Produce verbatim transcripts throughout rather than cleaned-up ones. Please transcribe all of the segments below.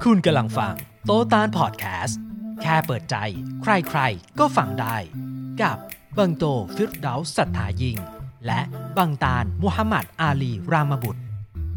คุณกำลังฟังโตตานพอดแคสต์แค่เปิดใจใครๆก็ฟังได้กับบังโตฟิรเดาส์ศรัทธายิ่งและบังตาลมุฮัมมัดอาลีรามบุตร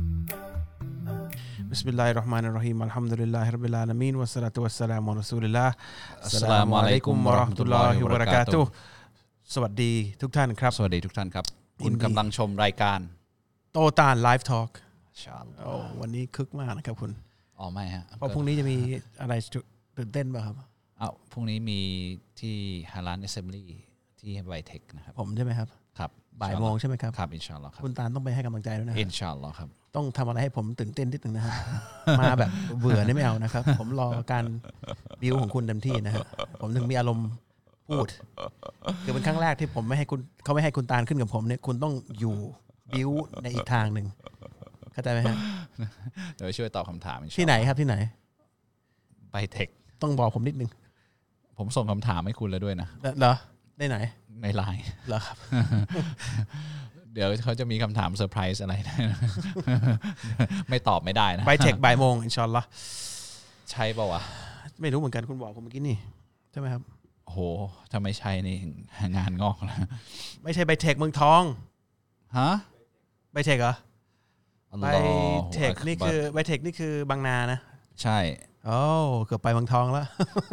บิสมิลลาฮิรเราะห์มานิรเราะฮีมอัลฮัมดุลิลลาฮิร็อบบิลอาละมีนวัสสลาตุวัสสลามุอะลารอซูลิลลาฮ์อัสสลามุอะลัยกุมวะเราะห์มะตุลลอฮิวะบะเราะกาตุฮ์สวัสดีทุกท่านครับสวัสดีทุกท่านครับคุณกำลังชมรายการโตตานไลฟ์ทอล์กอินชาอัลลอฮ์โอ้วันนี้คึกมากนะครับคุณอ๋อไม่ฮะเพราะพรุ่งนี้จะมีอะไรตื่นเต้นป่ะครับอ้าวพรุ่งนี้มีที่ฮาลาลแอสเซมบลีที่ไวเทคนะครับผมใช่ไหมครับครับบ่ายโมงใช่ไหมครับครับอินชาอัลลอฮ์ครับคุณตาลต้องไปให้กำลังใจด้วยนะอินชาอัลลอฮ์ครับต้องทำอะไรให้ผมตื่นเต้นนิดนึงนะครับ มาแบบเบื่อนี่ไม่เอานะครับผมรอการบิวของคุณเต็มที่นะฮะผมถึงมีอารมณ์พูดคือเป็นครั้งแรกที่ผมไม่ให้คุณเขาไม่ให้คุณตาลขึ้นกับผมเนี่ยคุณต้องอยู่บิวในอีกทางหนึ่งเข้าใจไหมฮะเดี๋ยวช่วยตอบคำถามที่ไหนครับที่ไหนไวเทคต้องบอกผมนิดนึงผมส่งคำถามให้คุณแล้วด้วยนะเหรอได้ไหนในไลน์เหรอครับเดี๋ยวเขาจะมีคำถามเซอร์ไพรส์อะไรนะ ไม่ตอบไม่ได้นะไวเทคบ่ายโมงอินชาอัลลอฮ์ใช่ป่าวะไม่รู้เหมือนกันคุณบอกผมเมื่อกี้นี่ใช่ไหมครับโอ้โหถ้าไม่ใช่นี่งานงอกแล้วไม่ใช่ไวเทคเมืองทองฮะไวเทคเหรอไวเทคนี่คือไวเทคนี่คือบางนานะใช่โอ้เกือบไปเมืองทองแล้ว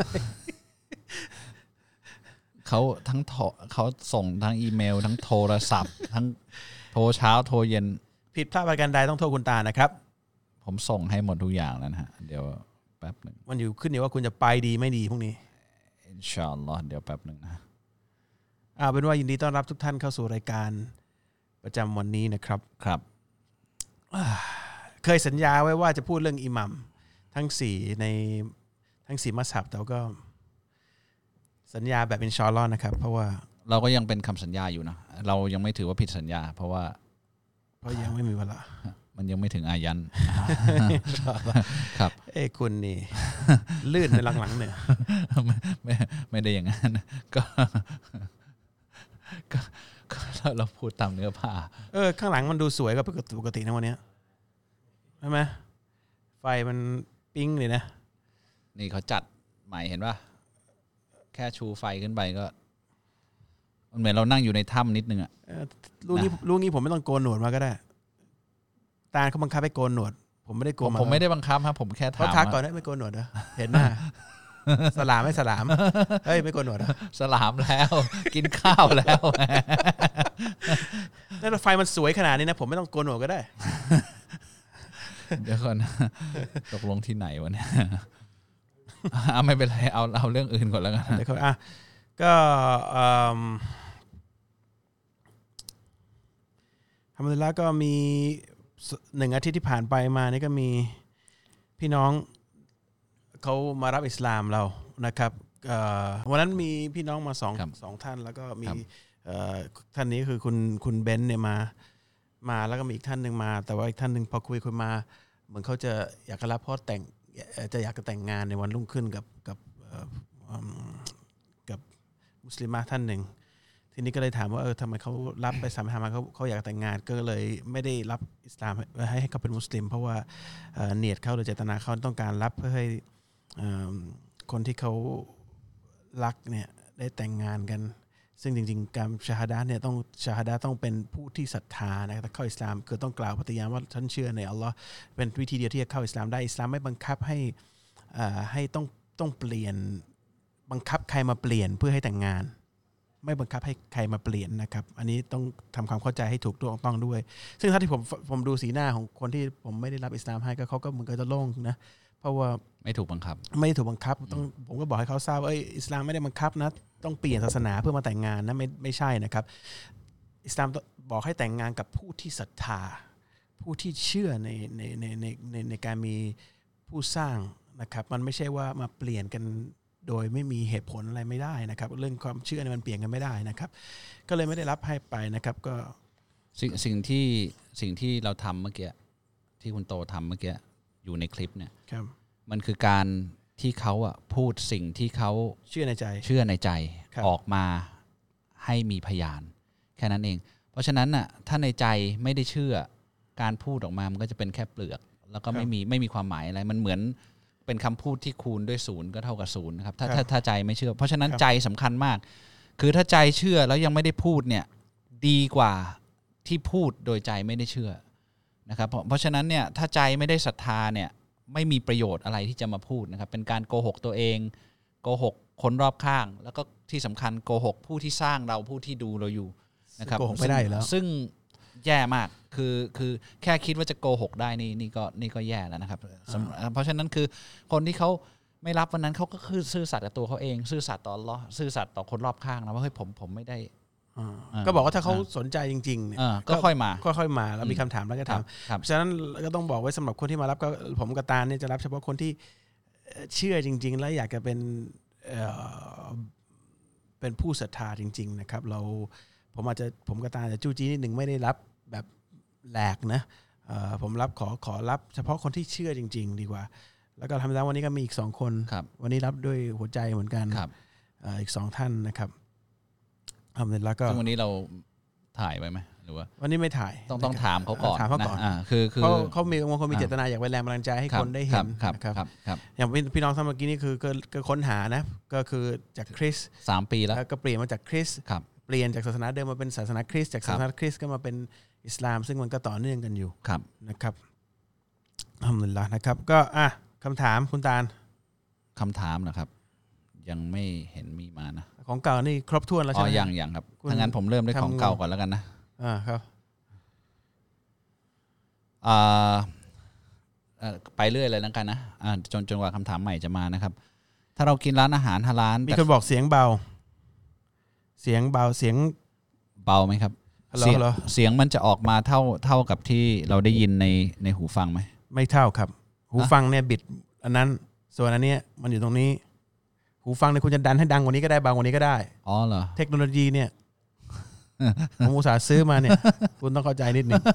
เขาทั้งเขาส่งทั้งอีเมลทั้งโทรศัพท์ทั้งโทรเช้าโทรเย็นผิดพลาดประการใดต้องโทษคุณตานะครับผมส่งให้หมดทุกอย่างแล้วนะฮะเดี๋ยวแป๊บนึงมันอยู่ขึ้นอยู่ว่าคุณจะไปดีไม่ดีพรุ่งนี้อินชาอัลลอฮ์เดี๋ยวแป๊บนึงนะอ่าเป็นว่ายินดีต้อนรับทุกท่านเข้าสู่รายการประจำวันนี้นะครับครับเคยสัญญาไว้ว่าจะพูดเรื่องอิหมัมทั้งสี่ในทั้งสี่มัซฮับแต่ก็สัญญาแบบอินชาอัลลอฮ์นะครับเพราะว่าเราก็ยังเป็นคำสัญญาอยู่นะเรายังไม่ถือว่าผิดสัญญาเพราะว่าเพราะยังไม่มีเวลามันยังไม่ถึงอายันครับเอ้คุณนี่ลื่นในหลังๆเนี่ยไม่ไม่ไม่ได้อย่างนั้นก็ก็เราเราพูดตามเนื้อผ้าเออข้างหลังมันดูสวยกว่าปกตินะวันนี้ใช่ไหมไฟมันปิ๊งเลยนะนี่เขาจัดใหม่เห็นป่ะแค่ชูไฟขึ้นไปก็มันเหมือนเรานั่งอยู่ในถ้ำนิดนึงอ่ะลูกนี้ลูกนี้ผมไม่ต้องโกนหนวดมาก็ได้ตาเขาบังคับให้โกนหนวดผมไม่ได้โกนผมไม่ได้บังคับครับผมแค่ถามเขาทักก่อนได้ไม่โกนหนวดเหรอเห็นหน้าสลามไม่สลามเฮ้ยไม่โกนหนวดเหรอสลามแล้วกินข้าวแล้วนั่นไฟมันสวยขนาดนี้นะผมไม่ต้องโกนหนวดก็ได้เดี๋ยวก่อนตกลงที่ไหนวะเนี่ยอ่ะไม่เป็นไรเอาเอาเรื่องอื่นก่อนแล้วกันเดี๋ยวอ่ะก็ทำแล้วก็มีหนึ่งอาทิตย์ที่ผ่านไปมานี่ก็มีพี่น้องเขามารับอิสลามเรานะครับวันนั้นมีพี่น้องมาสองสองท่านแล้วก็มีท่านนี้คือคุณคุณเบนซ์เนี่ยมามาแล้วก็มีอีกท่านหนึ่งมาแต่ว่าอีกท่านหนึ่งพอคุยคุยมาเหมือนเขาจะอยากจะรับพ่อแต่งจะอยากจะแต่งงานในวันรุ่งขึ้นกับกับกับมุสลิมะท่านหนึ่งทีนี้ก็เลยถามว่าเออทำไมเขารับไปสามธรรมะเขาเขาอยากแต่งงานก็เลยไม่ได้รับอิสลามให้ให้เขาเป็นมุสลิมเพราะว่าเนียดเขาหรือเจตนาเขาต้องการรับเพื่อให้คนที่เขารักเนี่ยได้แต่งงานกันซึ่งจริงๆการชาฮาดะห์เนี่ยต้องชาฮาดะห์ต้องเป็นผู้ที่ศรัทธานะถ้าเข้าอิสลามคือต้องกล่าวปฏิญาณว่าฉันเชื่อในอัลลอฮ์เป็นวิธีเดียวที่จะเข้าอิสลามได้อิสลามไม่บังคับให้ให้ต้องต้องเปลี่ยนบังคับใครมาเปลี่ยนเพื่อให้แต่งงานไม่บังคับให้ใครมาเปลี่ยนนะครับอันนี้ต้องทำความเข้าใจให้ถูกต้องด้วยซึ่งถ้าที่ผมผมดูสีหน้าของคนที่ผมไม่ได้รับอิสลามให้ก็เขาก็เหมือนกับจะโล่งนะเพราะว่าไม่ถูกบังคับไม่ถูกบังคับต้องผมก็บอกให้เขาทราบว่าอิสลามไม่ได้บังคับนะต้องเปลี่ยนศาสนาเพื่อมาแต่งงานนะไม่ไม่ใช่นะครับอิสลามบอกให้แต่งงานกับผู้ที่ศรัทธาผู้ที่เชื่อในในในในในในการมีผู้สร้างนะครับมันไม่ใช่ว่ามาเปลี่ยนกันโดยไม่มีเหตุผลอะไรไม่ได้นะครับเรื่องความเชื่อเนี่ยมันเปลี่ยนกันไม่ได้นะครับก็เลยไม่ได้รับให้ไปนะครับก็สิ่งสิ่งที่สิ่งที่เราทำเมื่อกี้ที่คุณโตทำเมื่อกี้อยู่ในคลิปเนี่ยมันคือการที่เขาอ่ะพูดสิ่งที่เขาเชื่อในใจเชื่อในใจออกมาให้มีพยานแค่นั้นเองเพราะฉะนั้นน่ะถ้าในใจไม่ได้เชื่อการพูดออกมามันก็จะเป็นแค่เปลือกแล้วก็ไม่มีไม่มีความหมายอะไรมันเหมือนเป็นคำพูดที่คูณด้วยศูนย์ก็เท่ากับศูนย์นะครับถ้าถ้าถ้าใจไม่เชื่อเพราะฉะนั้นใจสำคัญมากคือถ้าใจเชื่อแล้วยังไม่ได้พูดเนี่ยดีกว่าที่พูดโดยใจไม่ได้เชื่อนะครับเพราะฉะนั้นเนี่ยถ้าใจไม่ได้ศรัทธาเนี่ยไม่มีประโยชน์อะไรที่จะมาพูดนะครับเป็นการโกหกตัวเองโกหกคนรอบข้างแล้วก็ที่สำคัญโกหกผู้ที่สร้างเราผู้ที่ดูเราอยู่นะครับโกหกไม่ได้แล้วซึ่งแย่มากคือคือแค่คิดว่าจะโกหกได้นี่นี่ก็นี่ก็แย่แล้วนะครับเพราะฉะนั้นคือคนที่เขาไม่รับวันนั้นเขาก็คือซื่อสัตย์กับตัวเขาเองซื่อสัตย์ต่ออัลเลาะห์ซื่อสัตย์ต่อคนรอบข้างนะว่าเฮ้ยผมผมไม่ได้ก็บอกว่าถ้าเขาสนใจจริงๆเนี่ยก็ค่อยมาค่อยๆมาแล้วมีคำถามแล้วก็ถามเพราะฉะนั้นก็ต้องบอกไว้สำหรับคนที่มารับก็ผมกับตาเนี่ยจะรับเฉพาะคนที่เชื่อจริงๆแล้วอยากจะเป็นเป็นผู้ศรัทธาจริงๆนะครับเราผมอาจจะผมกับตาจะจู้จี้นิดหนึ่งไม่ได้รับแบบแหลกนะผมรับขอขอรับเฉพาะคนที่เชื่อจริงๆดีกว่าแล้วก็ทำแล้ววันนี้ก็มีอีกสองคนวันนี้รับด้วยหัวใจเหมือนกันอีกสองท่านนะครับทำเสร็จแล้วก็ซึ่งวันนี้เราถ่ายไว้ไหมหรือว่าวันนี้ไม่ถ่ายต้องต้องถามเขาก่อนถามเขาก่อนคือคือเขาเขามีบางคนมีเจตนาอยากไปแรงบันดาลใจให้คนได้เห็นนะครับอย่างพี่น้องท่านเมื่อกี้นี่คือก็ค้นหานะก็คือจากคริสต์สามปีแล้วก็เปลี่ยนมาจากคริสต์เปลี่ยนจากศาสนาเดิมมาเป็นศาสนาคริสต์จากศาสนาคริสต์ก็มาเป็นอิสลามซึ่งมันก็ต่อเนื่องกันอยู่นะครับอัลฮัมดุลิลลาห์นะครับก็อ่ะคำถามคุณตาลคำถามนะครับยังไม่เห็นมีมานะของเก่านี่ครบถ้วนแล้วใช่ไหมอ๋อยังยังครับถ้างั้นผมเริ่มด้วยของเก่าก่อนแล้วกันนะอ่าครับอ่าไปเรื่อยเลยแล้วกันนะอ่าจนจนกว่าคำถามใหม่จะมานะครับถ้าเรากินร้านอาหารฮาลาลมีคนบอกเสียงเบาเสียงเบาเสียงเบาไหมครับเสียงเสียงมันจะออกมาเท่าเท่ากับที่เราได้ยินในในหูฟังไหมไม่เท่าครับหูฟังเนี่ยบิดอันนั้นส่วนอันนี้มันอยู่ตรงนี้หูฟังเนี่ยคุณจะดันให้ดังกว่านี้ก็ได้เบากว่านี้ก็ได้อ๋อเหรอเทคโนโลยีเนี่ยผมอุตส่าห์ซื้อมาเนี่ยคุณต้องเข้าใจนิดนึง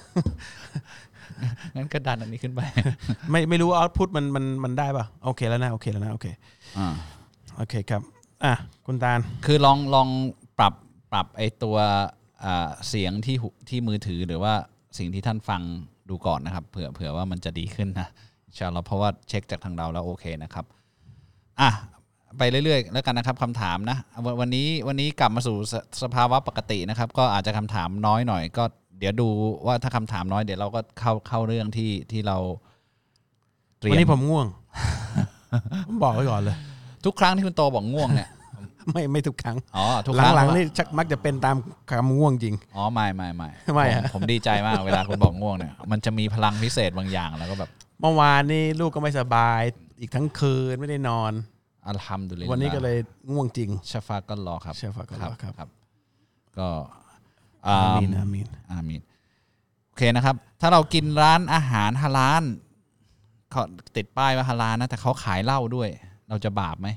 งั้นก็ดันอันนี้ขึ้นไปไม่ไม่รู้เอาท์พุตมันมันมันได้ป่ะโอเคแล้วนะโอเคแล้วนะโอเคอ่าโอเคครับอ่ะคุณตาลคือลองลองปรับปรับไอ้ตัวเสียงที่ที่มือถือหรือว่าสิ่งที่ท่านฟังดูก่อนนะครับเผื่อเผื่อว่ามันจะดีขึ้นนะอินชาอัลเลาะห์เพราะว่าเช็คจากทางเราแล้วโอเคนะครับอ่ะไปเรื่อยๆแล้วกันนะครับคำถามนะวันนี้วันนี้กลับมาสู่สภาวะปกตินะครับก็อาจจะคำถามน้อยหน่อยก็เดี๋ยวดูว่าถ้าคำถามน้อยเดี๋ยวเราก็เข้าเข้าเรื่องที่ที่เราเตรียมวันนี้ผมง่วง ผมบอกไว้ก่อนเลยทุกครั้งที่คุณโตบอกง่วงเนี่ยไม่ไม่ทุกครั้งอ๋อทุกครั้งหลังๆนี่ชักมักจะเป็นตามคำง่วงจริงอ๋อไม่ไม่ไม่ไม่ผมดีใจมากเวลาคุณบอกง่วงเนี่ยมันจะมีพลังพิเศษบางอย่างแล้วก็แบบเมื่อวานนี่ลูกก็ไม่สบายอีกทั้งคืนไม่ได้นอนอัลฮัมดุลิลลาห์วันนี้ก็เลยง่วงจริงชะฟาก็รอครับชะฟาก็รอครับก็อามีนอามีนอามีนโอเคนะครับถ้าเรากินร้านอาหารฮาลาลเขาติดป้ายว่าฮาลาลนะแต่เขาขายเหล้าด้วยเราจะบาปไหม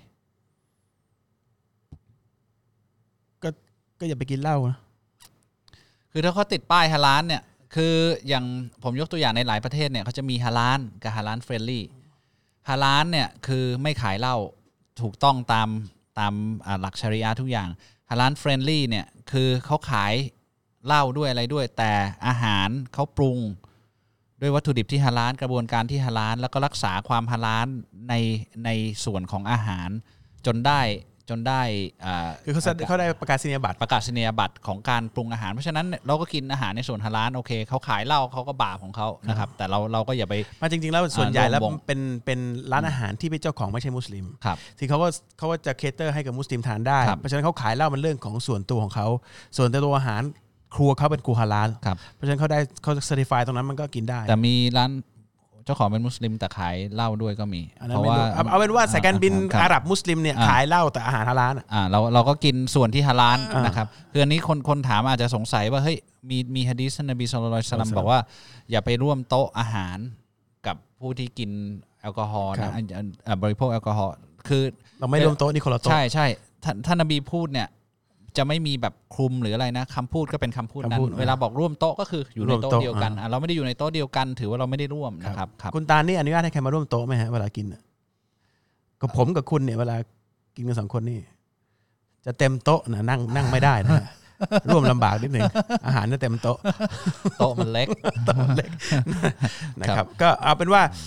ก็ก็อย่าไปกินเหล้านะคือถ้าเขาติดป้ายฮาลาลเนี่ยคืออย่างผมยกตัวอย่างในหลายประเทศเนี่ยเขาจะมีฮาลาลกับฮาลาลเฟรนลี่ฮาลาลเนี่ยคือไม่ขายเหล้าถูกต้องตามตามหลักชะรีอะห์ทุกอย่างฮาลาลเฟรนลี่เนี่ยคือเขาขายเหล้าด้วยอะไรด้วยแต่อาหารเขาปรุงด้วยวัตถุดิบที่ฮาลาลกระบวนการที่ฮาลาลแล้วก็รักษาความฮาลาลในในส่วนของอาหารจนได้จนได้คือเขาเขาได้ประกาศนียบัตรประกาศนียบัตรของการปรุงอาหารเพราะฉะนั้นเราก็กินอาหารในส่วนฮาลาลโอเคเขาขายเหล้าเขาก็บาปของเขานะครับแต่เราเราก็อย่าไปมาจริงๆแล้วส่วนใหญ่แล้วเป็นเป็นร้านอาหารที่เป็นเจ้าของไม่ใช่มุสลิมที่เขาว่าเขาว่าจะเคเตอร์ให้กับมุสลิมทานได้เพราะฉะนั้นเขาขายเหล้ามันเรื่องของส่วนตัวของเขาส่วนตัวอาหารครัวเขาเป็นครัวฮาลาลเพราะฉะนั้นเขาได้เขาเซอร์ติฟายตรงนั้นมันก็กินได้แต่มีร้านเจ้าของเป็นมุสลิมแต่ขายเหล้าด้วยก็มีเพราะว่าเอาเป็นว่าสายการบินอาหรับมุสลิมเนี่ยขายเหล้าแต่อาหารฮาลาลอ่าเราเราก็กินส่วนที่ฮาลาลนะครับคืออันนี้คนคนถามอาจจะสงสัยว่าเฮ้ยมีมีหะดีษท่านนบีศ็อลลัลลอฮุอะลัยฮิวะซัลลัมบอกว่าอย่าไปร่วมโต๊ะอาหารกับผู้ที่กินแอลกอฮอล์นะบริโภคแอลกอฮอล์คือเราไม่ร่วมโต๊ะนี่คนละโต๊ะใช่ใช่ท่านนบีพูดเนี่ยจะไม่มีแบบคลุมหรืออะไรนะคำพูดก็เป็นคำพูดนั้นเวลาบอกร่วมโต๊ะก็คืออยู่ในโต๊ะเดียวกันเราไม่ได้อยู่ในโต๊ะเดียวกันถือว่าเราไม่ได้ร่วมนะครับคุณตานี่อนุญาตให้ใครมาร่วมโต๊ะไหมฮะเวลากินกับผมกับคุณเนี่ยเวลากินกันสองคนนี่จะเต็มโต๊ะนะนั่งนั่งไม่ได้นะร่วมลำบากนิดหนึ่งอาหารจะเต็มโต๊ะโต๊ะมันเล็กโต๊ะมันเล็กนะครับก็เอาเป็นว่า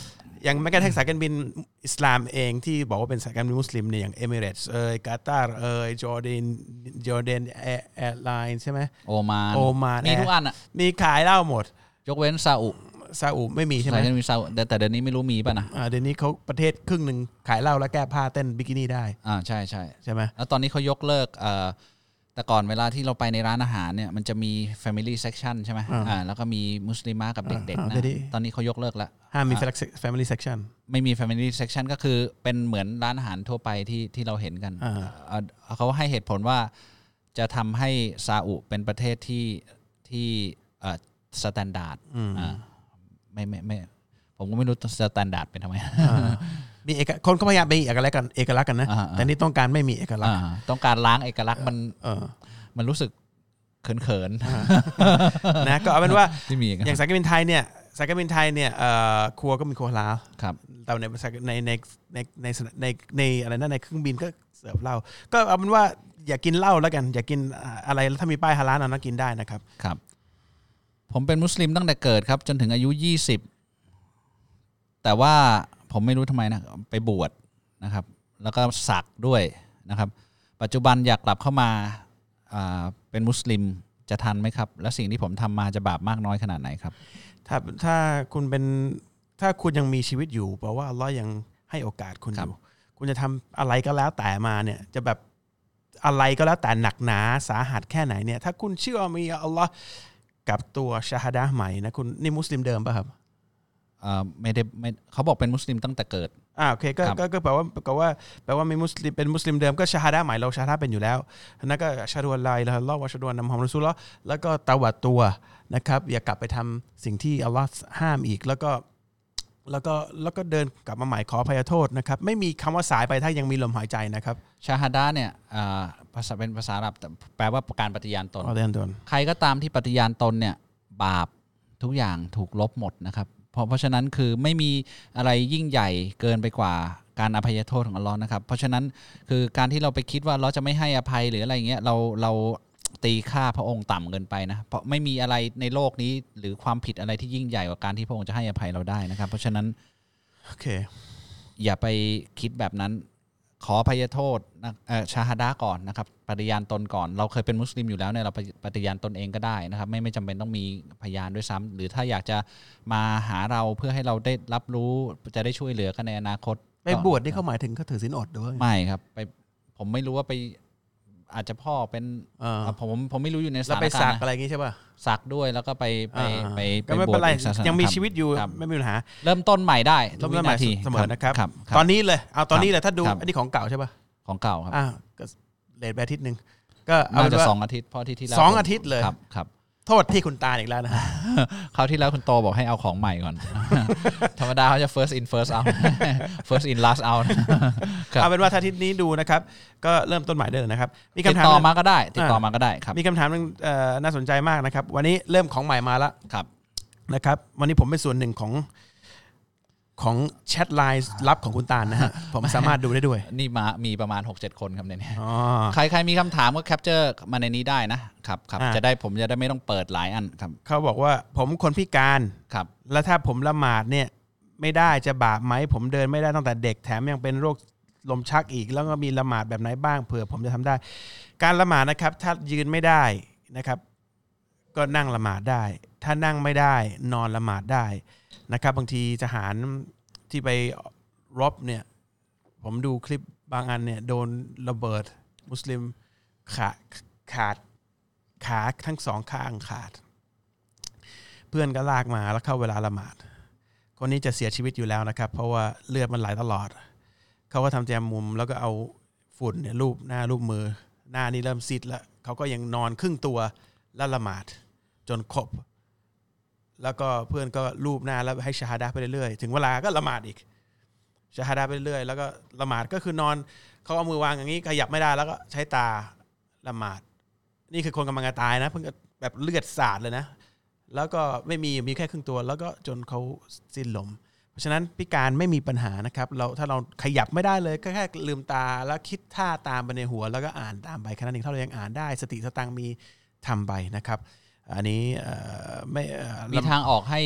อย่างแม้กระทั่งสายการบินอิสลามเองที่บอกว่าเป็นสายการบินมุสลิมเนี่ยอย่างเอมิเรตส์เอ่ยกาตาร์เอ่ยจอร์แดนจอร์แดนแอร์ไลน์ใช่ไหมโอมานโอมานมีทุกอันอ่ะมีขายเหล้าหมดยกเว้นซาอุซาอุไม่มีใช่ไหมสายการบินซาอุแต่แต่เดี๋ยวนี้ไม่รู้มีป่ะนะอ่าเดี๋ยวนี้เขาประเทศครึ่งหนึ่งขายเหล้าแล้วแก้ผ้าเต้นบิกินี่ได้อ่าใช่ใช่ใช่ไหมแล้วตอนนี้เขายกเลิกเอ่อแต่ก่อนเวลาที่เราไปในร้านอาหารเนี่ยมันจะมี Family Section ใช่ไหมอ่าแล้วก็มีมุสลิมะกับเด็กๆนะตอนนี้เขายกเลิกแล้วห้ามมี Family Section ไม่มี Family Section ก็คือเป็นเหมือนร้านอาหารทั่วไปที่ที่เราเห็นกันเขาให้เหตุผลว่าจะทำให้ซาอุเป็นประเทศที่ที่เอ่อสแตนดาร์ดอ่าไม่ไม่ไม่ผมก็ไม่รู้สแตนดาร์ดเป็นทำไมมีเอกคนก็พยายามไปเอกลักษณ์กันเอกลักษณ์กันนะแต่นี่ต้องการไม่มีเอกลักษณ์ต้องการล้างเอกลักษณ์มันมันรู้สึกเขินๆนะก็เอาเป็นว่าที่มีอย่างสายการบินไทยเนี่ยสายการบินไทยเนี่ยครัวก็มีครัวลาวครับแต่ในในในในในในในอะไรนั่นในเครื่องบินก็เสิร์ฟเหล้าก็เอาเป็นว่าอย่ากินเหล้าแล้วกันอย่ากินอะไรแล้วถ้ามีป้ายฮาลาลนั้นกินได้นะครับครับผมเป็นมุสลิมตั้งแต่เกิดครับจนถึงอายุยี่สิบแต่ว่าผมไม่รู้ทำไมนะไปบวชนะครับแล้วก็สักด้วยนะครับปัจจุบันอยากกลับเข้ามาเป็นมุสลิมจะทันไหมครับและสิ่งที่ผมทำมาจะบาปมากน้อยขนาดไหนครับถ้าถ้าคุณเป็นถ้าคุณยังมีชีวิตอยู่แปลว่าอัลเลาะห์ยังให้โอกาสคุณอยู่คุณจะทำอะไรก็แล้วแต่มาเนี่ยจะแบบอะไรก็แล้วแต่หนักหนาสาหัสแค่ไหนเนี่ยถ้าคุณเชื่อมีอัลเลาะห์กับตัวชาฮาดะห์ใหม่นะคุณนี่มุสลิมเดิมป่ะครับอ่าไม่ได้ไม่เขาบอกเป็นมุสลิมตั้งแต่เกิดอ่าโอเคก็ก็ก็แปลว่าแปลว่าแปลว่ามีมุสลิมเป็นมุสลิมเดิมก็ชาฮาดะห์ใหม่เราชาฮาดะห์เป็นอยู่แล้วนั่นก็ชาดุอัลลอฮ์อิลาฮัลลอฮ์วะชาดุอันนะมุฮัมมัดรอซูลุลลอฮ์แล้วก็ตะวัดตัวนะครับอย่ากลับไปทำสิ่งที่อัลลอฮ์ห้ามอีกแล้วก็แล้วก็แล้วก็เดินกลับมาใหม่ขออภัยโทษนะครับไม่มีคำว่าสายไปถ้ายังมีลมหายใจนะครับชาฮาดะห์เนี่ยภาษาเป็นภาษาอาหรับแปลว่าการปฏิญาณตนใครก็ตามที่ปฏิญาณตนเนี่ยบาปทุกอย่างถูกลบหมดนะครับเพราะเพราะฉะนั้นคือไม่มีอะไรยิ่งใหญ่เกินไปกว่าการอภัยโทษของอัลเลาะห์นะครับเพราะฉะนั้นคือการที่เราไปคิดว่าอัลเลาะห์จะไม่ให้อภัยหรืออะไรเงี้ยเราเราตีค่าพระองค์ต่ำเกินไปนะเพราะไม่มีอะไรในโลกนี้หรือความผิดอะไรที่ยิ่งใหญ่กว่าการที่พระองค์จะให้อภัยเราได้นะครับเพราะฉะนั้นโอเคอย่าไปคิดแบบนั้นขออภัยโทษนะชาฮาดะห์ก่อนนะครับปฏิญาณตนก่อนเราเคยเป็นมุสลิมอยู่แล้วเนี่ยเราปฏิญาณตนเองก็ได้นะครับไม่ไม่จำเป็นต้องมีพยานด้วยซ้ำหรือถ้าอยากจะมาหาเราเพื่อให้เราได้รับรู้จะได้ช่วยเหลือกันในอนาคตไปบวชนี่เขาหมายถึงเขาถือศีลอดด้วยไม่ครับไปผมไม่รู้ว่าไปอาจจะพ่อเป็นผมผมไม่รู้อยู่ในสถานการณ์แล้วไปสักอะไรอย่างงี้ใช่ป่ะสักด้วยแล้วก็ไปไปไปไปบวชยังมีชีวิตอยู่ไม่มีปัญหาเริ่มต้นใหม่ได้เริ่มต้นใหม่เสมอนะครับตอนนี้เลยเอาตอนนี้เลยถ้าดูอันนี้ของเก่าใช่ป่ะของเก่าครับอ่าก็เลทไปอาทิตย์นึงก็เอาจะสองอาทิตย์เพราะอาทิตย์ที่แล้วสองอาทิตย์เลยครับครับโทษที่คุณตาอีกแล้วนะคราวที่แล้วคุณโตบอกให้เอาของใหม่ก่อนธรรมดาเขาจะ first in first out first in last out เอาเป็นว่าถ้าอาทิตย์นี้ดูนะครับก็เริ่มต้นใหม่ได้เลยนะครับมีคำถามติดต่อมาก็ได้ติดต่อมาก็ได้ครับมีคำถามนึงน่าสนใจมากนะครับวันนี้เริ่มของใหม่มาแล้วครับนะครับวันนี้ผมเป็นส่วนหนึ่งของของแชทไลน์ลับของคุณตาลนะฮะผมสามารถดูได้ด้วยนี่มามีประมาณ หกเจ็ด คนครับในนี้ใครใครมีคำถามก็แคปเจอร์มาในนี้ได้นะครับครับจะได้ผมจะได้ไม่ต้องเปิดหลายอันครับเขาบอกว่าผมคนพิการครับแล้วถ้าผมละหมาดเนี่ยไม่ได้จะบาปไหมผมเดินไม่ได้ตั้งแต่เด็กแถมยังเป็นโรคลมชักอีกแล้วก็มีละหมาดแบบไหนบ้างเผื่อผมจะทำได้การละหมาดนะครับถ้ายืนไม่ได้นะครับก็นั่งละหมาดได้ถ้านั่งไม่ได้นอนละหมาดได้นะครับบางทีทหารที่ไปรบเนี่ยผมดูคลิปบางอันเนี่ยโดนระเบิดมุสลิมขาขาดขาทั้งสองข้างขาดเพื่อนก็ลากมาแล้วเข้าเวลาละหมาดคนนี้จะเสียชีวิตอยู่แล้วนะครับเพราะว่าเลือดมันไหลตลอดเขาก็ทำแจมมุมแล้วก็เอาฝุ่นเนี่ยลูบหน้าลูบมือหน้านี่เริ่มซีดแล้วเขาก็ยังนอนครึ่งตัวแล้วละหมาดจนครบแล้วก็เพื่อนก็ลูบหน้าแล้วให้ชาฮาดะห์ไปเรื่อยๆถึงเวลาก็ละหมาดอีกชาฮาดะห์ไปเรื่อยแล้วก็ละหมาดก็คือนอนเขาเอามือวางอย่างนี้ขยับไม่ได้แล้วก็ใช้ตาละหมาดนี่คือคนกำลังจะตายนะเพิ่งแบบเลือดสาดเลยนะแล้วก็ไม่มีมีแค่ครึ่งตัวแล้วก็จนเขาสิ้นลมเพราะฉะนั้นพิการไม่มีปัญหานะครับเราถ้าเราขยับไม่ได้เลยก็แค่ลืมตาแล้วคิดท่าตามไปในหัวแล้วก็อ่านตามไปแค่นั้นเองถ้าเรายังอ่านได้สติสตังมีทำไปนะครับอันนี้ไม่มีทางออกให้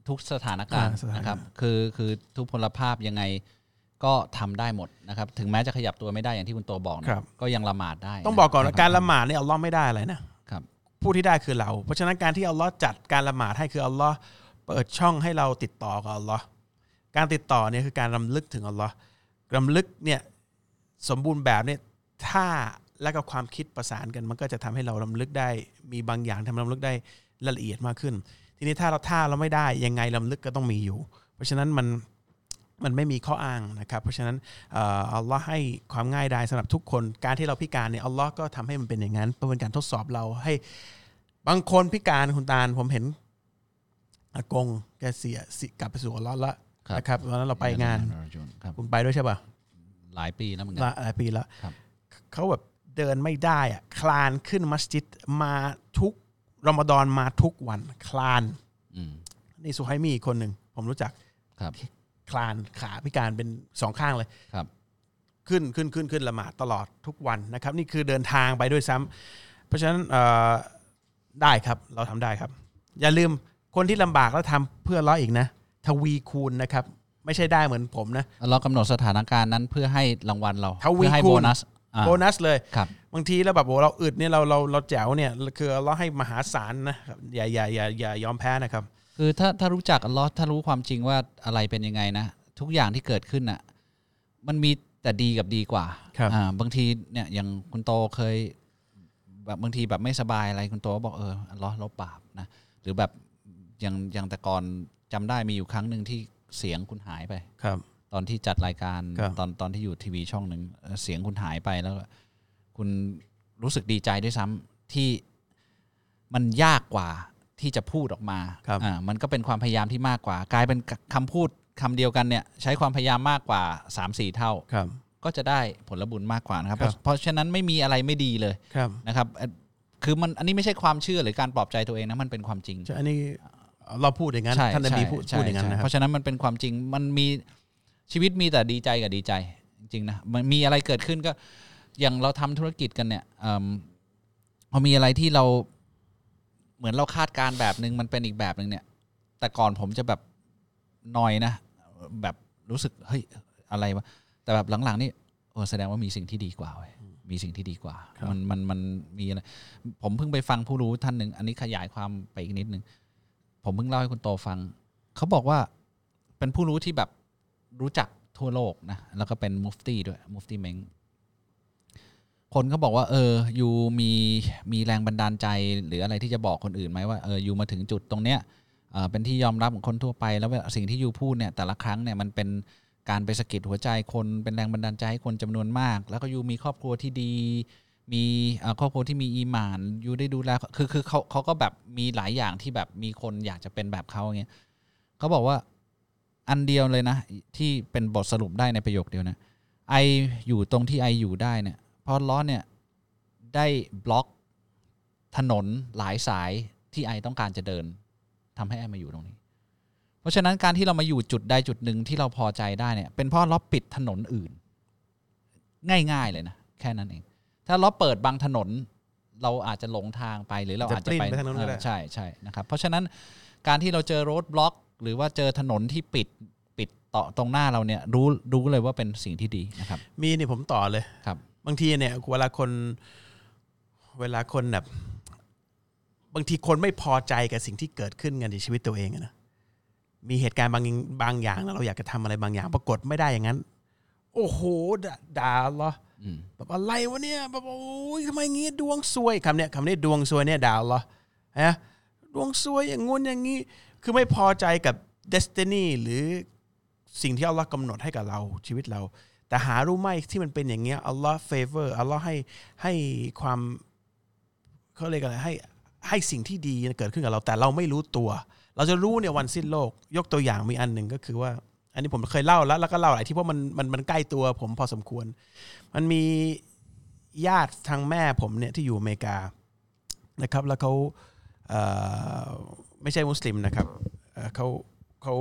ทุกสถานการณ์นะครับคือคือทุกพลภาพยังไงก็ทำได้หมดนะครับถึงแม้จะขยับตัวไม่ได้อย่างที่คุณโตบอกนะก็ยังละหมาดได้ต้องบอกก่อนว่าการละหมาดเนี่ยอัลลอฮ์ไม่ได้อะไรนะครับผู้ที่ได้คือเราเพราะฉะนั้นการที่อัลลอฮ์จัดการละหมาดให้คืออัลลอฮ์เปิดช่องให้เราติดต่อกับอัลลอฮ์การติดต่อเนี่ยคือการรำลึกถึงอัลลอฮ์รำลึกเนี่ยสมบูรณ์แบบเนี่ยถ้าและกับความคิดประสานกันมันก็จะทำให้เรารำลึกได้มีบางอย่างทำให้รำลึกได้ละเอียดมากขึ้นทีนี้ถ้าเราท่าเราไม่ได้ยังไงรำลึกก็ต้องมีอยู่เพราะฉะนั้นมันมันไม่มีข้ออ้างนะครับเพราะฉะนั้นอัลลอฮ์ให้ความง่ายดายสำหรับทุกคนการที่เราพิการเนี่ยอัลลอฮ์ก็ทำให้มันเป็นอย่างนั้นเป็นการทดสอบเราให้บางคนพิการคุณตาลผมเห็นอากงแกเสียสิกลับไปสู่อัลลอฮ์แล้วนะครับตอนนั้นเราไปงานคุณไปด้วยใช่ป่ะหลายปีแล้วเหมือนกันหลายปีแล้วเขาแบบเดินไม่ได้อะคลานขึ้นมัสยิดมาทุกรอมฎอนมาทุกวันคลานนี่สุไฮมีอีกคนหนึ่งผมรู้จักคลานขาพิการเป็นสองข้างเลยขึ้นขึ้นขึ้นขึ้นละหมาดตลอดทุกวันนะครับนี่คือเดินทางไปด้วยซ้ำเพราะฉะนั้นได้ครับเราทำได้ครับอย่าลืมคนที่ลำบากแล้วทำเพื่อร้อยอีกนะทวีคูณนะครับไม่ใช่ได้เหมือนผมนะเรากำหนดสถานการณ์นั้นเพื่อให้รางวัลเราทวีคูณโบนัสโบนัสเลยครับบางทีแล้วแบบโอ้เราอึดเนี่ยเราเราเราแจ๋วเนี่ยคือเราให้มหาศาลนะอย่าอย่าอย่าอย่ายอมแพ้นะครับคือถ้าถ้ารู้จักอัลเลาะห์ถ้ารู้ความจริงว่าอะไรเป็นยังไงนะทุกอย่างที่เกิดขึ้นน่ะมันมีแต่ดีกับดีกว่าอ่าบางทีเนี่ยอย่างคุณโตเคยแบบบางทีแบบไม่สบายอะไรคุณโตบอกเอออัลเลาะห์ลบบาปนะหรือแบบอย่างอย่างแต่ก่อนจำได้มีอยู่ครั้งนึงที่เสียงคุณหายไปครับตอนที่จัดรายการตอนตอนที่อยู่ทีวีช่องนึงเสียงคุณหายไปแล้วคุณรู้สึกดีใจด้วยซ้ำที่มันยากกว่าที่จะพูดออกมาอ่ามันก็เป็นความพยายามที่มากกว่ากลายเป็นคำพูดคำเดียวกันเนี่ยใช้ความพยายามมากกว่า สามสี่ เท่าก็จะได้ผลบุญมากกว่านะครับเพราะฉะนั้นไม่มีอะไรไม่ดีเลยนะครับคือมันอันนี้ไม่ใช่ความเชื่อหรือการปลอบใจตัวเองนะมันเป็นความจริงอันนี้เราพูดอย่างนั้นท่านนบีพูดพูดอย่างนั้นนะครับเพราะฉะนั้นมันเป็นความจริงมันมีชีวิตมีแต่ดีใจกับดีใจจริงๆนะมันมีอะไรเกิดขึ้นก็อย่างเราทำธุรกิจกันเนี่ยพอมีอะไรที่เราเหมือนเราคาดการแบบนึงมันเป็นอีกแบบนึงเนี่ยแต่ก่อนผมจะแบบนอยนะแบบรู้สึกเฮ้ยอะไรวะแต่แบบหลังๆนี่เออแสดงว่ามีสิ่งที่ดีกว่าเว้ยมีสิ่งที่ดีกว่ามันมันมันมีอะไรผมเพิ่งไปฟังผู้รู้ท่านหนึ่งอันนี้ขยายความไปอีกนิดนึงผมเพิ่งเล่าให้คุณโตฟังเขาบอกว่าเป็นผู้รู้ที่แบบรู้จักทั่วโลกนะแล้วก็เป็นมุฟตีด้วยมุฟตีเม้งคนเขาบอกว่าเออยูมีมีแรงบันดาลใจหรืออะไรที่จะบอกคนอื่นไหมว่าเออยูมาถึงจุดตรงเนี้ยเออเป็นที่ยอมรับของคนทั่วไปแล้วสิ่งที่ยูพูดเนี่ยแต่ละครั้งเนี่ยมันเป็นการไปสะกิดหัวใจคนเป็นแรงบันดาลใจให้คนจำนวนมากแล้วก็ยูมีครอบครัวที่ดีมีครอบครัวที่มีอีหม่านยูได้ดูแลคือคือเขาเขาก็แบบมีหลายอย่างที่แบบมีคนอยากจะเป็นแบบเขาอย่างเงี้ยเขาบอกว่าอันเดียวเลยนะที่เป็นบทสรุปได้ในประโยคเดียวนะไออยู่ตรงที่ไออยู่ได้เนี่ยเพราะล้อเนี่ยได้บล็อกถนนหลายสายที่ไอต้องการจะเดินทำให้ไอมาอยู่ตรงนี้เพราะฉะนั้นการที่เรามาอยู่จุดใดจุดหนึ่งที่เราพอใจได้เนี่ยเป็นเพราะล้อปิดถนนอื่นง่ายๆเลยนะแค่นั้นเองถ้าล้อเปิดบางถนนเราอาจจะหลงทางไปหรือเราอาจจะไปใช่ใช่นะครับเพราะฉะนั้นการที่เราเจอโรดบล็อกหรือว่าเจอถนนที่ปิดปิดต่อตรงหน้าเราเนี่ยรู้รู้เลยว่าเป็นสิ่งที่ดีนะครับมีนี่ผมต่อเลยครับบางทีเนี่ยเวลาคนเวลาคนแบบบางทีคนไม่พอใจกับสิ่งที่เกิดขึ้นกันในชีวิตตัวเองนะมีเหตุการณ์บางบางอย่างแล้วเราอยากจะทำอะไรบางอย่างปรากฏไม่ได้อย่างนั้นโอ้โหด่าเหรอแบบอะไรวะเนี่ยแบบโอ้ยทำไมงี้ดวงซวยคำเนี้ยคำนี้ดวงซวยเนี่ยด่าเหรอฮะดวงซวยอย่างงู้นอย่างงี้คือไม่พอใจกับ destiny หรือสิ่งที่อัลลอฮ์กำหนดให้กับเราชีวิตเราแต่หารู้ไหมที่มันเป็นอย่างเงี้ยอัลลอฮ์ favor อัลลอฮ์ให้ให้ความเขาเรียกอะไรให้ให้สิ่งที่ดีเกิดขึ้นกับเราแต่เราไม่รู้ตัวเราจะรู้เนี่ยวันสิ้นโลกยกตัวอย่างมีอันหนึ่งก็คือว่าอันนี้ผมเคยเล่าแล้วแล้วก็เล่าหลายที่เพราะมันมันมันใกล้ตัวผมพอสมควรมันมีญาติทางแม่ผมเนี่ยที่อยู่อเมริกานะครับแล้วเขาเอ่อไม่ใช่มุสลิมนะครับเอ่อเขาเขา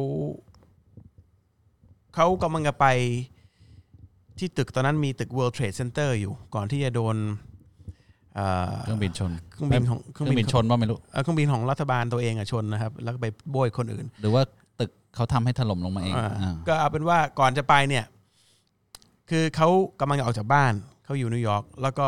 เขากำลังจะไปที่ตึกตอนนั้นมีตึก World Trade Center อยู่ก่อนที่จะโดนเครื่องบินชนเครื่องบินของเครื่องบินชนว่าไม่รู้เครื่องบินของรัฐบาลตัวเองอะชนนะครับแล้วก็ไปโบยคนอื่นหรือว่าตึกเขาทำให้ถล่มลงมาเองก็เอาเป็นว่าก่อนจะไปเนี่ยคือเขากำลังจะออกจากบ้านเขาอยู่นิวยอร์กแล้วก็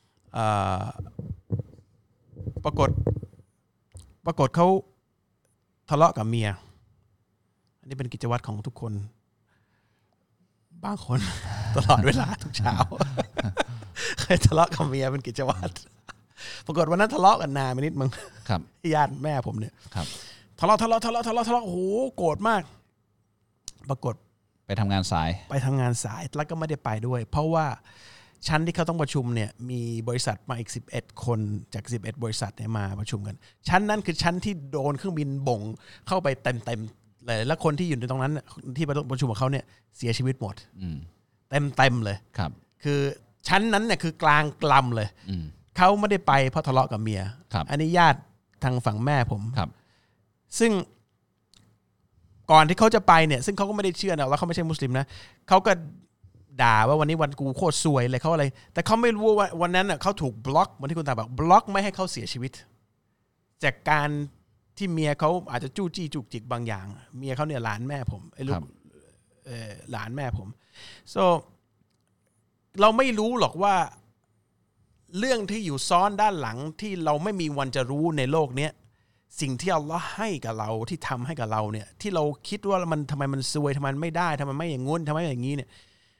ปรากฏปรากฏเขาทะเลาะกับเมียอันนี้เป็นกิจวัตรของทุกคนบางคน ตลอดเวลาทุกเช้า เคยทะเลาะกับเมียเป็นกิจวัตรปรากฏวันนั้นทะเลาะกันนานไปนิดมึงครับญาติแม่ผมเนี่ยครับทะเลาะทะเลาะทะเลาะทะเลาะทะเลาะโอ้โหโกรธมากปรากฏไปทำงานสายไปทำงานสายแล้วก็ไม่ได้ไปด้วยเพราะว่าชั้นที่เขาต้องประชุมเนี่ยมีบริษัทมาอีกสิบเอ็ดคนจากสิบเอ็ดบริษัทเนี่ยมาประชุมกันชั้นนั้นคือชั้นที่โดนเครื่องบินบ่งเข้าไปเต็มๆเลยแล้วคนที่อยู่ในตรงนั้นที่ประชุมกับเขาเนี่ยเสียชีวิตหมดเต็มๆเลยครับคือชั้นนั้นเนี่ยคือกลางกลำเลยเขาไม่ได้ไปเพราะทะเลาะกับเมียอันนี้ญาติทางฝั่งแม่ผมซึ่งก่อนที่เขาจะไปเนี่ยซึ่งเขาก็ไม่ได้เชื่อนะแล้วเขาไม่ใช่มุสลิมนะเขาก็ด่าว่าวันนี้วันกูโคตรซวยเลยเขาอะไรแต่เขาไม่รู้ว่าวันนั้นน่ะเขาถูกบล็อกเหมือนที่คุณตาบอกบล็อกไม่ให้เขาเสียชีวิตจากการที่เมียเขาอาจจะจู้จี้จุกจิกบางอย่างเมียเขาเนี่ยหลานแม่ผมไอ้ลูกเอ่อหลานแม่ผม so เราไม่รู้หรอกว่าเรื่องที่อยู่ซ้อนด้านหลังที่เราไม่มีวันจะรู้ในโลกนี้สิ่งที่อัลลอฮ์ให้กับเราที่ทำให้กับเราเนี่ยที่เราคิดว่ามันทำไมมันซวยทำไมไม่ได้ทำไมไม่อย่างงู้นทำไมอย่างนี้เนี่ย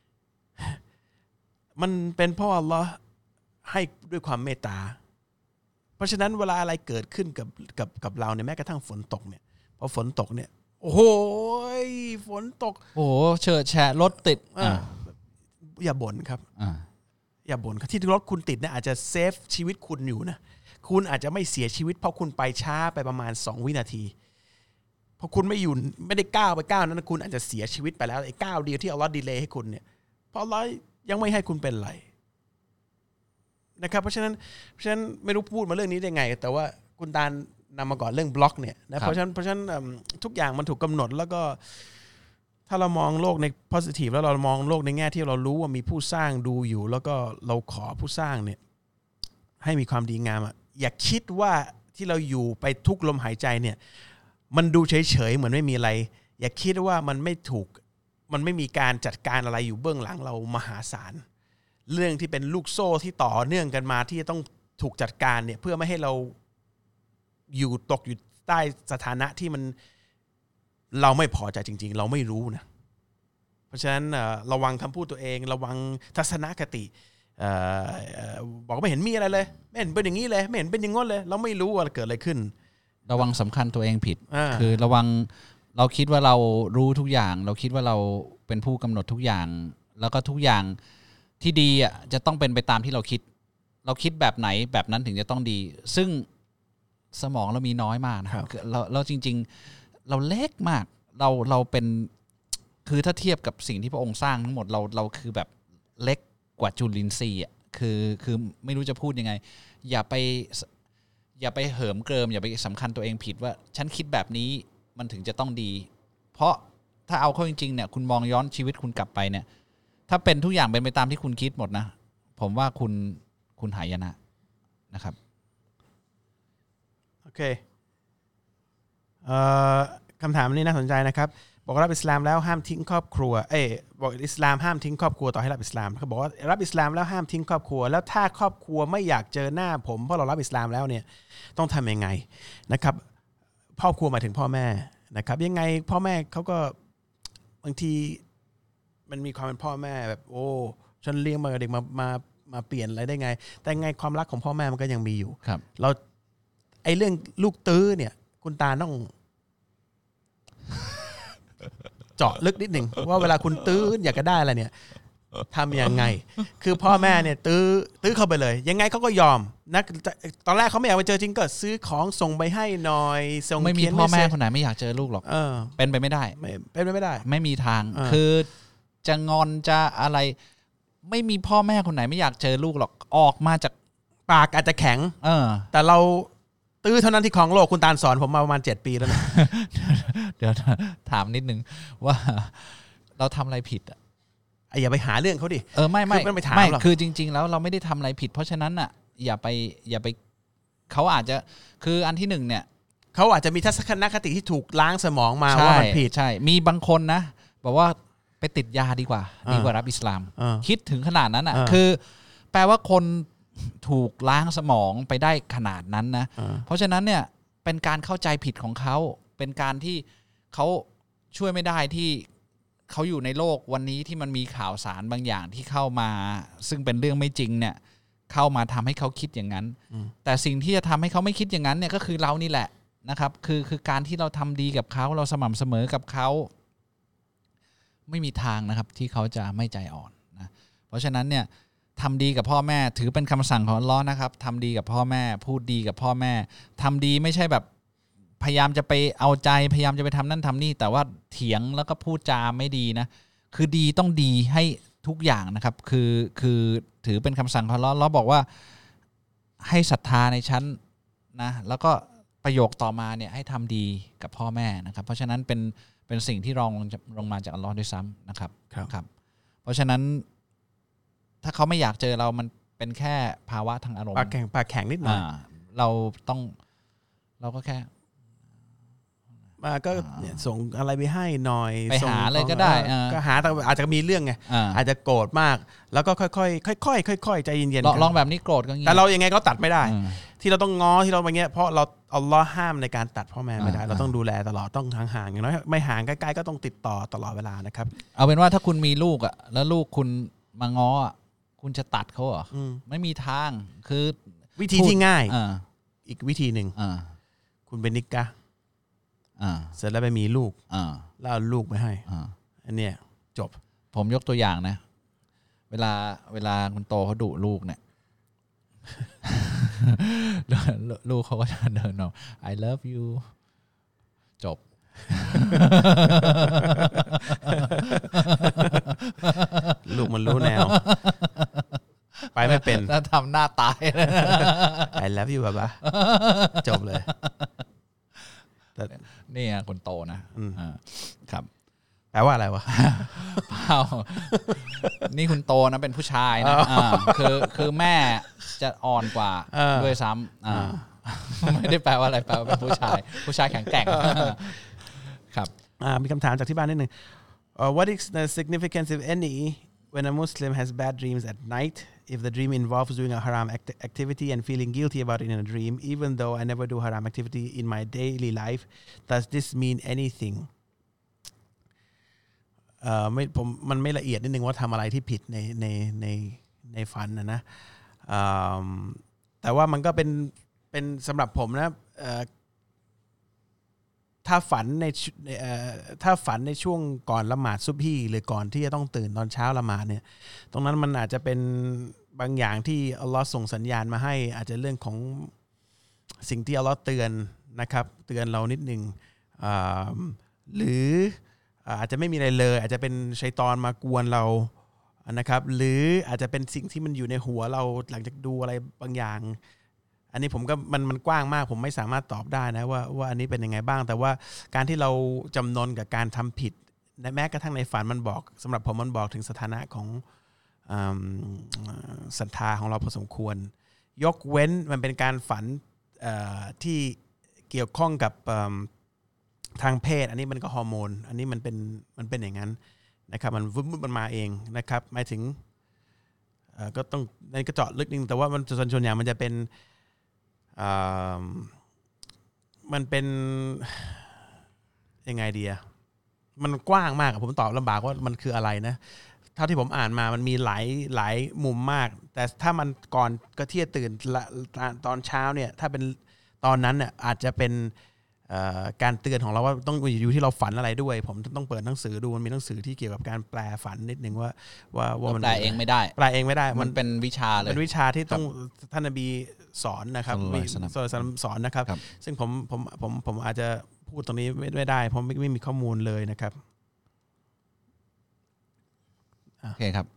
มันเป็นเพราะอัลลอฮ์ให้ด้วยความเมตตาเพราะฉะนั้นเวลาอะไรเกิดขึ้นกับกับกับเราเนี่ยแม้กระทั่งฝนตกเนี่ยพอฝนตกเนี่ยโอ้โหฝนตกโอ้โหเฉิดแฉะรถติดอย่าบ่นครับอย่าบ่นที่รถคุณติดเนี่ยอาจจะเซฟชีวิตคุณอยู่นะคุณอาจจะไม่เสียชีวิตเพราะคุณไปช้าไปประมาณสองวินาทีพอคุณไม่อยู่ไม่ได้ก้าวไปก้าวนั้นคุณอาจจะเสียชีวิตไปแล้วไอ้ก้าวเดียวที่อัลลอฮ์ดีเลย์ให้คุณเนี่ยเพราะอัลลอฮ์ยังไม่ให้คุณเป็นไรนะครับเพราะฉะนั้นเพราะฉะนั้นไม่รู้พูดมาเรื่องนี้ได้ไงแต่ว่าคุณตาลนำมาก่อนเรื่องบล็อกเนี่ยนะเพราะฉะนั้นเพราะฉะนั้นทุกอย่างมันถูกกำหนดแล้วก็ถ้าเรามองโลกใน positive แล้วเรามองโลกในแง่ที่เรารู้ว่ามีผู้สร้างดูอยู่แล้วก็เราขอผู้สร้างเนี่ยให้มีความดีงามอ่ะอย่าคิดว่าที่เราอยู่ไปทุกลมหายใจเนี่ยมันดูเฉยๆเหมือนไม่มีอะไรอย่าคิดว่ามันไม่ถูกมันไม่มีการจัดการอะไรอยู่เบื้องหลังเรามหาศาลเรื่องที่เป็นลูกโซ่ที่ต่อเนื่องกันมาที่จะต้องถูกจัดการเนี่ยเพื่อไม่ให้เราอยู่ตกอยู่ใต้สถานะที่มันเราไม่พอใจจริงๆเราไม่รู้นะเพราะฉะนั้นระวังคำพูดตัวเองระวังทัศนคติบอกไม่เห็นมีอะไรเลยไม่เห็นเป็นอย่างนี้เลยไม่เห็นเป็นอย่างงั้นเลยเราไม่รู้ว่าเกิดอะไรขึ้นระวังสำคัญตัวเองผิดคือระวังเราคิดว่าเรารู้ทุกอย่างเราคิดว่าเราเป็นผู้กำหนดทุกอย่างแล้วก็ทุกอย่างที่ดีอ่ะจะต้องเป็นไปตามที่เราคิดเราคิดแบบไหนแบบนั้นถึงจะต้องดีซึ่งสมองเรามีน้อยมากนะครับเราเราจริงๆเราเล็กมากเราเราเป็นคือถ้าเทียบกับสิ่งที่พระองค์สร้างทั้งหมดเราเราคือแบบเล็กกว่าจุลินทรีย์อ่ะคือคือไม่รู้จะพูดยังไงอย่าไปอย่าไปเหิมเกริมอย่าไปสำคัญตัวเองผิดว่าฉันคิดแบบนี้มันถึงจะต้องดีเพราะถ้าเอาเข้าจริงๆเนี่ยคุณมองย้อนชีวิตคุณกลับไปเนี่ยถ้าเป็นทุกอย่างเป็นไปตามที่คุณคิดหมดนะผมว่าคุณคุณหายนะนะครับโอเคเอ่อคำถามนี้น่าสนใจนะครับบอกรับอิสลามแล้วห้ามทิ้งครอบครัวเอ้ยบอกอิสลามห้ามทิ้งครอบครัวต่อให้รับอิสลามเขาบอกว่ารับอิสลามแล้วห้ามทิ้งครอบครัวแล้วถ้าครอบครัวไม่อยากเจอหน้าผมเพราะเรารับอิสลามแล้วเนี่ยต้องทำยังไงนะครับพ่อครัวหมายถึงพ่อแม่นะครับยังไงพ่อแม่เขาก็บางทีมันมีความเป็นพ่อแม่แบบโอ้ฉันเลี้ยงมาเด็กมามามาเปลี่ยนอะไรได้ไงแต่ไงความรักของพ่อแม่มันก็ยังมีอยู่เราไอ้เรื่องลูกตื้อเนี่ยคุณตาต้องเจาะลึกนิดหนึ่งว่าเวลาคุณตื้ออยากจะได้อะไรเนี่ยทำยังไงคือพ่อแม่เนี่ยตื้อตื้อเข้าไปเลยยังไงเขาก็ยอมนะตอนแรกเขาไม่อยากไปเจอจริงก็ซื้อของส่งไปให้หน่อยส่งไม่มีพ่อแม่คนไหนไม่อยากเจอลูกหรอกเออเป็นไปไม่ได้เป็นไปไม่ได้ไม่มีทางคือจะงอนจะอะไรไม่มีพ่อแม่คนไหนไม่อยากเจอลูกหรอกออกมาจากปากอาจจะแข็งเออแต่เราตื้อเท่านั้นที่ครองโลกคุณตาลสอนผมมาประมาณเจ็ดปีแล้วนะเดี๋ยวถามนิดนึงว่าเราทำอะไรผิดอ่ะอย่าไปหาเรื่องเขาดิเออไม่ไม่ไม่ไม่คือจริงๆแล้วเราไม่ได้ทำอะไรผิดเพราะฉะนั้นอ่ะอย่าไปอย่าไปเขาอาจจะคืออันที่หนึ่งเนี่ยเขาอาจจะมีทัศนคติที่ถูกล้างสมองมาว่ามันผิดใช่มีบางคนนะบอกว่าไปติดยาดีกว่าดีกว่ารับอิสลามคิดถึงขนาดนั้นอ่ะคือแปลว่าคนถูกล้างสมองไปได้ขนาดนั้นนะเพราะฉะนั้นเนี่ยเป็นการเข้าใจผิดของเขาเป็นการที่เขาช่วยไม่ได้ที่เขาอยู่ในโลกวันนี้ที่มันมีข่าวสารบางอย่างที่เข้ามาซึ่งเป็นเรื่องไม่จริงเนี่ยเข้ามาทำให้เขาคิดอย่างนั้นแต่สิ่งที่จะทำให้เขาไม่คิดอย่างนั้นเนี่ยก็คือเรานี่แหละนะครับคือคือการที่เราทำดีกับเขาเราสม่ำเสมอกับเขาไม่มีทางนะครับที่เขาจะไม่ใจอ่อนนะเพราะฉะนั้นเนี่ยทำดีกับพ่อแม่ถือเป็นคำสั่งของอัลเลาะห์นะครับทำดีกับพ่อแม่พูดดีกับพ่อแม่ทำดีไม่ใช่แบบพยายามจะไปเอาใจพยายามจะไปทำนั่นทำนี่แต่ว่าเถียงแล้วก็พูดจาไม่ดีนะคือดีต้องดีให้ทุกอย่างนะครับคือคือถือเป็นคำสั่งของอัลเลาะห์อัลเลาะห์บอกว่าให้ศรัทธาในชั้นนะแล้วก็ประโยคต่อมาเนี่ยให้ทำดีกับพ่อแม่นะครับเพราะฉะนั้นเป็นเป็นสิ่งที่รองลงมาจากอัลเลาะห์ด้วยซ้ำนะครับครับเพราะฉะนั้นถ้าเขาไม่อยากเจอเรามันเป็นแค่ภาวะทางอารมณ์ปากแข็งปากแข็งนิดหน่อยเราต้องเราก็แค่มาก็ส่งอะไรไปให้หน่อยไปหาเลยก็ได้ก็หาแต่อาจจะมีเรื่องไงอาจจะโกรธมากแล้วก็ค่อยๆค่อยๆค่อยๆใจเย็นๆลองแบบนี้โกรธก็งี้แต่เรายังไงก็ตัดไม่ได้ที่เราต้องง้อที่เราอย่างเงี้ยเพราะเราอัลเลาะห์ห้ามในการตัดพ่อแม่ไม่ได้เราต้องดูแลตลอดต้องห่างๆอย่างน้อยไม่ห่างใกล้ๆก็ต้องติดต่อตลอดเวลานะครับเอาเป็นว่าถ้าคุณมีลูกอ่ะแล้วลูกคุณมาง้อคุณจะตัดเขาเหรอไม่มีทางคือวิธีที่ง่ายอีกวิธีหนึ่งคุณเป็นนิกะเสร็จแล้วไปมีลูกแล้วเอาลูกไปให้อันเนี้ยจบผมยกตัวอย่างนะเวลาเวลาคุณโตเขาดุลูกเนี่ย ลูกเขาก็จะเดินออก I love you จบลูกมันรู้แนวไปไม่เป็นแล้วทำหน้าตาย I love you แบบจบเลยนี่อ่ะคนโตนะครับแปลว่าอะไรวะเปล่านี่คุณโตนะเป็นผู้ชายนะคือคือแม่จะอ่อนกว่าด้วยซ้ำไม่ได้แปลว่าอะไรแปลว่าเป็นผู้ชายผู้ชายแข็งแกร่งครับมีคำถามจากที่บ้านนิดนึง What is the significance if any when a Muslim has bad dreams at night if the dream involves doing a haram act- activity and feeling guilty about it in a dream even though I never do haram activity in my daily life does this mean anything เอ่อไม่ผมมันไม่ละเอียดนิดนึงว่าทำอะไรที่ผิดในในในในฝันนะนะแต่ว่ามันก็เป็นเป็นสำหรับผมนะถ้าฝันในถ้าฝันในช่วงก่อนละหมาดซุบฮีหรือก่อนที่จะต้องตื่นตอนเช้าละหมาดเนี่ยตรงนั้นมันอาจจะเป็นบางอย่างที่อัลเลาะห์ส่งสัญญาณมาให้อาจจะเรื่องของสิ่งที่อัลเลาะห์เตือนนะครับเตือนเรานิดนึงหรืออาจจะไม่มีอะไรเลยอาจจะเป็นชัยฏอนมากวนเรานะครับหรืออาจจะเป็นสิ่งที่มันอยู่ในหัวเราหลังจากดูอะไรบางอย่างอันนี้ผมก็มันมันกว้างมากผมไม่สามารถตอบได้นะว่าว่าอันนี้เป็นยังไงบ้างแต่ว่าการที่เราจำนนกับการทำผิดแม้กระทั่งในฝันมันบอกสำหรับผมมันบอกถึงสถานะของศรัทธาของเราพอสมควรยกเว้นมันเป็นการฝันที่เกี่ยวข้องกับทางเพศอันนี้มันก็ฮอร์โมนอันนี้มันเป็นมันเป็นอย่างนั้นนะครับมันวุ้บมันมาเองนะครับหมายถึงก็ต้องในกระเจาะลึกนึงแต่ว่ามันส่วนส่วนใหญ่มันจะเป็นมันเป็นยังไงดีอะมันกว้างมากผมตอบลำบากว่ามันคืออะไรนะเท่าที่ผมอ่านมามันมีหลายหลายมุมมากแต่ถ้ามันก่อนก็ที่จะตื่นตอนเช้าเนี่ยถ้าเป็นตอนนั้นเนี่ยอาจจะเป็นการเตือนของเราว่าต้องอยู่ที่เราฝันอะไรด้วยผมต้องเปิดหนังสือดูมันมีหนังสือที่เกี่ยวกับการแปลฝันนิดนึงว่าว่าว่ามันแปลเองไม่ได้แปลเองไม่ได้มันเป็นวิชาเลยเป็นวิชาที่ต้องท่านนบีสอนนะครับสอนนะครับซึ่งผมผมผมผมอาจจะพูดตรงนี้ไม่ได้เพราะไม่ไม่มีข้อมูลเลยนะครับโอเคครับ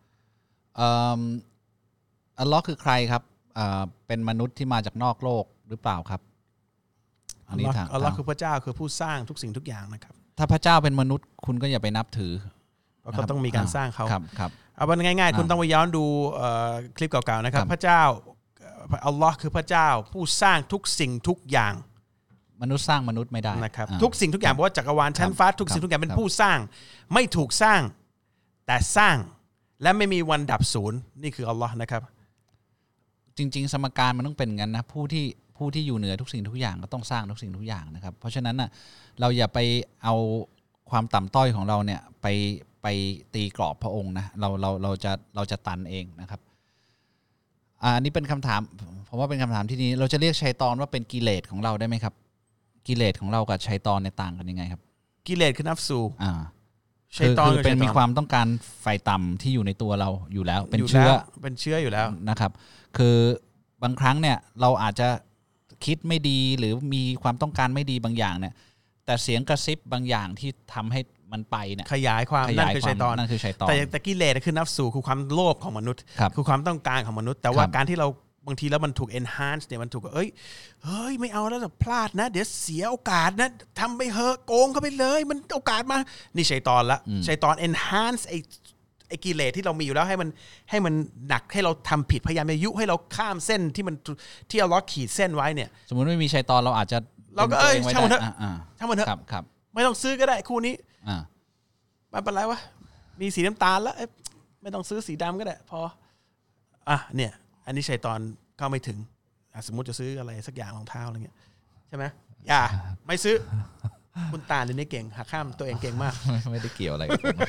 อัลเลาะห์คือใครครับเป็นมนุษย์ที่มาจากนอกโลกหรือเปล่าครับอัลเลาะห์อัลเลาะห์คือพระเจ้าคือผู้สร้างทุกสิ่งทุกอย่างนะครับถ้าพระเจ้าเป็นมนุษย์คุณก็อย่าไปนับถือเพราะเขาต้องมีการสร้างเขาครับครับเอาเป็นง่ายๆคุณต้องไปย้อนดูคลิปเก่าๆนะครับพระเจ้าอัลลอฮ์คือพระเจ้าผู้สร้างทุกสิ่งทุกอย่างมนุษย์สร้างมนุษย์ไม่ได้นะครับทุกสิ่งทุกอย่างเพราะว่าจักรวาลชั้นฟ้าทุกสิ่งทุกอย่างเป็นผู้สร้างไม่ถูกสร้างแต่สร้างและไม่มีวันดับศูนย์นี่คืออัลลอฮ์นะครับจริงๆสมการมันต้องเป็นงั้นนะผู้ที่ผู้ที่อยู่เหนือทุกสิ่งทุกอย่างก็ต้องสร้างทุกสิ่งทุกอย่างนะครับเพราะฉะนั้นน่ะเราอย่าไปเอาความต่ำต้อยของเราเนี่ยไปไปตีกรอบพระองค์นะเราเราเราจะเราจะตันเองนะครับอ่าอันนี้เป็นคำถามผมว่าเป็นคำถามที่นี้เราจะเรียกชัยฏอนว่าเป็นกิเลสของเราได้ไหมครับกิเลสของเรากับชัยฏอนเนี่ยต่างกันยังไงครับกิเลสคือนัฟซูอ่าชัยฏอนคือเป็นมีความต้องการไฟต่ำที่อยู่ในตัวเราอยู่แล้วเป็นเชื้อเป็นเชื้ออยู่แล้วนะครับคือบางครั้งเนี่ยเราอาจจะคิดไม่ดีหรือมีความต้องการไม่ดีบางอย่างเนี่ยแต่เสียงกระซิบบางอย่างที่ทำให้มันไปเนี่ยขยายความนั่นคือชัยฏอนนั่นคือชัยฏอนแต่แต่กิเลสคือนัฟซูคือความโลภของมนุษย์คือความต้องการของมนุษย์แต่ว่าการที่เราบางทีแล้วมันถูก enhance เนี่ยมันถูกเอ้ยเฮ้ยไม่เอาแล้วพลาดนะเดี๋ยวเสียโอกาสนะทำไปเหอะโกงเข้าไปเลยมันโอกาสมานี่ชัยฏอนละชัยฏอน enhance ไอ้ไอ้กิเลสที่เรามีอยู่แล้วให้มันให้มันหนักให้เราทำผิดพยายามจะยุให้เราข้ามเส้นที่มันที่อัลเลาะห์ขีดเส้นไว้เนี่ยสมมุติไม่มีชัยฏอนเราอาจจะเราก็เอ้ยช่างมันเถอะช่างมันเถอะครับไม่ต้องซื้อก็ได้คู่นี้ไม่เป็นไรวะมีสีน้ำตาลแล้วไม่ต้องซื้อสีดำก็ได้พออ่ะเนี่ยอันนี้ชัยฏอนเข้าไม่ถึงสมมุติจะซื้ออะไรสักอย่างรองเท้าอะไรเงี้ยใช่ไหมอย่าไม่ซื้อคุณตาเนี่ยนี่เก่งหักข้ามตัวเองเก่งมากไม่ได้เกี่ยวอะไร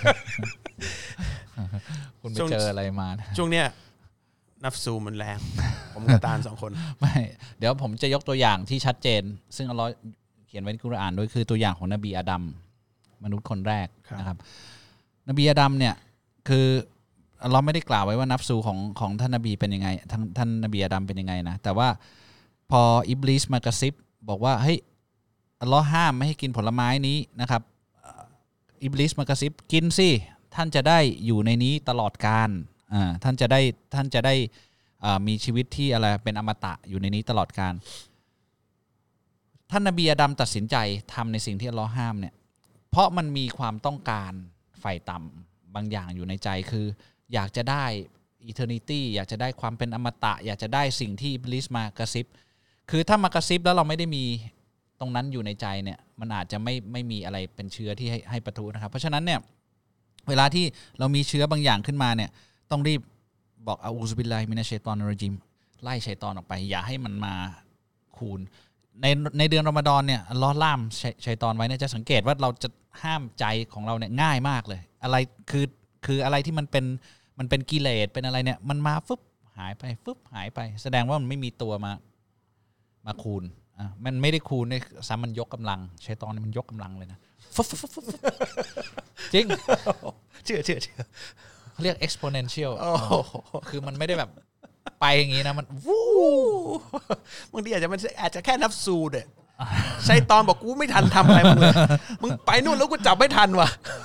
คุณไปเจออะไรมาช่วงเนี้ยนัฟซูมันแรงผมกับตาลสองคนไม่เดี๋ยวผมจะยกตัวอย่างที่ชัดเจนซึ่งอัลเลาะห์เขียนไว้ในกุรอานด้วยคือตัวอย่างของนบีอาดัมมนุษย์คนแรกนะครับนบีอาดัมเนี่ยคือเราไม่ได้กล่าวไว้ว่านัฟซูของของท่านนบีเป็นยังไงท่านท่านนบีอาดัมเป็นยังไงนะแต่ว่าพออิบลิสมากระซิบบอกว่าเฮ้ยอัลเลาะห์ห้ามไม่ให้กินผลไม้นี้นะครับอิบลิสมากระซิบกินสิท่านจะได้อยู่ในนี้ตลอดกาลอ่าท่านจะได้ท่านจะได้อ่ามีชีวิตที่อะไรเป็นอมตะอยู่ในนี้ตลอดกาลท่านนบีอาดัมตัดสินใจทำในสิ่งที่อัลเลาะห์ห้ามเนี่ยเพราะมันมีความต้องการไฟต่ำบางอย่างอยู่ในใจคืออยากจะได้ eternity อยากจะได้ความเป็นอมตะอยากจะได้สิ่งที่อิบลิสมากระซิบคือถ้ามากระซิบแล้วเราไม่ได้มีตรงนั้นอยู่ในใจเนี่ยมันอาจจะไม่ไม่มีอะไรเป็นเชื้อที่ให้ให้ปะทุนะครับเพราะฉะนั้นเนี่ยเวลาที่เรามีเชื้อบางอย่างขึ้นมาเนี่ยต้องรีบบอกอาอูซุบิลลาฮิมินัชชัยฏอนิรเราะญีมไล่ชัยฏอนออกไปอย่าให้มันมาคูณในในเดือนรอมฎอนเนี่ยอัลเลาะห์ล่ามชัยฏอนไว้เนี่ยจะสังเกตว่าเราจะห้ามใจของเราเนี่ยง่ายมากเลยอะไรคือคืออะไรที่มันเป็นมันเป็นกิเลสเป็นอะไรเนี่ยมันมาฟึบหายไปฟึบหายไปแสดงว่ามันไม่มีตัวมามาคูณอ่ะมันไม่ได้คูณเนี่ยซ้ำมันยกกำลังชัยฏอนมันยกกำลังเลยนะฟึบฟึบฟึบจริงเชื่อเชื่อเชื่อเขาเรียก exponential คือมันไม่ได้แบบไปอย่างงี้นะมันวู้บางทีอาจจะมันอาจจะแค่นับซูเด้ชัยฏอนบอกกูไม่ทันทำอะไรมึงเลยมึงไปนู่นแล้วกูจับไม่ทันว่ะ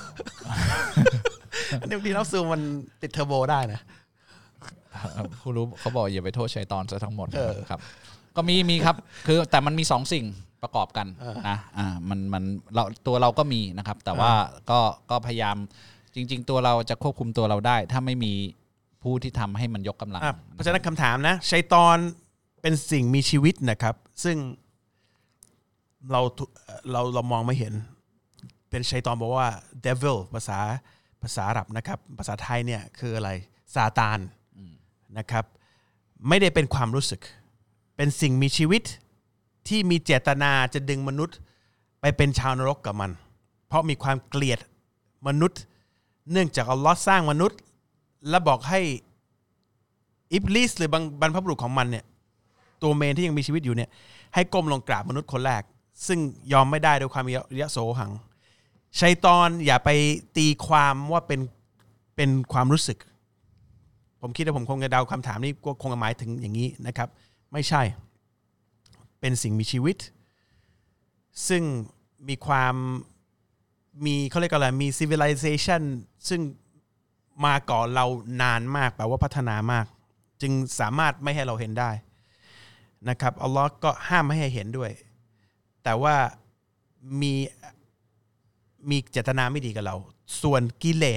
อันนี้บางทีนับซูมันติดเทอร์โบได้นะผู้รู้เขาบอกอย่าไปโทษชัยฏอนซะทั้งหมดครับก็มีมีครับคือแต่มันมีสองสิ่งประกอบกันนะอ่ามันมันเราตัวเราก็มีนะครับแต่ว่าก็ก็พยายามจริงๆตัวเราจะควบคุมตัวเราได้ถ้าไม่มีผู้ที่ทำให้มันยกกำลังเพราะฉะนั้นคำถามนะชัยฏอนเป็นสิ่งมีชีวิตนะครับซึ่งเราเราเรามองไม่เห็นเป็นชัยฏอนบอกว่า devil ภาษาภาษาอาหรับนะครับภาษาไทยเนี่ยคืออะไรซาตานนะครับไม่ได้เป็นความรู้สึกเป็นสิ่งมีชีวิตที่มีเจตนาจะดึงมนุษย์ไปเป็นชาวนรกกับมันเพราะมีความเกลียดมนุษย์เนื่องจากอัลเลาะห์สร้างมนุษย์และบอกให้อิบลิสหรือบรรพบุรุษของมันเนี่ยตัวเมนที่ยังมีชีวิตอยู่เนี่ยให้ก้มลงกราบมนุษย์คนแรกซึ่งยอมไม่ได้ด้วยความยะโสหังชัยฏอนอย่าไปตีความว่าเป็นเป็นความรู้สึกผมคิดว่าผมคงจะเดาคำถามนี้ก็คงหมายถึงอย่างนี้นะครับไม่ใช่เป็นสิ่งมีชีวิตซึ่งมีความมีเขาเรียกอะไรมี civilization ซึ่งมาก่อนเรานานมากแปลว่าพัฒนามากจึงสามารถไม่ให้เราเห็นได้นะครับอัลเลาะห์ก็ห้ามไม่ให้เห็นด้วยแต่ว่ามีมีเจตนาไม่ดีกับเราส่วนกิเลสเนี่ย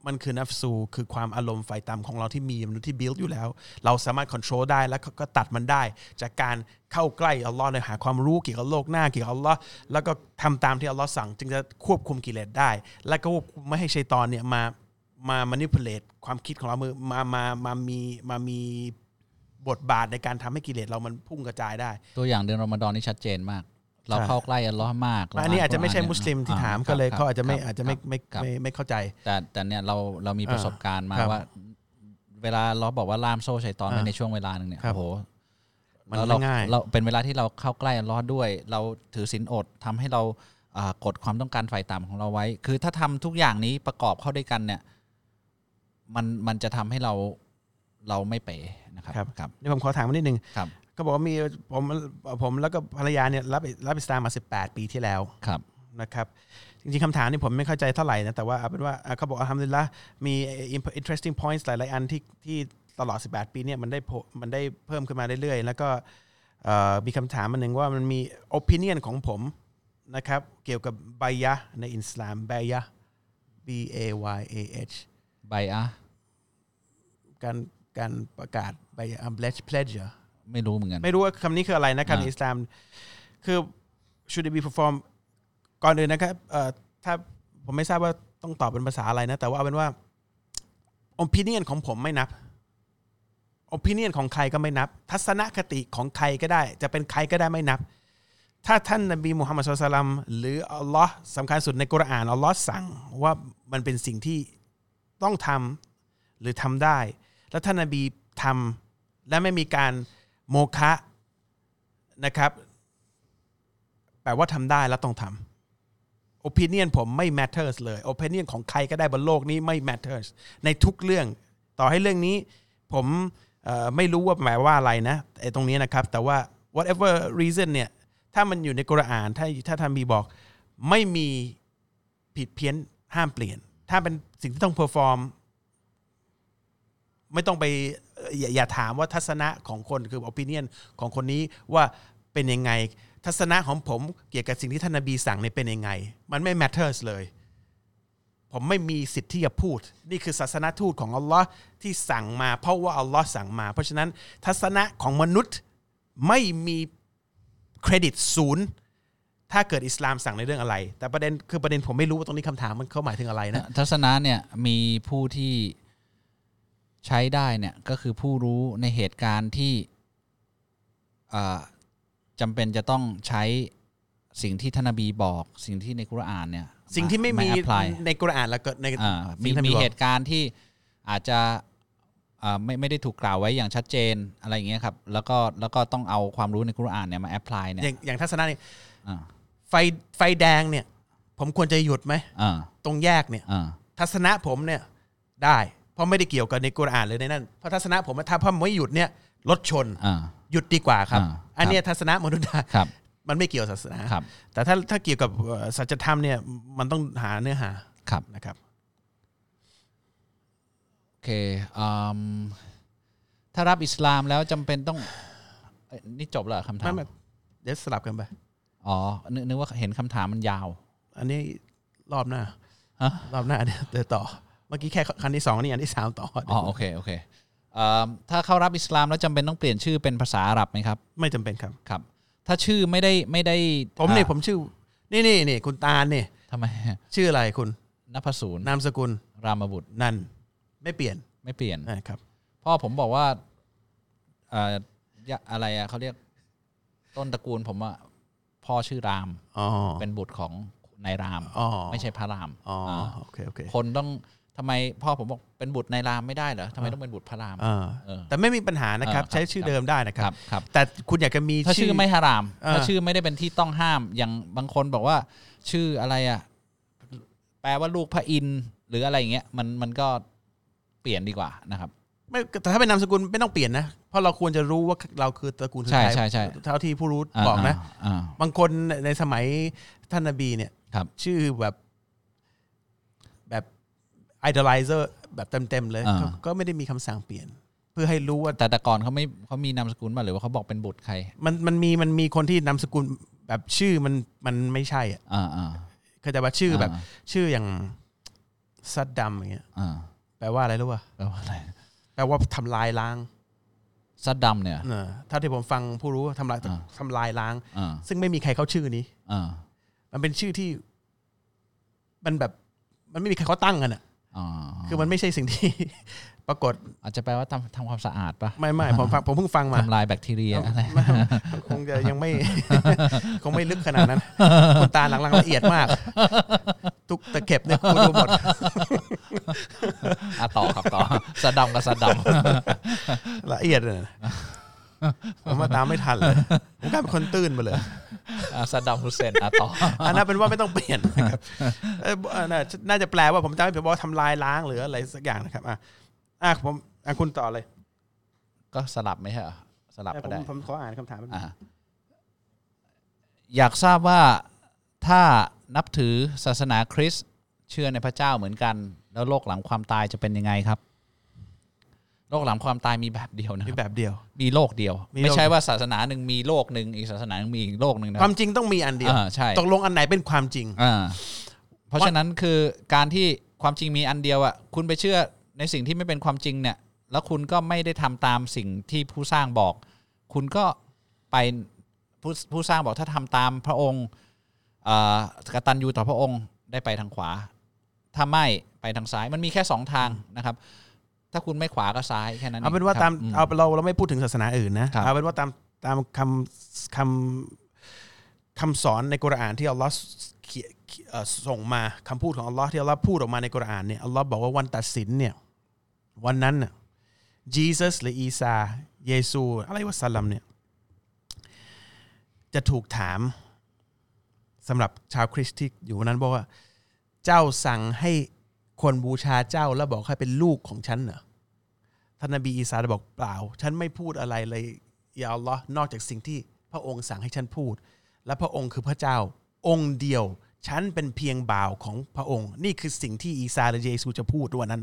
มันคือนัฟซูคือความอารมณ์ไฟต่ำของเราที่มีมนุษย์ที่ build อยู่แล้วเราสามารถ control ได้แล้วก็ตัดมันได้จากการเข้าใกล้อัลลอฮ์ในหาความรู้เกี่ยวกับโลกหน้าเกี่ยวกับอัลลอฮ์แล้วก็ทำตามที่อัลลอฮ์สั่งจึงจะควบคุมกิเลสได้แล้วก็ควบคุมไม่ให้ชัยฏอนเนี่ยมามา manipulate ความคิดของเรามือมามามามีมามีบทบาทในการทำให้กิเลสเรามันพุ่งกระจายได้ตัวอย่างเดือนรอมฎอนนี่ชัดเจนมากเราเข้าใกล้อัลลอฮ์มากอันนี้อาจจะไม่ใช่มุสลิมที่ถามก็เลยเขาอาจจะไม่อาจจะไม่ไม่ไม่ไม่เข้าใจแต่แต่เนี่ยเราเรามีประสบการณ์มาว่าเวลาเราบอกว่าล่ามโซ่ชัยฏอนในช่วงเวลานึงเนี่ยโอ้โหมันไม่ง่ายเราเป็นเวลาที่เราเข้าใกล้อัลลอฮ์ด้วยเราถือศีลอดทำให้เรากดความต้องการฝ่ายต่ำของเราไว้คือถ้าทำทุกอย่างนี้ประกอบเข้าด้วยกันเนี่ยมันมันจะทำให้เราเราไม่เป๋นะครับครับนี่ผมขอถามนิดนึงก็บอกว่ามีผมผมแล้วก็ภรรยาเนี่ยรับรับอิสลามมาสิบแปดปีที่แล้วนะครับจริงๆคำถามนี่ผมไม่เข้าใจเท่าไหร่นะแต่ว่าเอาเป็นว่าเขาบอกอัลฮัมดุลิลละห์มี interesting points หลายๆอันที่ที่ตลอดสิบแปดปีเนี่ยมันได้มันได้เพิ่มขึ้นมาเรื่อยๆแล้วก็มีคำถามอันนึงว่ามันมี opinion ของผมนะครับเกี่ยวกับไบยะห์ในอิสลามไบยะห์ B A Y A H ไบอะห์การการประกาศไบยะห์ pledge pledge ไม่รู้เหมือนกันไม่รู้ว่าคำนี้คืออะไรนะครับในอิสลามคือ should it be performed ก่อนอื่นนะครับถ้าผมไม่ทราบว่าต้องตอบเป็นภาษาอะไรนะแต่ว่าเอาเป็นว่า opinion ของผมไม่นับ opinion ของใครก็ไม่นับทัศนคติของใครก็ได้จะเป็นใครก็ได้ไม่นับถ้าท่านนบีมุฮัมมัดศ็อลลัลลอฮุอะลัยฮิวะซัลลัมหรืออัลลอฮ์สำคัญสุดในกุรอานอัลลอฮ์สั่งว่ามันเป็นสิ่งที่ต้องทำหรือทำได้แล้วท่านนบีทำและไม่มีการโมฆะนะครับแปลว่าทำได้แล้วต้องทำ opinion ผมไม่ matters เลย opinion ของใครก็ได้บนโลกนี้ไม่ matters ในทุกเรื่องต่อให้เรื่องนี้ผมไม่รู้ว่าแปลว่าอะไรนะไอ้ตรงนี้นะครับแต่ว่า whatever reason เนี่ยถ้ามันอยู่ในกุรอานถ้าถ้าท่านมีบอกไม่มีผิดเพี้ยนห้ามเปลี่ยนถ้าเป็นสิ่งที่ต้อง perform ไม่ต้องไปอย่าอย่าถามว่าทัศนะของคนคือ opinion ของคนนี้ว่าเป็นยังไงทัศนะของผมเกี่ยวกับสิ่งที่ท่านนบีสั่งเนี่ยเป็นยังไงมันไม่ matters เลยผมไม่มีสิทธิ์ที่จะพูดนี่คือศาสนทูตของอัลลอฮ์ที่สั่งมาเพราะว่าอัลลอฮ์สั่งมาเพราะฉะนั้นทัศนะของมนุษย์ไม่มีเครดิตศูนย์ถ้าเกิดอิสลามสั่งในเรื่องอะไรแต่ประเด็นคือประเด็นผมไม่รู้ว่าตรงนี้คำถามมันเขาหมายถึงอะไรนะทัศนะเนี่ยมีผู้ที่ใช้ได้เนี่ยก็คือผู้รู้ในเหตุการณ์ที่จำเป็นจะต้องใช้สิ่งที่ท่านนบีบอกสิ่งที่ในกุรอานเนี่ยสิ่งที่ไม่มีในกุรอานแล้วก็ในมีมีเหตุการณ์ที่อาจจะไม่ไม่ได้ถูกกล่าวไว้อย่างชัดเจนอะไรอย่างเงี้ยครับแล้วก็แล้วก็ต้องเอาความรู้ในกุรอานเนี่ยมาแอพพลายเนี่ยอย่างอย่างทัศนะนี่ไฟไฟแดงเนี่ยผมควรจะหยุดไหมตรงแยกเนี่ยทัศนะผมเนี่ยได้เพราะไม่ได้เกี่ยวกับในกุรอานเลยในนั้นเพราะทัศนะผมถ้าพ่อไม่หยุดเนี่ยรถชนหยุดดีกว่าครับอันนี้ทัศนะมนุษย์มันไม่เกี่ยวศาสนาแต่ถ้าถ้าเกี่ยวกับสัจธรรมเนี่ยมันต้องหาเนื้อหานะครับโอเคถ้ารับอิสลามแล้วจำเป็นต้องนี่จบแล้วคำถามไม่เดี๋ยวสลับกันไปอ๋อนึกว่าเห็นคำถามมันยาวอันนี้รอบหน้ารอบหน้าเดี๋ยวต่อเมื่อกี้แค่ครั้งที่สองนี่อันที่สามต่ออ๋อโอเคโอเคถ้าเข้ารับอิสลามแล้วจำเป็นต้องเปลี่ยนชื่อเป็นภาษาอาหรับไหมครับไม่จำเป็นครับครับถ้าชื่อไม่ได้ไม่ได้ผมเนี่ยผมชื่อนี่นี่นี่คุณตาลเนี่ยทำไมชื่ออะไรคุณณภสูรนามสกุลรามบุตรนั่นไม่เปลี่ยนไม่เปลี่ยนครับพ่อผมบอกว่าอะไรอะเขาเรียกต้นตระกูลผมว่าพ่อชื่อรามเป็นบุตรของนายรามไม่ใช่พระรามอ๋อโอเคโอเคคนต้องทำไมพ่อผมบอกเป็นบุตรนายรามไม่ได้เหรอทำไมต้องเป็นบุตรพระรามแต่ไม่มีปัญหานะครับใช้ชื่อเดิมได้นะครับแต่คุณอยากจะมีถ้าชื่อไม่ฮารามถ้าชื่อไม่ได้เป็นที่ต้องห้ามอย่างบางคนบอกว่าชื่ออะไรอ่ะแปลว่าลูกพระอินทร์หรืออะไรอย่างเงี้ยมันมันก็เปลี่ยนดีกว่านะครับไม่แต่ถ้าเป็นนามสกุลไม่ต้องเปลี่ยนนะเพราะเราควรจะรู้ว่าเราคือตระกูลใช่ใช่ใช่เท่าที่ผู้รู้บอกนะบางคนในสมัยท่านนบีเนี่ยชื่อแบบแบบ idolizer แบบเต็มๆเลยก็ไม่ได้มีคำสั่งเปลี่ยนเพื่อให้รู้ว่าแต่แต่ก่อนเขาไม่เขามีนามสกุลมาหรือว่าเขาบอกเป็นบุตรใครมันมันมีมันมีคนที่นามสกุลแบบชื่อมันมันไม่ใช่อ่ะอ่าอ่าเขาจะว่าชื่อแบบชื่ออย่างซัดดัมอย่างเงี้ยอ่าแปลว่าอะไรรู้ป่ะแปลว่าอะไรแปลว่าทำลายล้างซัดดัมเนี่ยเออถ้าที่ผมฟังผู้รู้ทำลายอ่าทำลายล้างอ่าซึ่งไม่มีใครเขาชื่อนี้อ่ามันเป็นชื่อที่มันแบบมันไม่มีใครเขาตั้งกันอ่ะอ๋อคือมันไม่ใช่สิ่งที่ ปรากฏอาจจะแปลว่าทำทำความสะอาดป่ะไม่ไม่ผมฟังผมเพิ่งฟังมาทำลายแบคทีเรียอะไรไม่คงจะยังไม่ คงไม่ลึกขนาดนั้นคุณตาหลังๆละเอียดมาก ทุกตะเข็บเนี่ยกูดูหมดอ่ะต่อครับต่อซัดดัมกับซัดดัมละเอียดเลยผมมาตามไม่ทันเลยผมกลายเป็นคนตื้นไปเลยอ่ะซัดดัมฮุสเซนอ่ะต่ออันนั้นเป็นว่าไม่ต้องเปลี่ยนนะครับเอ่อน่าน่าจะแปลว่าผมจำไม่ผิดว่าทำลายล้างหรืออะไรสักอย่างนะครับอ่ะอ่ะผมอ่ะคุณต่อเลยก็สลับไหมฮะสลับผก็มได้ผมขออ่านคำถามนิดนึงอ่าอยากทราบว่าถ้านับถือศาสนาคริสต์เชื่อในพระเจ้าเหมือนกัน แล้วโลกหลังความตายจะเป็นยังไงครับ โลกหลังความตายมีแบบเดียวนะมีแบบเดียวมีโลกเดียวมีโลกไม่ใช่ว่าศาสนาหนึ่งมีโลกหนึ่งอีกศาสนาหนึ่งมีอีกโลกหนึ่งนะความจริงต้องมีอันเดียวอ่าใช่ตกลงอันไหนเป็นความจริงอ่าเพราะฉะนั้นคือการที่ความจริงมีอันเดียวอ่ะคุณไปเชื่อในสิ่งที่ไม่เป็นความจริงเนี่ยแล้วคุณก็ไม่ได้ทำตามสิ่งที่ผู้สร้างบอก คุณก็ไปผู้ผู้สร้างบอกถ้าทำตามพระองค์กตัญญูต่อพระองค์ได้ไปทางขวาถ้าไม่ไปทางซ้ายมันมีแค่สองทางนะครับถ้าคุณไม่ขวาก็ซ้ายแค่นั้นเอาเป็นว่าครับตามอืมเอาเราเราไม่พูดถึงศาสนาอื่นนะครับ เอาเป็นว่าตามตามคำคำคำสอนในกุรอานที่อัลลอฮ์เขียเอ่อส่งมาคำพูดของอัลลอฮ์ที่อัลลอฮ์พูดออกมาในกุรอานเนี่ยอัลลอฮ์บอกว่าวันตัดสินเนี่ยวันนั้นน่ะยีซัสหรืออีซาเยซูอะไรวะซัลลัมเนี่ยจะถูกถามสำหรับชาวคริสต์ที่อยู่นั้นบอกว่าเจ้าสั่งให้คนบูชาเจ้าแล้วบอกให้เป็นลูกของฉันเหรอท่านนบีอีสาบอกเปล่าฉันไม่พูดอะไรเลยยาอัลลอฮ์นอกจากสิ่งที่พระองค์สั่งให้ฉันพูดและพระองค์คือพระเจ้าองค์เดียวฉันเป็นเพียงบ่าวของพระองค์นี่คือสิ่งที่อีสาและเยซูจะพูดวันนั้น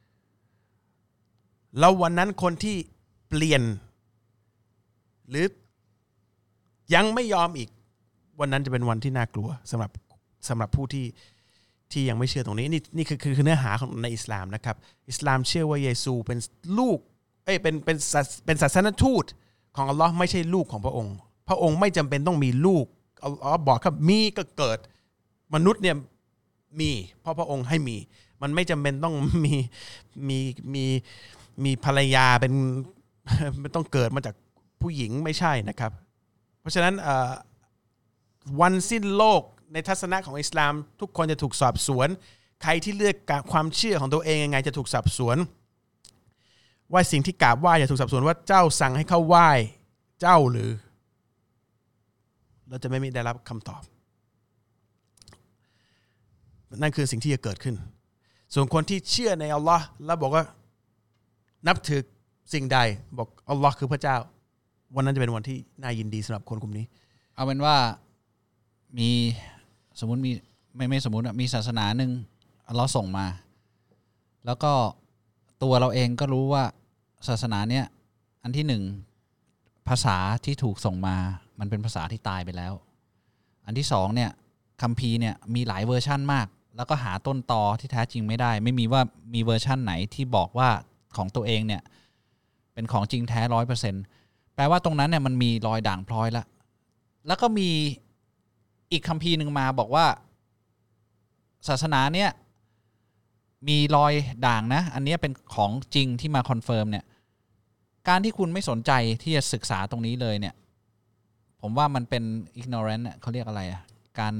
แล้ววันนั้นคนที่เปลี่ยนหรือยังไม่ยอมอีกวันนั้นจะเป็นวันที่น่ากลัวสำหรับสำหรับผู้ที่ที่ยังไม่เชื่อตรงนี้นี่นี่คือคือคือเนื้อหาของในอิสลามนะครับอิสลามเชื่อว่าเยซูเป็นลูกเอ้ยเป็นเป็นเป็นศาสนทูตของอัลลอฮ์ไม่ใช่ลูกของพระองค์พระองค์ไม่จำเป็นต้องมีลูกอัลลอฮ์บอกครับมีก็เกิดมนุษย์เนี่ยมีเพราะพระองค์ให้มีมันไม่จำเป็นต้องมีมีมีมีภรรยาเป็นไม่ต้องเกิดมาจากผู้หญิงไม่ใช่นะครับเพราะฉะนั้นวันสิ้นโลกในทัศนะของอิสลามทุกคนจะถูกสอบสวนใครที่เลือกความเชื่อของตัวเองยังไงจะถูกสอบสวนว่าสิ่งที่กราบไหว้จะถูกสอบสวนว่าเจ้าสั่งให้เขาไหว้เจ้าหรือเราจะไม่ได้รับคำตอบนั่นคือสิ่งที่จะเกิดขึ้นส่วนคนที่เชื่อในอัลลอฮ์แล้วบอกว่านับถือสิ่งใดบอกอัลลอฮ์คือพระเจ้าวันนั้นจะเป็นวันที่น่ายินดีสำหรับคนกลุ่มนี้เอาเป็นว่ามีสมมุติมีไม่ไม่สมมุติมีศาสนาหนึ่งเราส่งมาแล้วก็ตัวเราเองก็รู้ว่าศาสนาเนี้ยอันที่หนึ่งภาษาที่ถูกส่งมามันเป็นภาษาที่ตายไปแล้วอันที่สองเนี่ยคัมภีร์เนี่ยมีหลายเวอร์ชั่นมากแล้วก็หาต้นตอที่แท้จริงไม่ได้ไม่มีว่ามีเวอร์ชั่นไหนที่บอกว่าของตัวเองเนี่ยเป็นของจริงแท้ร้อยเปอร์เซ็นต์แปลว่าตรงนั้นเนี่ยมันมีรอยด่างพร้อยแล้วแล้วก็มีอีกคัมภีร์หนึ่งมาบอกว่าศาสนาเนี่ยมีรอยด่างนะอันนี้เป็นของจริงที่มาคอนเฟิร์มเนี่ยการที่คุณไม่สนใจที่จะศึกษาตรงนี้เลยเนี่ยผมว่ามันเป็น ignorant เนี่ยเขาเรียกอะไรอ่ะการ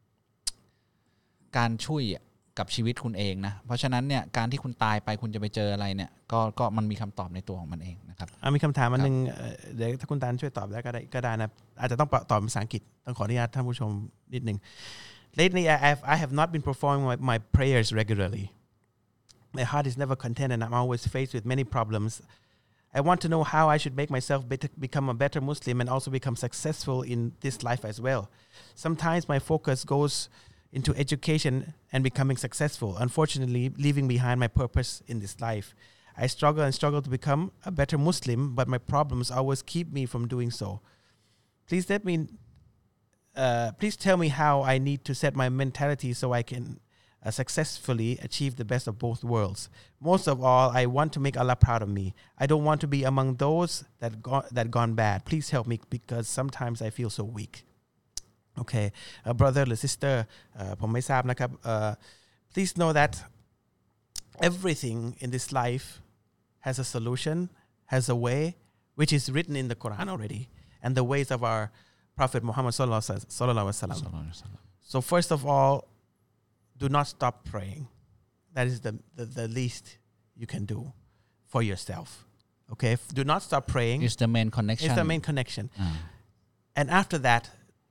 การช่วยกับชีวิตคุณเองนะเพราะฉะนั้นเนี่ยการที่คุณตายไปคุณจะไปเจออะไรเนี่ยก็ก็มันมีคำตอบในตัวของมันเองนะครับมีคำถามอันนึงเดี๋ยวถ้าคุณตาลช่วยตอบได้ก็ได้ก็ได้นะอาจจะต้องตอบเป็นภาษาอังกฤษต้องขออนุญาตท่านผู้ชมนิดนึง Lately I have I have not been performing my, my prayers regularly. My heart is never content and I'm always faced with many problems. I want to know how I should make myself better, become a better Muslim and also become successful in this life as well. Sometimes my focus goes into education and becoming successful, unfortunately leaving behind my purpose in this life. I struggle and struggle to become a better Muslim, but my problems always keep me from doing so. Please let me, uh, please tell me how I need to set my mentality so I can uh, successfully achieve the best of both worlds. Most of all, I want to make Allah proud of me. I don't want to be among those that go, that gone bad. Please help me because sometimes I feel so weak. Okay, uh, brother or sister, uh, ผมไม่ทราบนะครับ uh, please know that everything in this life has a solution, has a way, which is written in the Quran already, and the ways of our Prophet Muhammad sallallahu alaihi wasallam. So first of all, do not stop praying. That is the, the, the least you can do for yourself. Okay, do not stop praying. It's the main connection. It's the main connection. Uh. And after that,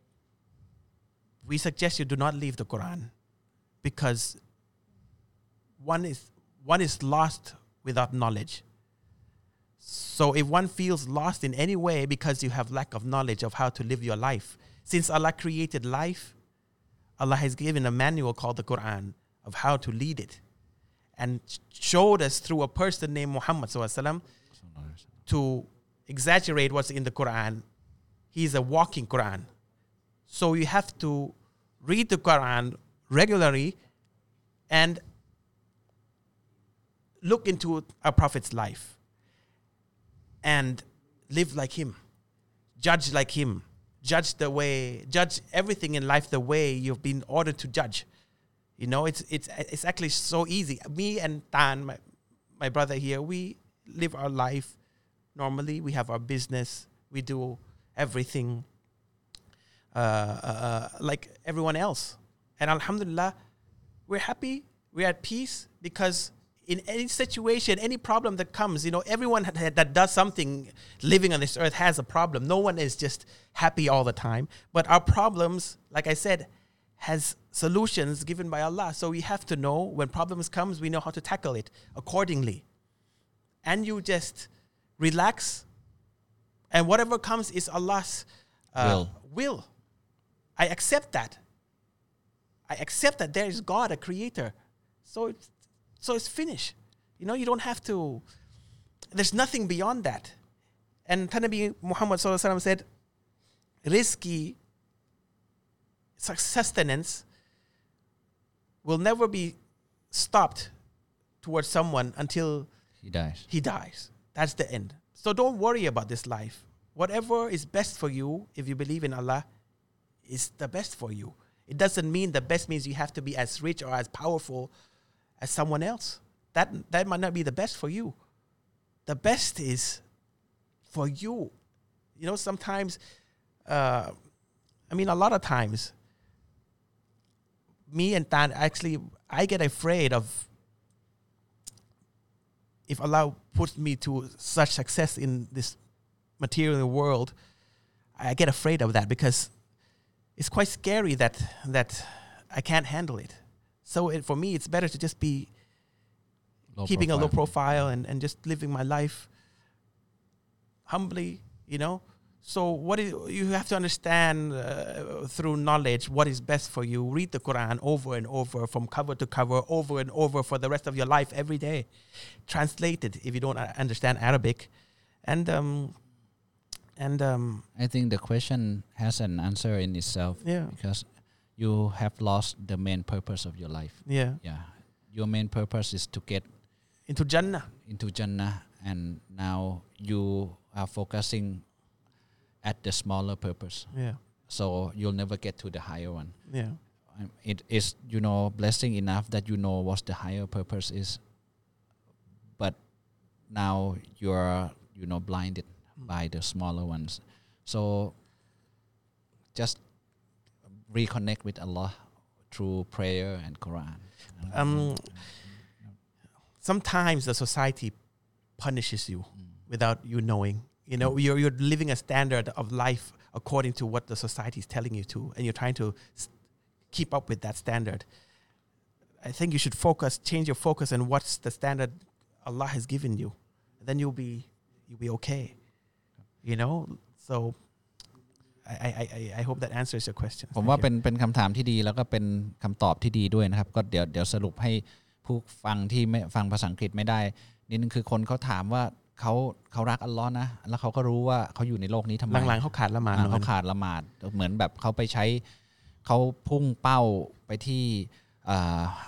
we suggest you do not leave the Quran because one is one is lost without knowledge. So if one feels lost in any way because you have lack of knowledge of how to live your life, since Allah created life, Allah has given a manual called the Quran of how to lead it and showed us through a person named Muhammad sallallahu alaihi wasallam to exaggerate what's in the Quran. He's a walking Quran. So you have to read the Quran regularly and look into our Prophet's life and live like him, judge like him, judge the way, judge everything in life the way you've been ordered to judge. You know, it's it's it's actually so easy. Me and Tan, my, my brother here, we live our life normally. We have our business. We do everything uh, uh, like everyone else. And alhamdulillah, we're happy. We're at peace because in any situation, any problem that comes, you know, everyone that does something living on this earth has a problem. No one is just happy all the time. But our problems, like I said, has solutions given by Allah. So we have to know when problems comes, we know how to tackle it accordingly. And you just relax. And whatever comes is Allah's uh, will. will. I accept that. I accept that there is God, a creator. So it's, so it's finished. You know, you don't have to, there's nothing beyond that. And Nabi Muhammad sallallahu alaihi wasallam said, risky sustenance will never be stopped towards someone until he dies. He dies. That's the end. So don't worry about this life. Whatever is best for you, if you believe in Allah, is the best for you. It doesn't mean the best means you have to be as rich or as powerful as someone else. That that might not be the best for you. The best is for you. You know, sometimes, uh, I mean, a lot of times, me and Tan, actually, I get afraid of if Allah puts me to such success in this material world, I get afraid of that because it's quite scary that that I can't handle it. So it, for me, it's better to just be low keeping profile. a low profile and, and just living my life humbly, you know. So what is, you have to understand uh, through knowledge what is best for you. Read the Quran over and over from cover to cover, over and over for the rest of your life every day. Translate it if you don't understand Arabic. And um, and um, I think the question has an answer in itself. Yeah. Because you have lost the main purpose of your life. Yeah. Yeah. Your main purpose is to get into Jannah. Into Jannah, and now you are focusing at the smaller purpose. Yeah. So you'll never get to the higher one. Yeah. It is, you know, blessing enough that you know what the higher purpose is. But now you're, you know, blinded mm. by the smaller ones. So just reconnect with Allah through prayer and Quran. Um, sometimes the society punishes you mm. without you knowing. You know, you're you're living a standard of life according to what the society is telling you to, and you're trying to st- keep up with that standard. I think you should focus, change your focus on what's the standard Allah has given you. Then you'll be you'll be okay. You know, so I I I I hope that answers your question. ผมว่าเป็นเป็นคำถามที่ดีแล้วก็เป็นคำตอบที่ดีด้วยนะครับก็เดี๋ยวเดี๋ยวสรุปให้ผู้ฟังที่ไม่ฟังภาษาอังกฤษไม่ได้นิดนึงคือคนเขาถามว่าเขาเขารักอัลลอฮ์นะแล้วเขาก็รู้ว่าเขาอยู่ในโลกนี้ทำไมหลังๆเขาขาดละหมาดเขาขาดละหมาดเหมือนแบบเขาไปใช้เขาพุ่งเป้าไปที่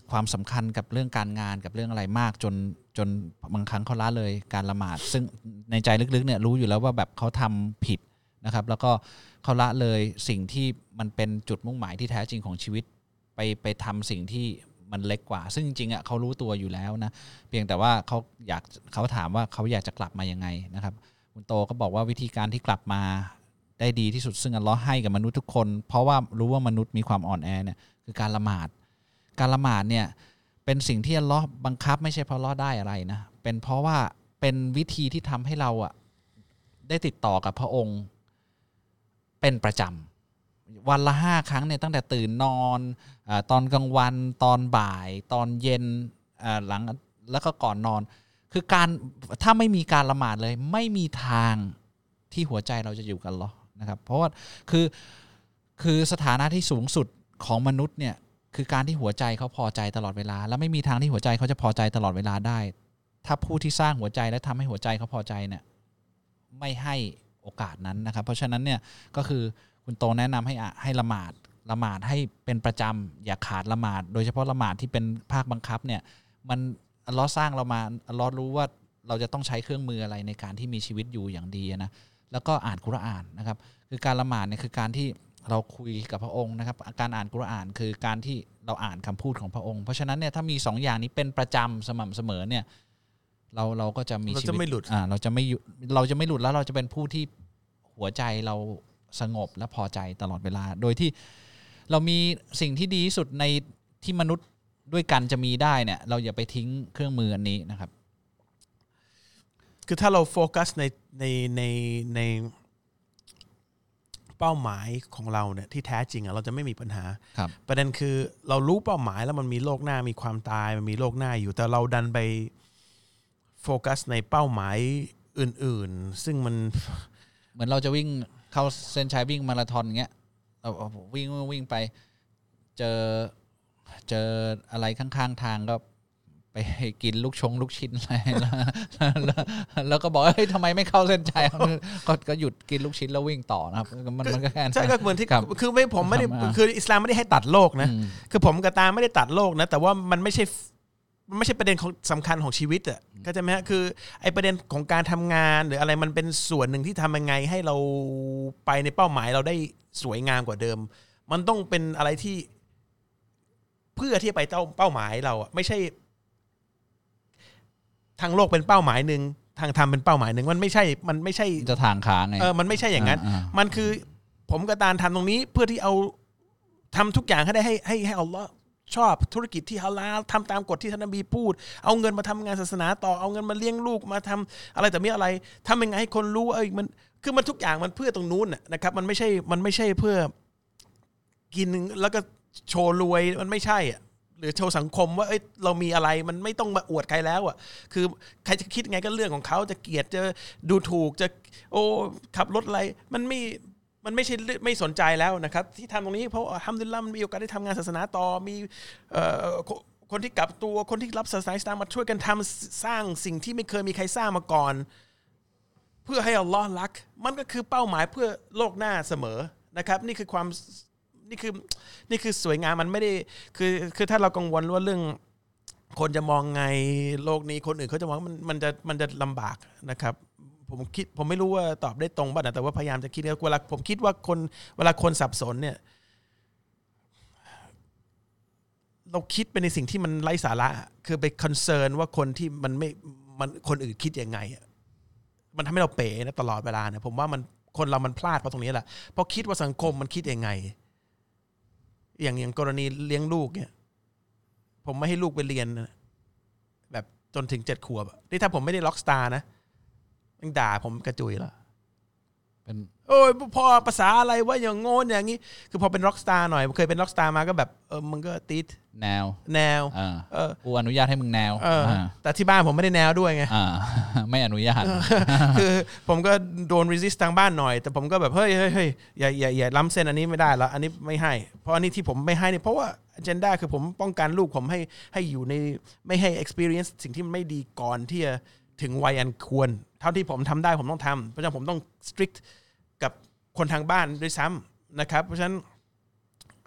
ความสำคัญกับเรื่องการงานกับเรื่องอะไรมากจนจนบางครั้งเขาละเลยการละหมาดซึ่งในใจลึกๆเนี่ยรู้อยู่แล้วว่าแบบเขาทำผิดนะครับแล้วก็เขาละเลยสิ่งที่มันเป็นจุดมุ่งหมายที่แท้จริงของชีวิตไปไปทำสิ่งที่มันเล็กกว่าซึ่งจริงๆอ่ะเขารู้ตัวอยู่แล้วนะเพียงแต่ว่าเขาอยากเขาถามว่าเขาอยากจะกลับมายังไงนะครับคุณโตก็บอกว่าวิธีการที่กลับมาได้ดีที่สุดซึ่งอัลเลาะห์ให้กับมนุษย์ทุกคนเพราะว่ารู้ว่ามนุษย์มีความอ่อนแอเนี่ยคือการละหมาดการละหมาดเนี่ยเป็นสิ่งที่อัลเลาะห์บังคับไม่ใช่เพราะอัลเลาะห์ได้อะไรนะเป็นเพราะว่าเป็นวิธีที่ทำให้เราอ่ะได้ติดต่อกับพระองค์เป็นประจำวันละห้าครั้งเนี่ยตั้งแต่ตื่นนอนอ่าตอนกลางวันตอนบ่ายตอนเย็นอ่าหลังแล้วก็ก่อนนอนคือการถ้าไม่มีการละหมาดเลยไม่มีทางที่หัวใจเราจะอยู่กับอัลเลาะห์นะครับเพราะว่าคือคือสถานะที่สูงสุดของมนุษย์เนี่ยคือการที่หัวใจเขาพอใจตลอดเวลาแล้วไม่มีทางที่หัวใจเขาจะพอใจตลอดเวลาได้ถ้าผู้ที่สร้างหัวใจและทำให้หัวใจเขาพอใจเนี่ยไม่ให้โอกาสนั้นนะครับเพราะฉะนั้นเนี่ยก็คือคุณโตแนะนำให้ให้ละหมาดละหมาดให้เป็นประจำอย่าขาดละหมาดโดยเฉพาะละหมาดที่เป็นภาคบังคับเนี่ยมันอัลเลาะห์สร้างเรามาอัลเลาะห์รู้ว่าเราจะต้องใช้เครื่องมืออะไรในการที่มีชีวิตอยู่อย่างดีนะแล้วก็อ่านกุรอานนะครับคือการละหมาดเนี่ยคือการที่เราคุยกับพระองค์นะครับการอ่านกุรอานคือการที่เราอ่านคำพูดของพระองค์เพราะฉะนั้นเนี่ยถ้ามีสองอย่างนี้เป็นประจำสม่ำเสมอเนี่ยเราเราก็จะมีชีวิตเราจะไม่หลุดอ่าเราจะไม่เราจะไม่หลุดแล้วเราจะเป็นผู้ที่หัวใจเราสงบและพอใจตลอดเวลาโดยที่เรามีสิ่งที่ดีที่สุดในที่มนุษย์ด้วยกันจะมีได้เนี่ยเราอย่าไปทิ้งเครื่องมืออันนี้นะครับคือถ้าเราโฟกัสในในในในเป้าหมายของเราเนี่ยที่แท้จริงอ่ะเราจะไม่มีปัญหาประเด็นคือเรารู้เป้าหมายแล้วมันมีโลกหน้ามีความตายมันมีโลกหน้าอยู่แต่เราดันไปโฟกัสในเป้าหมายอื่นๆซึ่งมันเหมือนเราจะวิ่งเข้าเส้นชัยวิ่งมาราธอนเงี้ยเราวิ่งวิ่งไปเจอเจออะไรข้างๆทางก็ไปกินลูกชงลูกชิ้นอะไรแล้วแล้วก็บอกเฮ้ยทำไมไม่เข้าเส้นชัยก็ก็หยุดกินลูกชิ้นแล้ววิ่งต่อนะครับมันมันก็แค่ใช่ก็เหมือนที่คือไม่ผมไม่ได้คืออิสลามไม่ได้ให้ตัดโลกนะคือผมกับตาไม่ได้ตัดโลกนะแต่ว่ามันไม่ใช่มันไม่ใช่ประเด็นของสำคัญของชีวิตอ่ะเข้าใจไหมฮะคือไอ้ประเด็นของการทำงานหรืออะไรมันเป็นส่วนหนึ่งที่ทำยังไงให้เราไปในเป้าหมายเราได้สวยงามกว่าเดิมมันต้องเป็นอะไรที่เพื่อที่ไปเป้าเป้าหมายเราอ่ะไม่ใช่ทางโลกเป็นเป้าหมายนึงทางธรรมเป็นเป้าหมายนึงมันไม่ใช่มันไม่ใช่จะทางค้างไงเออมันไม่ใช่อย่างนั้นมันคือผมกับตาลทำตรงนี้เพื่อที่เอาทำทุกอย่างให้ได้ให้ให้ให้อัลเลาะห์ชอบธุรกิจที่ฮาลาลทำตามกฎที่ท่านนบีพูดเอาเงินมาทำงานศาสนาต่อเอาเงินมาเลี้ยงลูกมาทำอะไรแต่ไม่อะไรทำยังไงให้คนรู้เอ้ยมันคือมันทุกอย่างมันเพื่อตรงนู้นนะครับมันไม่ใช่มันไม่ใช่เพื่อกินแล้วก็โชว์รวยมันไม่ใช่อ่ะหรือโชว์สังคมว่าเอ้ยเรามีอะไรมันไม่ต้องมาอวดใครแล้วอ่ะคือใครจะคิดไงก็เรื่องของเขาจะเกลียดจะดูถูกจะโอ้ขับรถอะไรมันไม่มันไม่ใช่ไม่สนใจแล้วนะครับที่ทำตรงนี้เพราะอัลฮัมดุลิลละห์มันมีโอกาสได้ทำงานศาสนาต่อมีคนที่กลับตัวคนที่รับศาสนาอิสลามมาช่วยกันทำสร้างสิ่งที่ไม่เคยมีใครสร้างมาก่อนเพื่อให้อัลลอฮ์รักมันก็คือเป้าหมายเพื่อโลกหน้าเสมอนะครับนี่คือความนี่คือนี่คือสวยงามมันไม่ได้คือคือถ้าเรากังวลว่าเรื่องคนจะมองไงโลกนี้คนอื่นเขาจะมองมันมันจะมันจะลำบากนะครับผมคิดผมไม่รู้ว่าตอบได้ตรงป่ะนะแต่ว่าพยายามจะคิดเวลาผมคิดว่าคนเวลาคนสับสนเนี่ยเราคิดไปในสิ่งที่มันไร้สาระคือไปคอนเซิร์นว่าคนที่มันไม่มันคนอื่นคิดยังไงมันทำให้เราเป๋นะตลอดเวลาเนี่ยผมว่ามันคนเรามันพลาดเพราะตรงนี้แหละเพราะคิดว่าสังคมมันคิดยังไงอย่างอย่างกรณีเลี้ยงลูกเนี่ยผมไม่ให้ลูกไปเรียนแบบจนถึงเจ็ดขวบนี่ถ้าผมไม่ได้ล็อกสตาร์นะยังด่าผมกระจุยแล้วเป็นโอ้ยพอภาษาอะไรว่าอย่างโง่อย่างนี้คือพอเป็นร็อกสตาร์หน่อยเคยเป็นร็อกสตาร์มาก็แบบเออมึงก็ติดแนวแนวเออกูอนุญาตให้มึงแนวแต่ที่บ้านผมไม่ได้แนวด้วยไงไม่อนุญาตคือผมก็โดน resist ทางบ้านหน่อยแต่ผมก็แบบเฮ้ยเฮ้ยเฮ้ยอย่าอย่าอย่าล้ำเส้นอันนี้ไม่ได้แล้วอันนี้ไม่ให้เพราะอันนี้ที่ผมไม่ให้เนี่ยเพราะว่า agenda คือผมป้องกันลูกผมให้ให้อยู่ในไม่ให้ experience สิ่งที่มันไม่ดีก่อนที่จะถึงวัยอันควรเท่าที่ผมทำได้ผมต้องทำเพราะฉะนั้นผมต้อง strict กับคนทางบ้านด้วยซ้ำนะครับเพราะฉะนั้น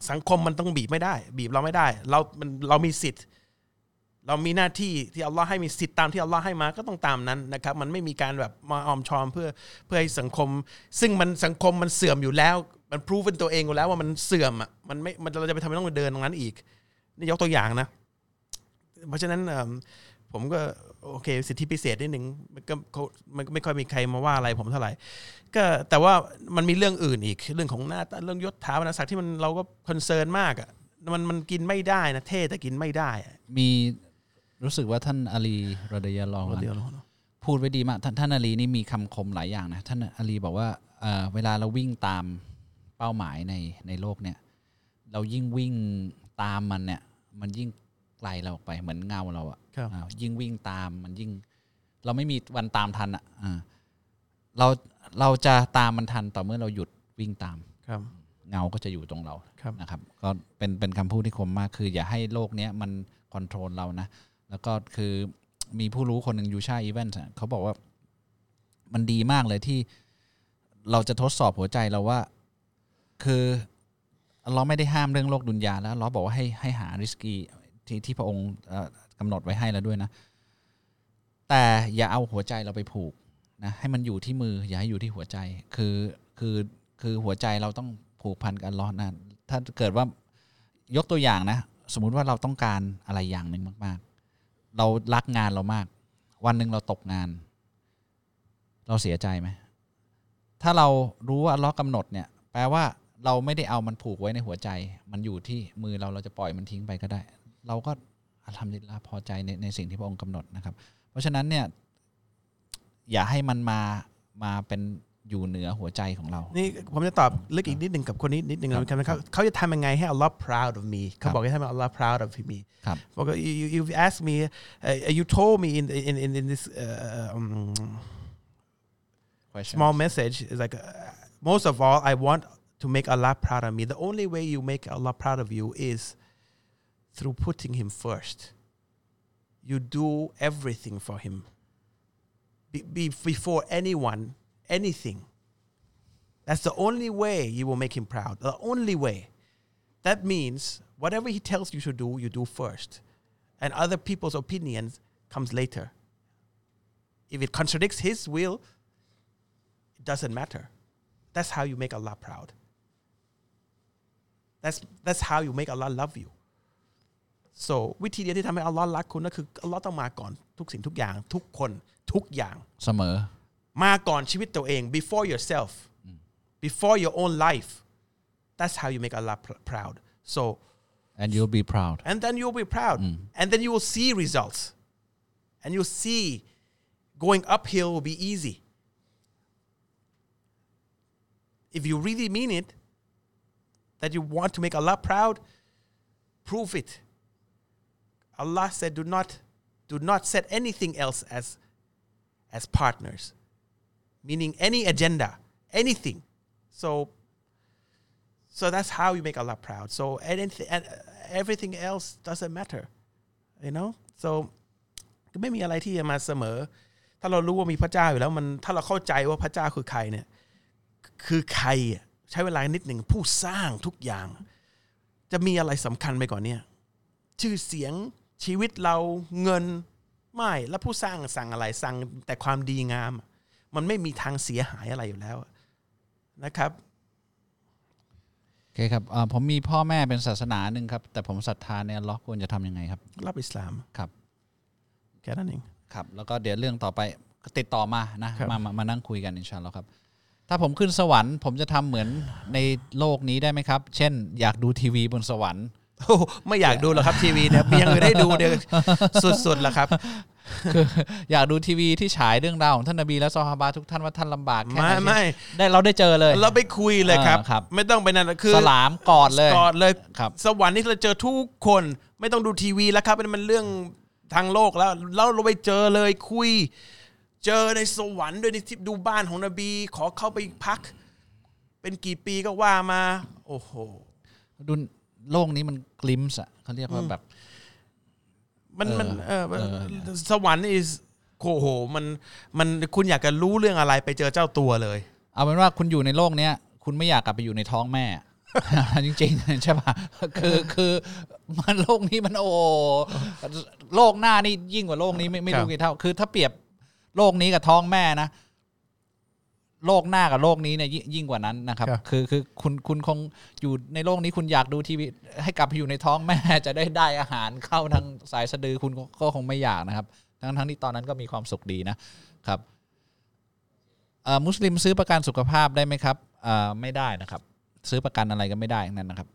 สังคมมันต้องบีบไม่ได้บีบเราไม่ได้เรามันเรามีสิทธิ์เรามีหน้าที่ที่อัลลอฮ์ให้มีสิทธิ์ตามที่อัลลอฮ์ให้มาก็ต้องตามนั้นนะครับมันไม่มีการแบบมาออมชอมเพื่อเพื่อให้สังคมซึ่งมันสังคมมันเสื่อมอยู่แล้วมันพิสูจเป็นตัวเองอยู่แล้วว่ามันเสื่อมอ่ะมันไม่มันเราจะไปทำให้ต้องเดินตรงนั้นอีกนี่ยกตัวอย่างนะเพราะฉะนั้นผมก็โอเคสิทธิพิเศษนิดนึงมันก็มันก็ไม่ค่อยมีใครมาว่าอะไรผมเท่าไหร่ก็แต่ว่ามันมีเรื่องอื่นอีกเรื่องของหน้าเรื่องยศถาบรรดาศักดิ์ที่มันเราก็คอนเซิร์นมากอ่ะมันมันกินไม่ได้นะเท่แต่กินไม่ได้มีรู้สึกว่าท่านอาลีรอฎิยัลลอฮุอันฮุพูดไว้ดีมากท่านท่านอาลีนี่มีคำคมหลายอย่างนะท่านอาลีบอกว่าเอ่อเวลาเราวิ่งตามเป้าหมายในในโลกเนี่ยเรายิ่งวิ่งตามมันเนี่ยมันยิ่งไกลเราออกไปเหมือนเงาเราอ่ะยิ่งวิ่งตามมันยิ่งเราไม่มีวันตามทันอ่ะเราเราจะตามมันทันต่อเมื่อเราหยุดวิ่งตามเงาก็จะอยู่ตรงเรานะครับก็เป็นเป็นคำพูดที่คมมากคืออย่าให้โลกนี้มันคอนโทรลเรานะแล้วก็คือมีผู้รู้คนหนึ่งยูชาอีเวนต์เขาบอกว่ามันดีมากเลยที่เราจะทดสอบหัวใจเราว่าคือเราไม่ได้ห้ามเรื่องโลกดุนยาแล้วเราบอกว่าให้ให้หาริสกีที่ที่พระองค์กำหนดไว้ให้แล้วด้วยนะแต่อย่าเอาหัวใจเราไปผูกนะให้มันอยู่ที่มืออย่าให้อยู่ที่หัวใจคือคือคือหัวใจเราต้องผูกพันกับอัลเลาะห์นะถ้าเกิดว่ายกตัวอย่างนะสมมุติว่าเราต้องการอะไรอย่างหนึ่งมากๆเรารักงานเรามากวันหนึ่งเราตกงานเราเสียใจไหมถ้าเรารู้ว่าอัลเลาะห์กำหนดเนี่ยแปลว่าเราไม่ได้เอามันผูกไว้ในหัวใจมันอยู่ที่มือเราเราจะปล่อยมันทิ้งไปก็ได้เราก็อัลฮัมดุลิลลาห์พอใจในในสิ่งที่พระองค์กำหนดนะครับเพราะฉะนั้นเนี่ยอย่าให้มันมามาเป็นอยู่เหนือหัวใจของเรานี่ผมจะตอบลึกอีกนิดนึงกับคนนี้นิดนึงนะครับเขาเขาจะทำยังไงให้อัลลอฮ์ proud of me เขาบอกให้ทำให้อัลลอฮ์ proud of me บอกว่า you you've asked me uh, you told me in in in in this uh, um, small message is like uh, most of all I want to make Allah proud of me the only way you make Allah proud of you is through putting him first you do everything for him be, be before anyone anything that's the only way you will make him proud the only way that means whatever he tells you to do you do first and other people's opinions comes later if it contradicts his will it doesn't matter that's how you make Allah proud that's that's how you make Allah love you so วิธีเดียวที่ทำให้อัลลอฮ์รักคุณก็คืออัลลอฮ์ต้องมาก่อนทุกสิ่งทุกอย่างทุกคนทุกอย่างเสมอมาก่อนชีวิตตัวเอง before yourself before your own life that's how you make Allah proud so and you'll be proud and then you'll be proud and then you will see results and you'll see going uphill will be easy if you really mean it that you want to make Allah proud prove it Allah said do not do not set anything else as as partners meaning any agenda anything so so that's how you make Allah proud so anything everything else doesn't matter you know so ก็ไม่มีอะไรที่จะมาเสมอถ้าเรารู้ว่ามีพระเจ้าอยู่แล้วมันถ้าเราเข้าใจว่าพระเจ้าคือใครเนี่ยคือใครใช้เวลานิดหนึ่งผู้สร้างทุกอย่างจะมีอะไรสำคัญไปกว่านี้ชื่อเสียงชีวิตเราเงินไม่แล้วผู้สร้างสั่งอะไรสั่งแต่ความดีงามมันไม่มีทางเสียหายอะไรอยู่แล้วนะครับโอเคครับผมมีพ่อแม่เป็นศาสนาหนึ่งครับแต่ผมศรัทธาในอัลเลาะห์ควรจะทำยังไงครับรับอิสลามครับแค่นั้นเองครับแล้วก็เดี๋ยวเรื่องต่อไปติดต่อมานะมามานั่งคุยกันอินชาอัลเลาะห์ครับถ้าผมขึ้นสวรรค์ผมจะทำเหมือนในโลกนี้ได้ไหมครับเช่นอยากดูทีวีบนสวรรค์ไม่อยากดูหรอกครับทีวีเนี่ยมีอย่างอื่นได้ดูเดี๋ยวสุดๆแล้วครับคืออยากดูทีวีที่ฉายเรื่องราวของท่านนบีและซอฮาบะห์ทุกท่านว่าท่านลำบากแค่ไหนไม่ไม่ได้เราได้เจอเลยเราไปคุยเลยครับไม่ต้องไปนั่นคือสลามกอดเลยกอดเลยสวรรค์นี่เราเจอทุกคนไม่ต้องดูทีวีแล้วครับมันเรื่องทางโลกแล้วเราเราไปเจอเลยคุยเจอในสวรรค์ด้วยที่ดูบ้านของนบีขอเข้าไปพักเป็นกี่ปีก็ว่ามาโอ้โหดูโลกนี้มันกลิมส์อ่ะเขาเรียกว่าแบบมันมันเออสวรรค์ is โอ้โหมันมันคุณอยากจะรู้เรื่องอะไรไปเจอเจ้าตัวเลยเอาเป็นว่าคุณอยู่ในโลกเนี้ยคุณไม่อยากกลับไปอยู่ในท้องแม่จริงๆใช่ป่ะคือคือมันโลกนี้มันโอ้โลกหน้านี่ยิ่งกว่าโลกนี้ไม่ไม่รู้กี่เท่าคือถ้าเปรียบโลกนี้กับท้องแม่นะโลกหน้ากับโลกนี้เนี่ยยิ่งกว่านั้นนะครับคือคือคุณคุณคงอยู่ในโลกนี้คุณอยากดูทีวีให้กลับไปอยู่ในท้องแม่จะได้ได้อาหารเข้าทางสายสะดือคุณก็คงไม่อยากนะครับทั้งทั้งที่ตอนนั้นก็มีความสุขดีนะครับมุสลิมซื้อประกันสุขภาพได้ไหมครับไม่ได้นะครับซื้อประกันอะไรก็ไม่ได้นั่นนะครับ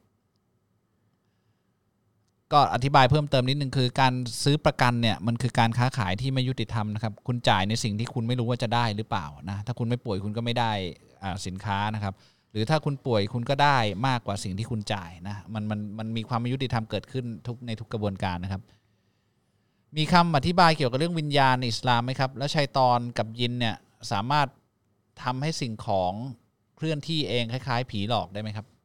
ก็อธิบายเพิ่มเติมนิดนึงคือการซื้อประกันเนี่ยมันคือการค้าขายที่ไม่ยุติธรรมนะครับคุณจ่ายในสิ่งที่คุณไม่รู้ว่าจะได้หรือเปล่านะถ้าคุณไม่ป่วยคุณก็ไม่ได้สินค้านะครับหรือถ้าคุณป่วยคุณก็ได้มากกว่าสิ่งที่คุณจ่ายนะมันมันมันมีความไม่ยุติธรรมเกิดขึ้นทุกในทุกกระบวนการนะครับมีคำอธิบายเกี่ยวกับเรื่องวิญญาณในอิสลามไหมครับแล้วชัยฏอนกับยินเนี่ยสามารถทำให้สิ่งของเคลื่อนที่เองคล้ายๆผีหลอกได้ไหมครับ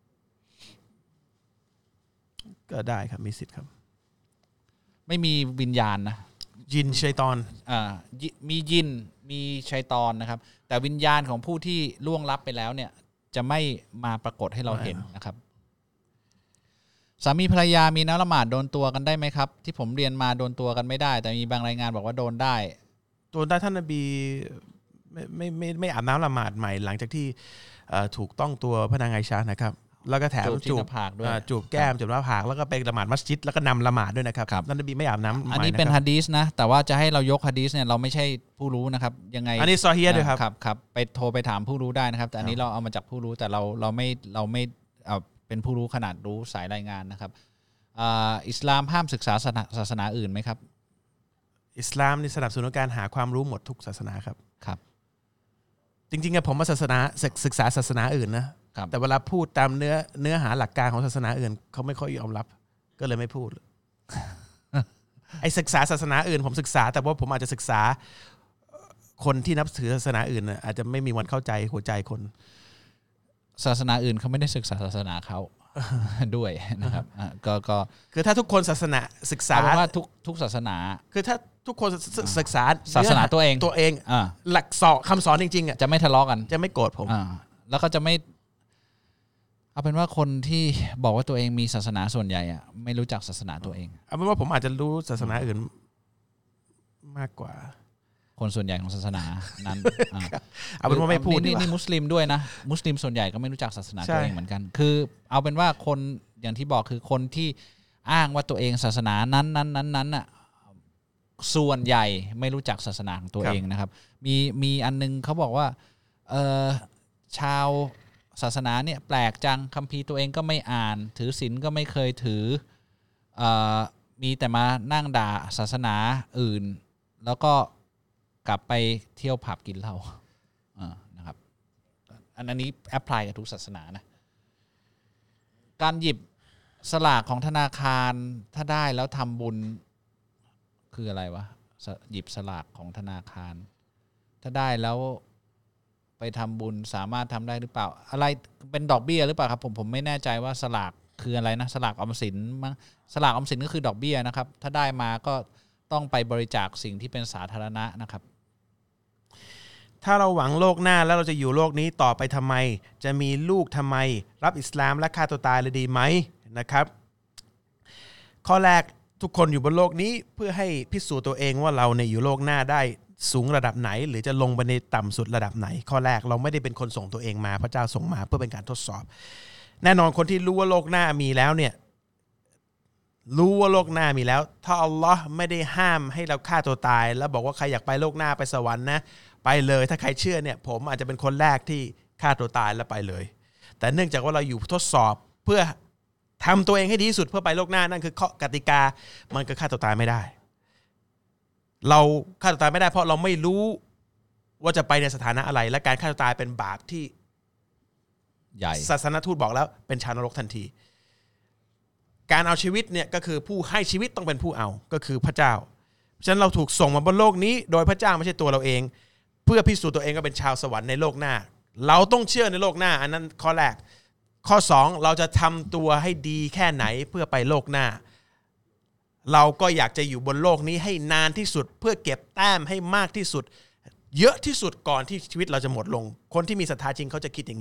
ก็ได้ครับมีสิทธิ์ครับไม่มีวิญญาณนะยินชัยฏอนอ่ามียินมีชัยฏอนนะครับแต่วิญญาณของผู้ที่ล่วงลับไปแล้วเนี่ยจะไม่มาปรากฏให้เราเห็นนะครับสามีภรรยามีน้ำละหมาดโดนตัวกันได้ไหมครับที่ผมเรียนมาโดนตัวกันไม่ได้แต่มีบางรายงานบอกว่าโดนได้โดนได้ท่านนบีไม่ไม่ไม่ไม่อาบน้ำละหมาดใหม่หลังจากที่ถูกต้องตัวพระนางไอชานะครับแล้วก็แถมจูบจูบแก้มจูบหน้าผากแล้วก็ไปละหมาดมัสยิดแล้วก็นำละหมาดด้วยนะครับท่านนบีไม่อาบน้ำอันนี้เป็นฮะดีษนะแต่ว่าจะให้เรายกฮะดีษเนี่ยเราไม่ใช่ผู้รู้นะครับยังไงอันนี้ซอฮีฮ์ด้วยครับครับครับไปโทรไปถามผู้รู้ได้นะครับแต่อันนี้เราเอามาจากผู้รู้แต่เราเราไม่เราไม่เอาเป็นผู้รู้ขนาดรู้สายรายงานนะครับอิสลามห้ามศึกษาศาสนาอื่นไหมครับอิสลามนี่สนับสนุนการหาความรู้หมดทุกศาสนาครับครับจริงๆอะผมมาศาสนาศึกษาศาสนาอื่นนะแต่เวลาพูดตามเนื้อเนื้อหาหลักการของศาสนาอื่นเขาไม่ค่อยยอมรับก็เลยไม่พูด ไอ้ศึกษาศาสนาอื่นผมศึกษาแต่ว่าผมอาจจะศึกษาคนที่นับถือศาสนาอื่นอาจจะไม่มีวันเข้าใจหัวใจคนศาสนาอื่นเขาไม่ได้ศึกษาศาสนาเขาด้วยนะครับก็ก็คือถ้าทุกคนศาสนาศึกษาแปลว่าทุกทุกศาสนาคือถ้าทุกคนศึกษาศาสนาตัวเองตัวเองหลักสอนคำสอนจริงๆอ่ะจะไม่ทะเลาะกันจะไม่โกรธผมแล้วก็จะไม่เอาเป็นว่าคนที่บอกว่าตัวเองมีศาสนาส่วนใหญ่อ่ะไม่รู้จักศาสนาตัวเองเอาเป็นว่าผมอาจจะรู้ศาสนาอื่นมากกว่าคนส่วนใหญ่ของศาสนานั้นเอาเป็นว่าไม่พูดนี่นี่มุสลิมด้วยนะมุสลิมส่วนใหญ่ก็ไม่รู้จักศาสนาตัวเองเหมือนกันคือเอาเป็นว่าคนอย่างที่บอกคือคนที่อ้างว่าตัวเองศาสนานั้นนั้นนั้นนั้นอ่ะส่วนใหญ่ไม่รู้จักศาสนาของตัวเองนะครับมีมีอันนึงเขาบอกว่าเออชาวศาสนาเนี่ยแปลกจังคัมภีร์ตัวเองก็ไม่อ่านถือศีลก็ไม่เคยถือเอ่อมีแต่มานั่งด่าศาสนาอื่นแล้วก็กลับไปเที่ยวผับกินเหล้าอ่านะครับอันนี้แอพพลายกับทุกศาสนานะการหยิบสลากของธนาคารถ้าได้แล้วทำบุญคืออะไรวะหยิบสลากของธนาคารถ้าได้แล้วไปทำบุญสามารถทำได้หรือเปล่าอะไรเป็นดอกเบี้ยหรือเปล่าครับผมผมไม่แน่ใจว่าสลากคืออะไรนะสลากออมสินมั้งสลากออมสินก็คือดอกเบี้ยนะครับถ้าได้มาก็ต้องไปบริจาคสิ่งที่เป็นสาธารณะนะครับถ้าเราหวังโลกหน้าแล้วเราจะอยู่โลกนี้ต่อไปทำไมจะมีลูกทำไมรับอิสลามและฆ่าตัวตายเลยดีไหมนะครับข้อแรกทุกคนอยู่บนโลกนี้เพื่อให้พิสูจน์ตัวเองว่าเราเนี่ยอยู่โลกหน้าได้สูงระดับไหนหรือจะลงไปในต่ำสุดระดับไหนข้อแรกเราไม่ได้เป็นคนส่งตัวเองมาพระเจ้าส่งมาเพื่อเป็นการทดสอบแน่นอนคนที่รู้ว่าโลกหน้ามีแล้วเนี่ยรู้ว่าโลกหน้ามีแล้วถ้าอัลลอฮ์ไม่ได้ห้ามให้เราฆ่าตัวตายแล้วบอกว่าใครอยากไปโลกหน้าไปสวรรค์นะไปเลยถ้าใครเชื่อเนี่ยผมอาจจะเป็นคนแรกที่ฆ่าตัวตายแล้วไปเลยแต่เนื่องจากว่าเราอยู่ทดสอบเพื่อทำตัวเองให้ดีที่สุดเพื่อไปโลกหน้านั่นคือข้อกติกามันก็ฆ่าตัวตายไม่ได้เราฆ่าตัวตายไม่ได้เพราะเราไม่รู้ว่าจะไปในสถานะอะไรและการฆ่าตัวตายเป็นบาปที่ใหญ่ศาสนทูตบอกแล้วเป็นชาวนรกทันทีการเอาชีวิตเนี่ยก็คือผู้ให้ชีวิตต้องเป็นผู้เอาก็คือพระเจ้าฉะนั้นเราถูกส่งมาบนโลกนี้โดยพระเจ้าไม่ใช่ตัวเราเองเพื่อพิสูจน์ตัวเองก็เป็นชาวสวรรค์ในโลกหน้าเราต้องเชื่อในโลกหน้าอันนั้นข้อแรกข้อสองเราจะทำตัวให้ดีแค่ไหนเพื่อไปโลกหน้าเราก็อยากจะอยู่บนโลกนี้ให้นานที่สุดเพื่อเก็บแต้มให้มากที่สุดเยอะที่สุดก่อนที่ชีวิตเราจะหมดลงคนที่มีศรัทธาจริงเขาจะคิดอย่างนี้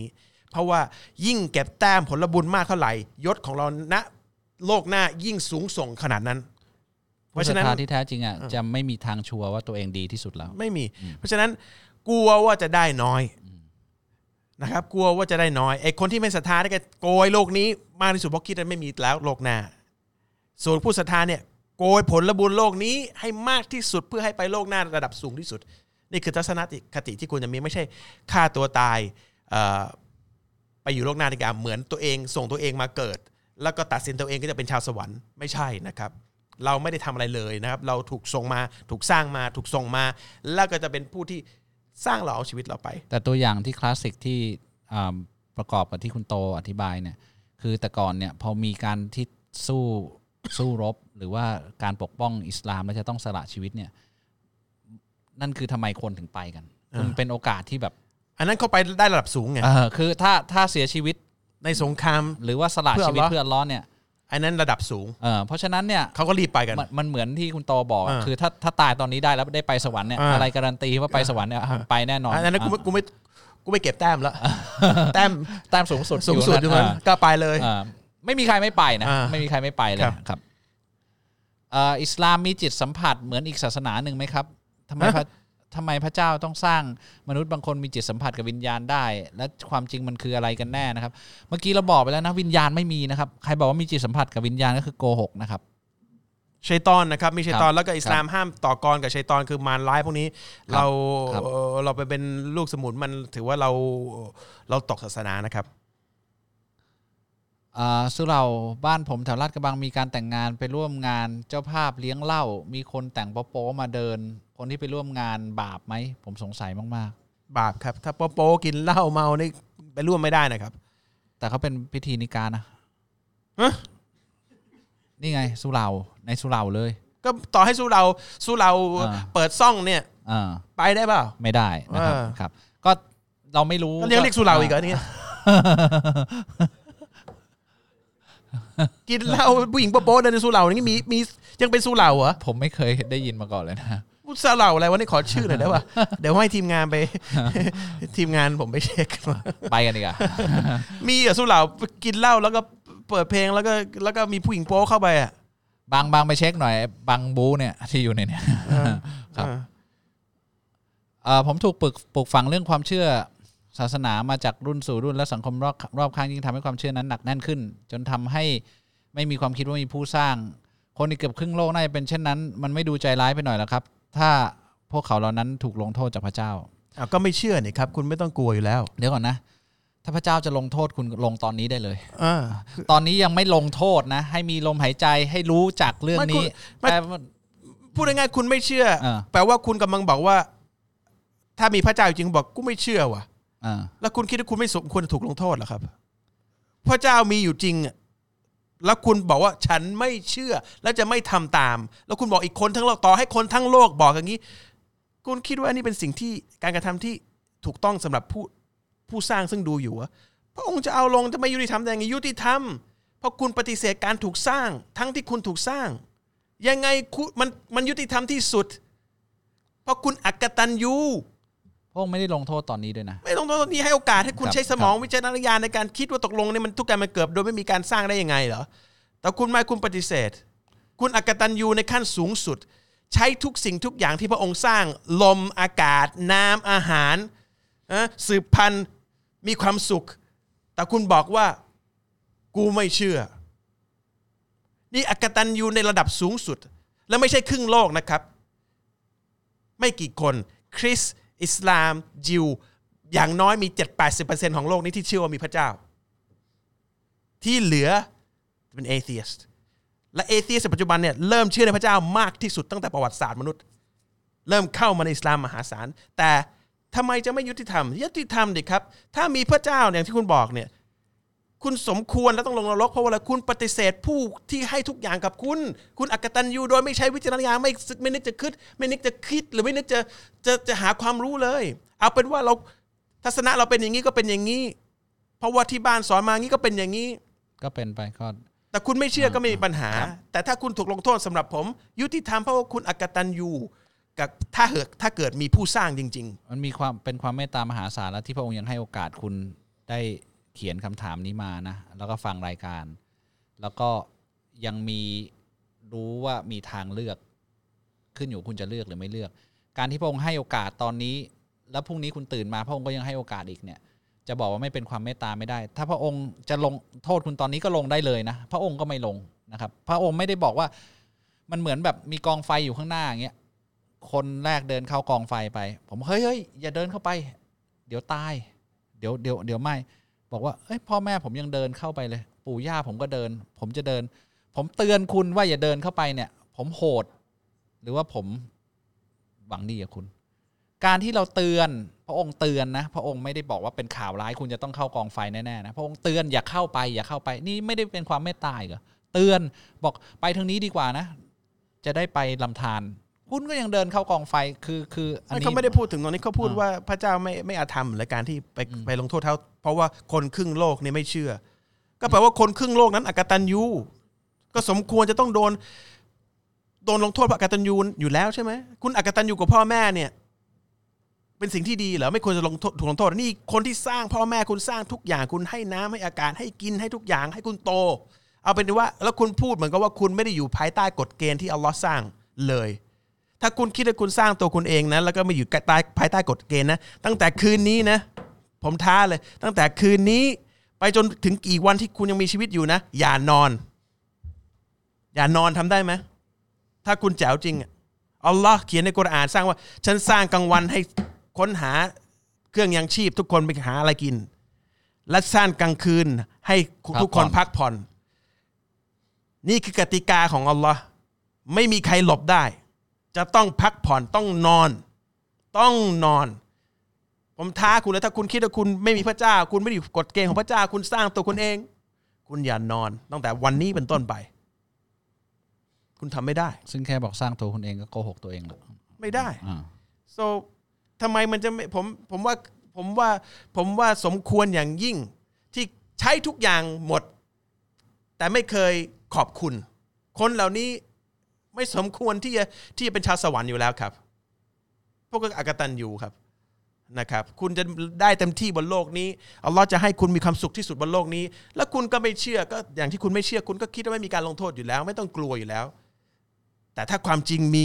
เพราะว่ายิ่งเก็บแต้มผลบุญมากเท่าไหร่ยศของเราณโลกหน้ายิ่งสูงส่งขนาดนั้นเพราะฉะนั้นที่แท้จริงอ่ะจะไม่มีทางชัวร์ว่าตัวเองดีที่สุดแล้วไม่มีเพราะฉะนั้นกลัวว่าจะได้น้อยนะครับกลัวว่าจะได้น้อยไอ้คนที่ไม่ศรัทธาได้แกโกยโลกนี้มากที่สุดเพราะคิดว่าไม่มีแล้วโลกหน้าส่วนผู้ศรัทธาเนี่ยโกยผลบุญโลกนี้ให้มากที่สุดเพื่อให้ไปโลกหน้าระดับสูงที่สุดนี่คือทัศนคติที่ควรจะมีไม่ใช่ฆ่าตัวตายไปอยู่โลกหน้าดีกว่าเหมือนตัวเองส่งตัวเองมาเกิดแล้วก็ตัดสินตัวเองก็จะเป็นชาวสวรรค์ไม่ใช่นะครับเราไม่ได้ทำอะไรเลยนะครับเราถูกส่งมาถูกสร้างมาถูกส่งมาแล้วก็จะเป็นผู้ที่สร้างเราเอาชีวิตเราไปแต่ตัวอย่างที่คลาสสิกที่ประกอบกับที่คุณโตอธิบายเนี่ยคือแต่ก่อนเนี่ยพอมีการที่สู้สู้รบหรือว่าการปกป้องอิสลามแล้วจะต้องสละชีวิตเนี่ยนั่นคือทำไมคนถึงไปกันมันเป็นโอกาสที่แบบอันนั้นเขาไปได้ระดับสูงไงคือถ้าถ้าเสียชีวิตในสงครามหรือว่าสละชีวิตเพื่ออัลเลาะห์เนี่ยอันนั้นระดับสูงเออเพราะฉะนั้นเนี่ยเขาก็รีบไปกันมันเหมือนที่คุณโตบอกคือถ้าถ้าตายตอนนี้ได้แล้วได้ไปสวรรค์เนี่ยอะไรการันตีว่าไปสวรรค์เนี่ยไปแน่นอนอันนั้นกูไม่กูไม่กูไม่เก็บแต้มแล้วแต้มแต้มสูงสุดสูงสุดอยู่นั้นก็ไปเลยไม่มีใครไม่ไปนะไม่มีใครไม่ไปเลยครับอิสลามมีจิตสัมผัสเหมือนอีกศาสนาหนึ่งไหมครับทำไมทำไมพระเจ้าต้องสร้างมนุษย์บางคนมีจิตสัมผัสกับวิญญาณได้และความจริงมันคืออะไรกันแน่นะครับเมื่อกี้เราบอกไปแล้วนะวิญญาณไม่มีนะครับใครบอกว่ามีจิตสัมผัสกับวิญญาณก็คือโกหกนะครับชัยฏอนนะครับมีชัยฏอนแล้วก็อิสลามห้ามต่อกรกับชัยฏอนคือมารร้ายพวกนี้เราเราไปเป็นลูกสมุนมันถือว่าเราเราตกศาสนานะครับสุเหร่าบ้านผมแถวลาดกระบังมีการแต่งงานไปร่วมงานเจ้าภาพเลี้ยงเหล้ามีคนแต่งโป๊ะมาเดินคนที่ไปร่วมงานบาปไหมผมสงสัยมากๆบาปครับถ้าโป๊ะกินเหล้าเมานี่ไปร่วมไม่ได้นะครับแต่เขาเป็นพิธีนิกายนะนี่ไงสุเหร่าในสุเหร่าเลยก็ต่อให้สุเหร่าสุเหร่าเปิดซ่องเนี่ยไปได้เปล่าไม่ได้นะครับครับก็เราไม่รู้ก็เรียกเรียกสุเหร่าอีกเหรอเนี่ยกินเหล้าผู้หญิงโป๊ะๆเดินในสุเหร่านี่มีมียังเป็นสุเหร่าเหรอผมไม่เคยได้ยินมาก่อนเลยนะสุเหร่าอะไรวะนี่ขอชื่อหน่อยได้ป่ะเดี๋ยวให้ทีมงานไปทีมงานผมไปเช็คไปกันดีกว่ามีอ่ะสุเหร่ากินเหล้าแล้วก็เปิดเพลงแล้วก็แล้วก็มีผู้หญิงโป๊ะเข้าไปอ่ะบางบางไปเช็คหน่อยบางบูเนี่ยที่อยู่ในเนี่ยครับผมถูกปลูกปลูกฝังเรื่องความเชื่อศาสนามาจากรุ่นสู่รุ่นและสังคมรอบรอบข้างยิ่งทำให้ความเชื่อนั้นหนักแน่นขึ้นจนทำให้ไม่มีความคิดว่ามีผู้สร้างคนในเกือบครึ่งโลกน่าจะเป็นเช่นนั้นมันไม่ดูใจร้ายไปหน่อยหรอครับถ้าพวกเขาเหล่านั้นถูกลงโทษจากพระเจ้าอ้าวก็ไม่เชื่อนี่ครับคุณไม่ต้องกลัวอยู่แล้วเดี๋ยวก่อนนะถ้าพระเจ้าจะลงโทษคุณลงตอนนี้ได้เลยอ่าตอนนี้ยังไม่ลงโทษนะให้มีลมหายใจให้รู้จักเรื่องนี้แต่พูดง่ายๆคุณไม่เชื่อแปลว่าคุณกำลังบอกว่าถ้ามีพระเจ้าจริงบอกกูไม่เชื่อว่ะแล้วคุณคิดว่าคุณไม่สมควรจะถูกลงโทษเหรอครับพระเจ้ามีอยู่จริงแล้วคุณบอกว่าฉันไม่เชื่อและจะไม่ทำตามแล้วคุณบอกอีกคนทั้งโลกต่อให้คนทั้งโลกบอกอย่างนี้คุณคิดว่านี่เป็นสิ่งที่การกระทำที่ถูกต้องสำหรับผู้ผู้สร้างซึ่งดูอยู่พระองค์จะเอาลงจะไม่ยุติธรรมได้ไงยุติธรรมเพราะคุณปฏิเสธการถูกสร้างทั้งที่คุณถูกสร้างยังไงมันมันยุติธรรมที่สุดเพราะคุณอกตัญญูพระองค์ไม่ได้ลงโทษตอนนี้ด้วยนะไม่ลงโทษตอนนี้ให้โอกาสให้คุณใช้สมองวิจารณญาณในการคิดว่าตกลงนี่มันทุกการมันเกิดโดยไม่มีการสร้างได้ยังไงเหรอแต่คุณไม่คุณปฏิเสธคุณอกตัญญูในขั้นสูงสุดใช้ทุกสิ่งทุกอย่างที่พระองค์สร้างลมอากาศน้ำอาหารสืบพันธุ์มีความสุขแต่คุณบอกว่ากูไม่เชื่อนี่อกตัญญูในระดับสูงสุดและไม่ใช่ครึ่งโลกนะครับไม่กี่คนคริสต์อิสลามยิวอย่างน้อยมี เจ็ดถึงแปดสิบเปอร์เซ็นต์ ของโลกนี้ที่เชื่อว่ามีพระเจ้าที่เหลือเป็นเอเธียสต์และเอเธียสต์ในปัจจุบันเนี่ยเริ่มเชื่อในพระเจ้ามากที่สุดตั้งแต่ประวัติศาสตร์มนุษย์เริ่มเข้ามาในอิสลามมหาศาลแต่ทำไมจะไม่ยุติธรรมยุติธรรมดิครับถ้ามีพระเจ้าอย่างที่คุณบอกเนี่ยคุณสมควรแล้วต้องลงนรกเพราะว่าอะไรคุณปฏิเสธผู้ที่ให้ทุกอย่างกับคุณคุณอกตัญญูโดยไม่ใช้วิจารณญาณไม่ไม่นึกจะคิดไม่นึกจะคิดหรือไม่นึกจะจะจะหาความรู้เลยเอาเป็นว่าเราทัศนะเราเป็นอย่างนี้ก็เป็นอย่างนี้เพราะว่าที่บ้านสอนมางี้ก็เป็นอย่างนี้ก็เป็นไปก็แต่คุณไม่เชื่อก็ไม่มีปัญหาแต่ถ้าคุณถูกลงโทษสำหรับผมยุติธรรมเพราะว่าคุณอกตัญญูกับถ้าเกิดถ้าเกิดมีผู้สร้างจริงๆมันมีความเป็นความเมตตามหาศาลและที่พระองค์ยังให้โอกาสคุณได้เขียนคำถามนี้มานะแล้วก็ฟังรายการแล้วก็ยังมีรู้ว่ามีทางเลือกขึ้นอยู่คุณจะเลือกหรือไม่เลือกการที่พระองค์ให้โอกาสตอนนี้แล้วพรุ่งนี้คุณตื่นมาพระองค์ก็ยังให้โอกาสอีกเนี่ยจะบอกว่าไม่เป็นความเมตตาไม่ได้ถ้าพระองค์จะลงโทษคุณตอนนี้ก็ลงได้เลยนะพระองค์ก็ไม่ลงนะครับพระองค์ไม่ได้บอกว่ามันเหมือนแบบมีกองไฟอยู่ข้างหน้าอย่างเงี้ยคนแรกเดินเข้ากองไฟไปผมเฮ้ยเฮ้ยอย่าเดินเข้าไปเดี๋ยวตายเดี๋ยวเดี๋ยวเดี๋ยวไม่บอกว่าเอ้ยพ่อแม่ผมยังเดินเข้าไปเลยปู่ย่าผมก็เดินผมจะเดินผมเตือนคุณว่าอย่าเดินเข้าไปเนี่ยผมโหดหรือว่าผมหวังดีกับคุณการที่เราเตือนพระองค์เตือนนะพระองค์ไม่ได้บอกว่าเป็นข่าวร้ายคุณจะต้องเข้ากองไฟแน่ๆนะพระองค์เตือนอย่าเข้าไปอย่าเข้าไปนี่ไม่ได้เป็นความเมตตาเหรอเตือนบอกไปทางนี้ดีกว่านะจะได้ไปลำธารคุณก็ยังเดินเข้ากองไฟคือคืออันนี้เขาไม่ได้พูดถึงตรงนี้เขาพูดว่าพระเจ้าไม่ไม่อาธรรมและการที่ไปไปลงโทษเขาเพราะว่าคนครึ่งโลกนี่ไม่เชื่อก็แปลว่าคนครึ่งโลกนั้นอกตัญญูก็สมควรจะต้องโดนโดนลงโทษเพราะอกตัญญูอยู่แล้วใช่ไหมคุณอกตัญญูกับพ่อแม่เนี่ยเป็นสิ่งที่ดีเหรอไม่ควรจะลงถูกลงโทษนี่คนที่สร้างพ่อแม่คุณสร้างทุกอย่างคุณให้น้ำให้อากาศให้กินให้ทุกอย่างให้คุณโตเอาเป็นว่าแล้วคุณพูดเหมือนกับว่าคุณไม่ได้อยู่ภายใต้กฎเกณฑ์ที่อัลลอฮ์สร้างเลยถ้าคุณคิดว่าคุณสร้างตัวคุณเองนะแล้วก็ไม่อยู่ใต้ภายใต้กฎเกณฑ์นะตั้งแต่คืนนี้นะผมท้าเลยตั้งแต่คืนนี้ไปจนถึงกี่วันที่คุณยังมีชีวิตอยู่นะอย่านอนอย่านอนทำได้ไหมถ้าคุณแจ๋วจริงอัลลอฮ์เขียนในกุรอานสร้างว่าฉันสร้างกลางวันให้ค้นหาเครื่องยังชีพทุกคนไปหาอะไรกินและสร้างกลางคืนให้ทุกคนพักผ่อนนี่คือกติกาของอัลลอฮ์ไม่มีใครหลบได้จะต้องพักผ่อนต้องนอนต้องนอนผมท้าคุณแล้วถ้าคุณคิดว่าคุณไม่มีพระเจ้าคุณไม่ได้อยู่กฎเกณฑ์ของพระเจ้าคุณสร้างตัวคุณเองคุณอย่านอนตั้งแต่วันนี้เป็นต้นไปคุณทำไม่ได้ซึ่งแค่บอกสร้างตัวคุณเองก็โกหกตัวเองแล้วไม่ได้ so ทำไมมันจะไม่ผมผมว่าผมว่าผมว่าสมควรอย่างยิ่งที่ใช้ทุกอย่างหมดแต่ไม่เคยขอบคุณคนเหล่านี้ไม่สมควรที่จะที่จะเป็นชาวสวรรค์อยู่แล้วครับพวกอกตัญญูครับนะครับคุณจะได้เต็มที่บนโลกนี้อัลลอฮ์จะให้คุณมีความสุขที่สุดบนโลกนี้แล้วคุณก็ไม่เชื่อก็อย่างที่คุณไม่เชื่อคุณก็คิดว่าไม่มีการลงโทษอยู่แล้วไม่ต้องกลัวอยู่แล้วแต่ถ้าความจริงมี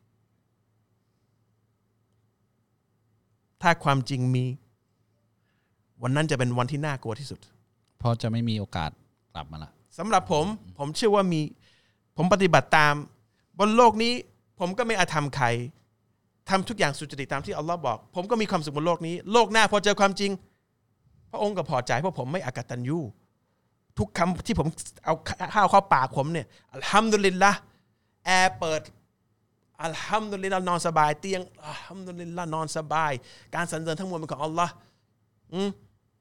ถ้าความจริงมีวันนั้นจะเป็นวันที่น่ากลัวที่สุดเพราะจะไม่มีโอกาสกลับมาละสำหรับผมผมเชื่อว่ามีผมปฏิบัติตามบนโลกนี้ผมก็ไม่อาธรรมใครทำทุกอย่างสุจริตตามที่อัลลอฮ์บอกผมก็มีความสุขบนโลกนี้โลกหน้าพอเจอความจริงพระองค์ก็พอใจเพราะผมไม่อกตัญญูทุกคำที่ผมเอาข้าวเข้าปากผมเนี่ยอัลฮัมดุลิลละห์แอร์เปิดอัลฮัมดุลิลละห์นอนสบายเตียงอัลฮัมดุลิลละห์นอนสบายการสรรเสริญทั้งมวลเป็นของอัลลอฮ์อืม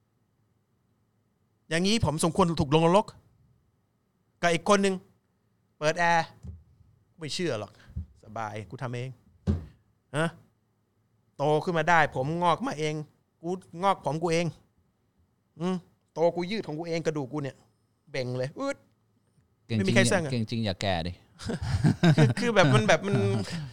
อย่างนี้ผมสมควรถูกลงนรกกับอีกคนนึงเปิดแอร์ไม่เชื่อหรอกสบายกูทำเองฮะโตขึ้นมาได้ผมงอกมาเองกูงอกผมกูเองอืมโตกูยืดของกูเองกระดูกกูเนี่ยเบ่งเลยอึดไม่มีใครสร้างเก่งจริงอย่าแก่ดิคือคือแบบมันแบบมัน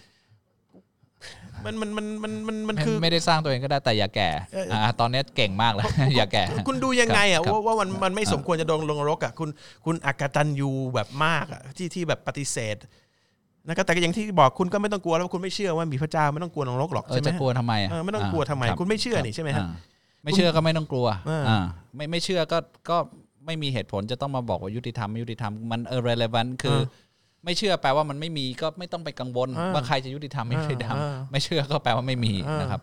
มันมันมันมันมันมันคือไม่ได้สร้างตัวเองก็ได้แต่อย่าแก่อ่าตอนนี้เก่งมากแล้วอย่าแก่คุณดูยังไงอ่ะว่าว่ามันมันไม่สมควรจะโดนลงนรกอ่ะคุณคุณอกตัญญูแบบมากอ่ะที่ที่แบบปฏิเสธนะครับแต่อย่างที่บอกคุณก็ไม่ต้องกลัวแล้วคุณไม่เชื่อว่ามีพระเจ้าไม่ต้องกลัวนรกหรอกใช่ไหมจะกลัวทำไมอ่ะไม่ต้องกลัวทำไมคุณไม่เชื่อนี่ใช่ไหมครับไม่เชื่อก็ไม่ต้องกลัวอ่าไม่ไม่เชื่อก็ก็ไม่มีเหตุผลจะต้องมาบอกว่ายุติธรรมไม่ยุติธรรมมัน irrelevant คือไม่เชื่อแปลว่ามันไม่มีก็ไม่ต้องไปกังวลว่าใครจะยุติธรรมไม่ยุติธรรมไม่เชื่อก็แปลว่าไม่มีนะครับ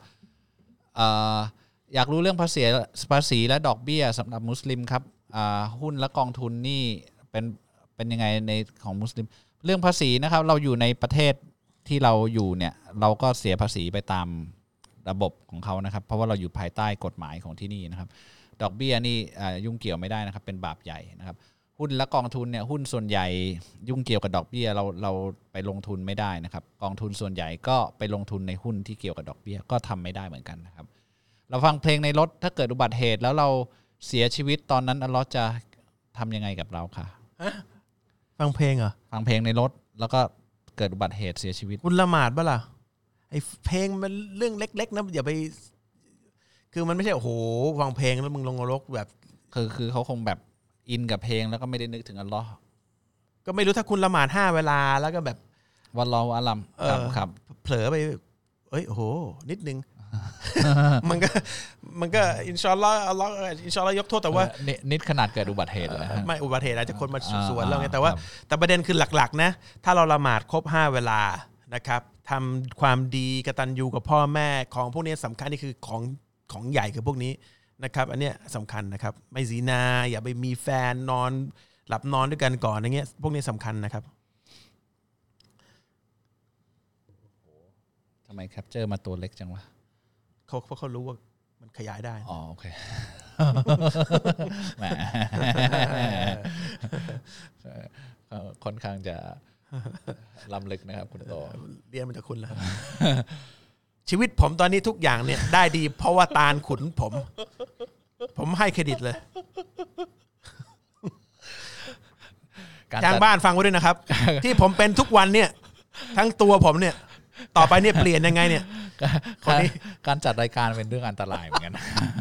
อยากรู้เรื่องภาษีภาษีและดอกเบี้ยสำหรับมุสลิมครับหุ้นและกองทุนนี่เป็นเป็นยังไงในของมุสลิมเรื่องภาษีนะครับเราอยู่ในประเทศที่เราอยู่เนี่ยเราก็เสียภาษีไปตามระบบของเขานะครับเพราะว่าเราอยู่ภายใต้กฎหมายของที่นี่นะครับดอกเบี้ยนี่ยุ่งเกี่ยวไม่ได้นะครับเป็นบาปใหญ่นะครับหุ้นและกองทุนเนี่ยหุ้นส่วนใหญ่ยุ่งเกี่ยวกับดอกเบี้ยเราเราไปลงทุนไม่ได้นะครับกองทุนส่วนใหญ่ก็ไปลงทุนในหุ้นที่เกี่ยวกับดอกเบี้ยก็ทำไม่ได้เหมือนกันนะครับเราฟังเพลงในรถถ้าเกิดอุบัติเหตุแล้วเราเสียชีวิตตอนนั้นอัลเลาะห์จะทำยังไงกับเราค่ะฟังเพลงเหรอฟังเพลงในรถแล้วก็เกิดอุบัติเหตุเสียชีวิตคุณละหมาดป่ะล่ะไอ้เพลงมันเรื่องเล็กๆนะอย่าไปคือมันไม่ใช่โอ้โหฟังเพลงแล้วมึงลงนรกแบบคือคือเขาคงแบบอินกับเพลงแล้วก็ไม่ได้นึกถึงอัลลอฮ์ก็ไม่รู้ถ้าคุณละหมาดห้าเวลาแล้วก็แบบวัลลอฮุอะลัมครับครับเผลอไปเอ้ยโอ้โหนิดนึง มันก็มันก็อินชาอัลลอฮ์อัลลอฮ์อินชาอัลลอฮ์ยกโทษแต่ว่านิดขนาดเกิดอุบัติเหตุเลยไม่อุบัติเหตุอาจจะคนมาสวนเราไงแต่ว่าแต่ประเด็นคือหลักๆนะถ้าเราละหมาดครบห้าเวลานะครับทำความดีกตัญญูกับพ่อแม่ของพวกนี้สำคัญนี่คือของของใหญ่คือพวกนี้นะครับอันเนี้ยสำคัญนะครับไม่ซีนาอย่าไปมีแฟนนอนหลับนอนด้วยกันก่อนอย่างเงี้ยพวกนี้สำคัญนะครับทำไมแคปเจอร์มาตัวเล็กจังวะเขาเพราะเขารู้ว่ามันขยายได้อ๋อโอเคแหมค่อนข้างจะล้ำลึกนะครับคุณโตเรียนมาจากคุณแล้วชีวิตผมตอนนี้ทุกอย่างเนี่ยได้ดีเพราะว่าตาลขุนผมผมให้เครดิตเลยทางบ้านฟังไว้ด้วยนะครับที่ผมเป็นทุกวันเนี่ยทั้งตัวผมเนี่ยต่อไปเนี่ยเปลี่ยนยังไงเนี่ยคนนี้การจัดรายการเป็นเรื่องอันตรายเหมือนกัน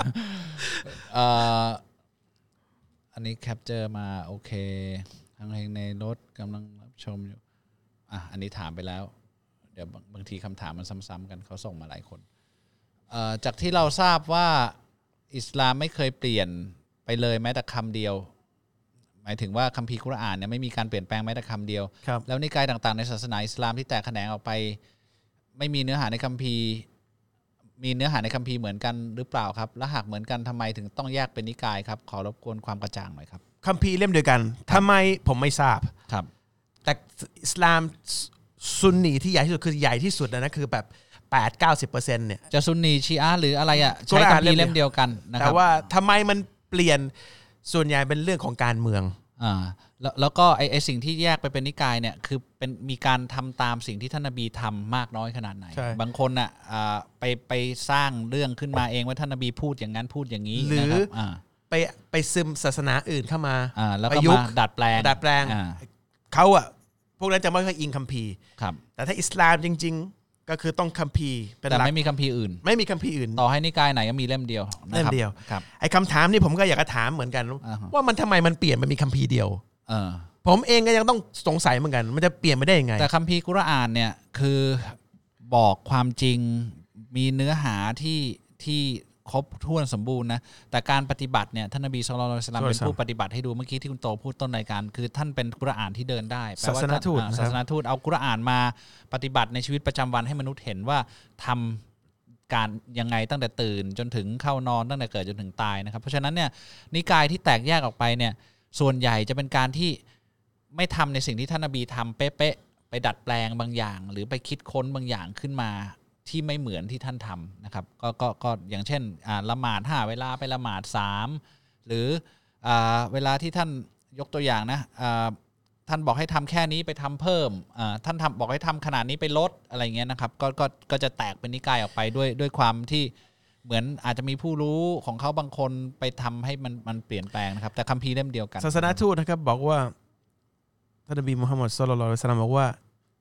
อันนี้แคปเจอร์มาโอเคทางในรถกำลังรับชมอยู่อ่ะอันนี้ถามไปแล้วเดี๋ยวบางทีคำถามมันซ้ำๆกันเขาส่งมาหลายคนจากที่เราทราบว่าอิสลามไม่เคยเปลี่ยนไปเลยแม้แต่คำเดียวหมายถึงว่าคัมภีร์กุรอานเนี่ยไม่มีการเปลี่ยนแปลงแม้แต่คำเดียวแล้วนิกายต่างๆในศาสนาอิสลามที่แตกแขนงออกไปไม่มีเนื้อหาในคัมภีร์มีเนื้อหาในคัมภีร์เหมือนกันหรือเปล่าครับและหากเหมือนกันทำไมถึงต้องแยกเป็นนิกายครับขอรบกวนความกระจ่างหน่อยครับคัมภีร์เล่มเดียวกันทำไมผมไม่ทราบครับแต่อิสลามซุนนีที่ใหญ่ที่สุดคือใหญ่ที่สุดนะคือแบบ แปดถึงเก้าสิบเปอร์เซ็นต์ เนี่ยจะซุนนีชีอะห์หรืออะไรอ่ะใช้คัมภีร์เล่มเดียวกันนะครับแต่ว่าทำไมมันเปลี่ยนส่วนใหญ่เป็นเรื่องของการเมืองอ่าแล้วแล้วก็ไอไอสิ่งที่แยกไปเป็นนิกายเนี่ยคือเป็นมีการทำตามสิ่งที่ท่านนบีทำมากน้อยขนาดไหนบางคนอ่ะไปไปสร้างเรื่องขึ้นมาเองว่าท่านนบีพูดอย่างนั้นพูดอย่างนี้หรือไปไปซึมศาสนาอื่นเข้ามาแล้วก็มาดัดแปลงดัดแปลงเขาอ่ะพวกนั้นจะไม่ค่อยอิงคัมภีร์แต่ถ้าอิสลามจริงๆก็คือต้องคัมภีร์เป็นหลักแต่ไม่มีคัมภีร์อื่นไม่มีคัมภีร์อื่นต่อให้นิกายไหนก็มีเล่มเดียวเล่มเดียวไอ้คำถามนี่ผมก็อยากจะถามเหมือนกันว่ามันทำไมมันเปลี่ยนมันมีคัมภีร์เดียวผมเองก็ยังต้องสงสัยเหมือนกันมันจะเปลี่ยนไม่ได้ยังไงแต่คัมภีร์กุรอานเนี่ยคือบอกความจริงมีเนื้อหาที่ที่ครบถ้วนสมบูรณ์นะแต่การปฏิบัติเนี่ยท่านนบีศ็อลลัลลอฮุอะลัยฮิวะซัลลัมเป็นผู้ปฏิบัติให้ดูเมื่อกี้ที่คุณโตพูดต้นรายการคือท่านเป็นกุรอานที่เดินได้แปลว่าศาสนทูตศาสนทูตเอากุรอานมาปฏิบัติในชีวิตประจำวันให้มนุษย์เห็นว่าทำการยังไงตั้งแต่ตื่นจนถึงเข้านอนตั้งแต่เกิดจนถึงตายนะครับเพราะฉะนั้นเนี่ยนิกายที่แตกแยกออกไปเนี่ยส่วนใหญ่จะเป็นการที่ไม่ทำในสิ่งที่ท่านนบีทำเป๊ะๆไปดัดแปลงบางอย่างหรือไปคิดค้นบางอย่างขึ้นมาที่ไม่เหมือนที่ท่านทำนะครับก็ก็ก็อย่างเช่นละหมาดห้าเวลาไปละหมาดสามหรือเวลาที่ท่านยกตัวอย่างนะท่านบอกให้ทำแค่นี้ไปทำเพิ่มท่านทำบอกให้ทำขนาดนี้ไปลดอะไรเงี้ยนะครับก็ก็ก็จะแตกเป็นนิกายออกไปด้วยด้วยความที่เหมือนอาจจะมีผู้รู้ของเขาบางคนไปทำให้มันมันเปลี่ยนแปลงนะครับแต่คัมภีร์เล่มเดียวกันศาสนาทูตนะครับบอกว่าท่านนบีมุฮัมมัดศ็อลลัลลอฮุอะลัยฮิวะซัลลัมบอกว่า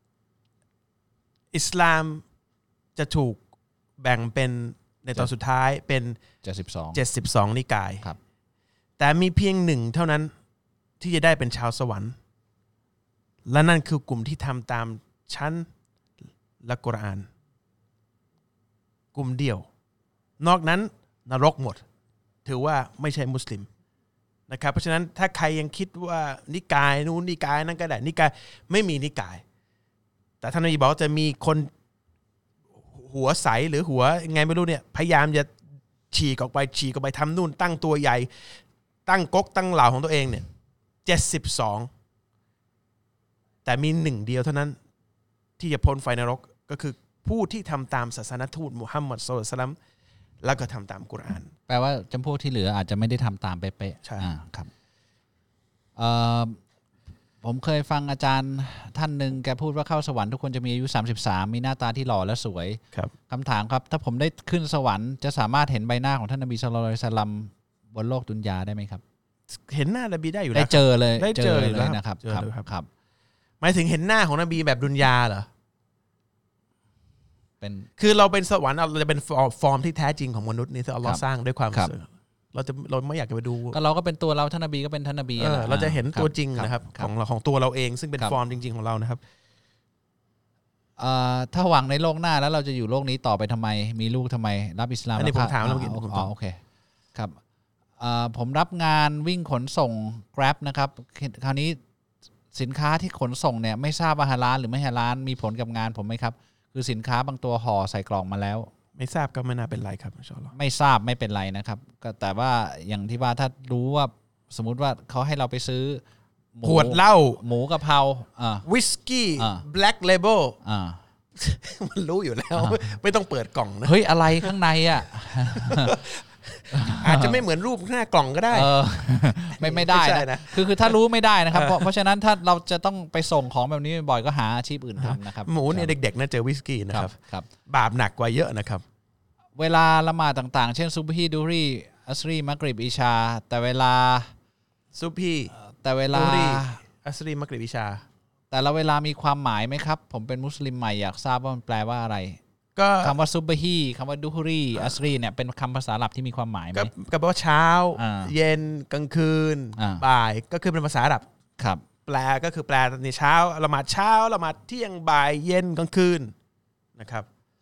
อิสลามจะถูกแบ่งเป็นในตอนสุดท้ายเป็นเจ็ดสิบสองเจ็ดสิบสองนิกายแต่มีเพียงหนึ่งเท่านั้นที่จะได้เป็นชาวสวรรค์และนั่นคือกลุ่มที่ทำตามชั้นและกุรอานกลุ่มเดียวนอกนั้นนรกหมดถือว่าไม่ใช่มุสลิมนะครับเพราะฉะนั้นถ้าใครยังคิดว่านิกายนู้นนิกายนั้นก็ได้นิกายไม่มีนิกายแต่ท่านนบีบอกว่าจะมีคนหัวใสหรือหัวไงไม่รู้เนี่ยพยายามจะฉีกออกไปฉีกออกไปทำนู่นตั้งตัวใหญ่ตั้งก๊กตั้งเหล่าของตัวเองเนี่ยเจ็ดสิบสองแต่มีหนึ่งเดียวเท่านั้นที่จะพ้นไฟนรกก็คือผู้ที่ทำตามศาสนทูตมุฮัมมัดศ็อลลัลลอฮุอะลัยฮิวะซัลลัมแล้วก็ทำตามกุรอานแปลว่าจำพวกที่เหลืออาจจะไม่ได้ทำตามเป๊ะๆใช่ครับผมเคยฟังอาจารย์ท่านหนึ่งแกพูดว่าเข้าสวรรค์ทุกคนจะมีอายุสามสิบสามมีหน้าตาที่หล่อและสวยครับคำถามครับถ้าผมได้ขึ้นสวรรค์จะสามารถเห็นใบหน้าของท่านนบีศ็อลลัลลอฮุอะลัยฮิวะซัลลัมบนโลกดุนยาได้ไหมครับเห็นหน้านบีได้อยู่แล้วได้เจอเลยได้เจอเลยนะครับครับครับหมายถึงเห็นหน้าของนบีแบบดุนยาเหรอเป็นคือเราเป็นสวรรค์เราจะเป็นฟอร์มที่แท้จริงของมนุษย์นี่ที่อัลเลาะห์สร้างด้วยความสุขเราจะเราไม่อยากจะไปดูก็เราก็เป็นตัวเราท่านนบีก็เป็นท่านนบีเราจะเห็นตัวจริงนะครับของเราของตัวเราเองซึ่งเป็นฟอร์มจริงๆของเรานะครับถ้าหวังในโลกหน้าแล้วเราจะอยู่โลกนี้ต่อไปทำไมมีลูกทำไมรับอิสลามอันนี้ผมถามแล้วเมื่อกี้อ๋อโอเคครับผมรับงานวิ่งขนส่ง Grab นะครับคราวนี้สินค้าที่ขนส่งเนี่ยไม่ทราบว่าฮาลาลหรือไม่ฮาลาลมีผลกับงานผมไหมครับคือสินค้าบางตัวห่อใส่กล่องมาแล้วไม่ทราบก็ไม่น่าเป็นไรครับอินชาอัลลอฮ์ไม่ทราบไม่เป็นไรนะครับก็แต่ว่าอย่างที่ว่าถ้ารู้ว่าสมมุติว่าเขาให้เราไปซื้อขวดเหล้าหมูกะเพราวิสกี้แบล็กเลเบลมันรู้อยู่แล้วไม่ต้องเปิดกล่องนะเฮ้ยอะไรข้างในอ่ะอาจจะไม่เหมือนรูปหน้ากล่องก็ได้ไม่ไม่ได้นะคือคือถ้ารู้ไม่ได้นะครับเพราะเพราะฉะนั้นถ้าเราจะต้องไปส่งของแบบนี้บ่อยก็หาอาชีพอื่นทำนะครับหมูเนี่ยเด็กๆนะเจอวิสกี้นะครับครับบาปหนักกว่าเยอะนะครับเวลาละหมาดต่างๆเช่นซุบฮีดูรีอัสรีมักริบอิชาแต่เวลาซุบฮีแต่เวลาอัสรีมักริบอิชาแต่ละเวลามีความหมายไหมครับผมเป็นมุสลิมใหม่อยากทราบว่ามันแปลว่าอะไรก็คำว่าซุบฮีคำว่าดูฮุรีอัสรีเนี่ยเป็นคำภาษาอาหรับที่มีความหมายไหมก็แปลว่าเช้าเย็นกลางคืนบ่ายก็คือเป็นภาษาอาหรับครับแปลก็คือแปลในเช้าละหมาดเช้าละหมาดเที่ยงบ่ายเย็นกลางคืนนะครับ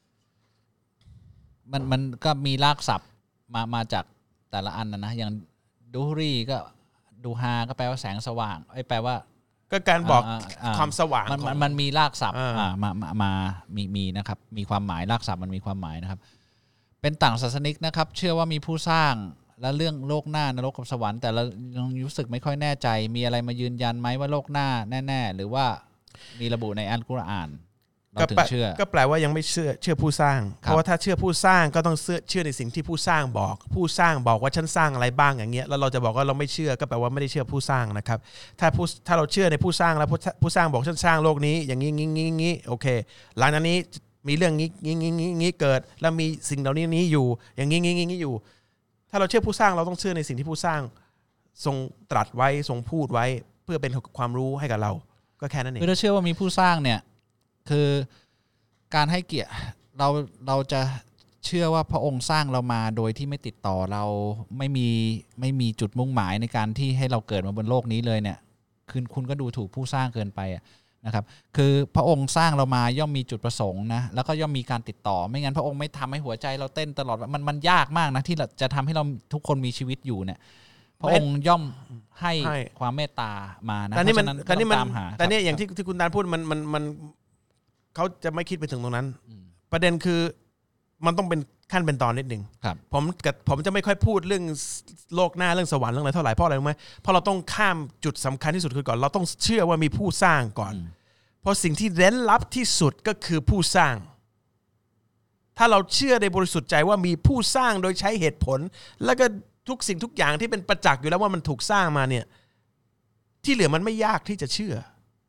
มันมันก็มีรากศัพท์มามาจากแต่ละอันนะนะอย่างดูฮุรีก็ดูฮาก็แปลว่าแสงสว่างไอ้แปลว่าก็การบอกความสว่างมันมันมันมีรากศัพท์อ่ามามามามีมีนะครับมีความหมายรากศัพท์มันมีความหมายนะครับเป็นต่างศาสนิกนะครับเชื่อว่ามีผู้สร้างและเรื่องโลกหน้านรกกับสวรรค์แต่เรายังรู้สึกไม่ค่อยแน่ใจมีอะไรมายืนยันไหมว่าโลกหน้าแน่ๆหรือว่ามีระบุในอัลกุรอานเราถึงเชื่อก็แปลว่ายังไม่เชื่อเชื่อผู้สร้างเพราะว่าถ้าเชื่อผู้สร้างก็ต้องเชื่อเชื่อในสิ่งที่ผู้สร้างบอกผู้สร้างบอกว่าฉันสร้างอะไรบ้างอย่างเงี้ยแล้วเราจะบอกว่าเราไม่เชื่อก็แปลว่าไม่ได้เชื่อผู้สร้างนะครับถ้าผู้ถ้าเราเชื่อในผู้สร้างแล้วผู้สร้างบอกฉันสร้างโลกนี้อย่างงี้งี้งี้งี้โอเคหลังจากนี้มีเรื่องงี้งี้งี้งี้งี้เกิดแล้วมีสิ่งเหล่านี้นี้อยู่อย่างงี้งี้งี้งี้อยู่ถ้าเราเชื่อผู้สร้างเราต้องเชื่อในสิ่งที่ผู้สร้างทรงตรัสไว้ทรงพูดไว้เพื่อเป็นความรู้ให้กับเราก็แค่นั้นเองคือเราเชื่อว่ามีผู้สร้างเนี่ยคือการให้เกียรติเราเราจะเชื่อว่าพระองค์สร้างเรามาโดยที่ไม่ติดต่อเราไม่มีไม่มีจุดมุ่งหมายในการที่ให้เราเกิดมาบนโลกนี้เลยเนี่ยคือคุณก็ดูถูกผู้สร้างเกินไปนะครับคือพระองค์สร้างเรามาย่อมมีจุดประสงค์นะแล้วก็ย่อมมีการติดต่อไม่งั้นพระองค์ไม่ทำให้หัวใจเราเต้นตลอดมันมันยากมากนะที่จะทำให้เราทุกคนมีชีวิตอยู่เนี่ยพระองค์ย่อมให้ความเมตตามานะเพราะฉะนั้นต้องตามหาแต่เนี่ยอย่างที่ที่คุณดานพูดมันมันมันเขาจะไม่คิดไปถึงตรงนั้นประเด็นคือมันต้องเป็นขั้นเป็นตอนนิดหนึ่งผมกับผมจะไม่ค่อยพูดเรื่องโลกหน้าเรื่องสวรรค์เรื่องอะไรเท่าไหร่เพราะอะไรรู้ไหมเพราะเราต้องข้ามจุดสำคัญที่สุดคือก่อนเราต้องเชื่อว่ามีผู้สร้างก่อนเพราะสิ่งที่เร้นลับที่สุดก็คือผู้สร้างถ้าเราเชื่อในบริสุทธิ์ใจว่ามีผู้สร้างโดยใช้เหตุผลแล้วก็ทุกสิ่งทุกอย่างที่เป็นประจักษ์อยู่แล้วว่ามันถูกสร้างมาเนี่ยที่เหลือมันไม่ยากที่จะเชื่อ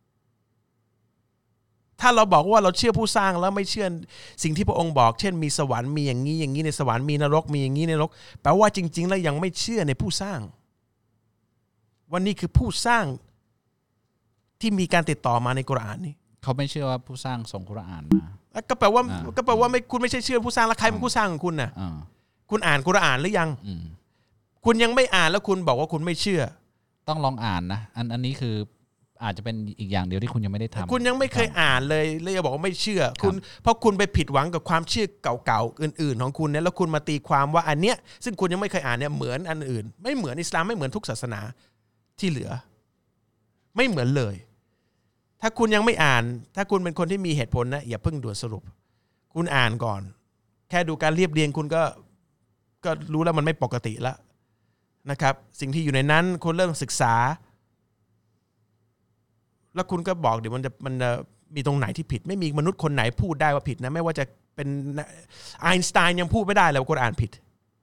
ถ้าเราบอกว่าเราเชื่อผู้สร้างแล้วไม่เชื่อสิ่งที่พระองค์บอกเช่นมีสวรรค์มีอย่างนี้อย่างนี้ในสวรรค์มีนรกมีอย่างนี้ในนรกแปลว่าจริงๆแล้วยังไม่เชื่อในผู้สร้างวันนี้คือผู้สร้างที่มีการติดต่อมาในกุรอานนี่เขาไม่เชื่อว่าผู้สร้างส่งกุรอานมาก็แปลว่าก็แปลว่าไม่คุณไม่ใช่เชื่อผู้สร้างแล้วใครเป็นผู้สร้างของคุณน่ะคุณอ่านกุรอานหรือยังคุณยังไม่อ่านแล้วคุณบอกว่าคุณไม่เชื่อต้องลองอ่านนะอันอันนี้คืออาจจะเป็นอีกอย่างเดียวที่คุณยังไม่ได้ทำคุณยังไม่เคยอ่านเลยเลยจะบอกว่าไม่เชื่อคุณเพราะคุณไปผิดหวังกับความเชื่อเก่าๆอื่นๆของคุณเนี่ยแล้วคุณมาตีความว่าอันเนี้ยซึ่งคุณยังไม่เคยอ่านเนี่ยเหมือนอันอื่นไม่เหมือนอิสลามไม่เหมือนทุกศาสนาที่เหลือไม่เหมือนเลยถ้าคุณยังไม่อ่านถ้าคุณเป็นคนที่มีเหตุผลนะอย่าเพิ่งด่วนสรุปคุณอ่านก่อนแค่ดูการเรียบเรียงคุณก็ก็รู้แล้วมันไม่ปกติแล้วนะครับสิ่งที่อยู่ในนั้นคุณเริ่มศึกษาแล้วคุณก็บอกเดี๋ยวมันจะมันจะมีตรงไหนที่ผิดไม่มีมนุษย์คนไหนพูดได้ว่าผิดนะไม่ว่าจะเป็นไอน์สไตน์ยังพูดไม่ได้เลยว่ากุรอานผิด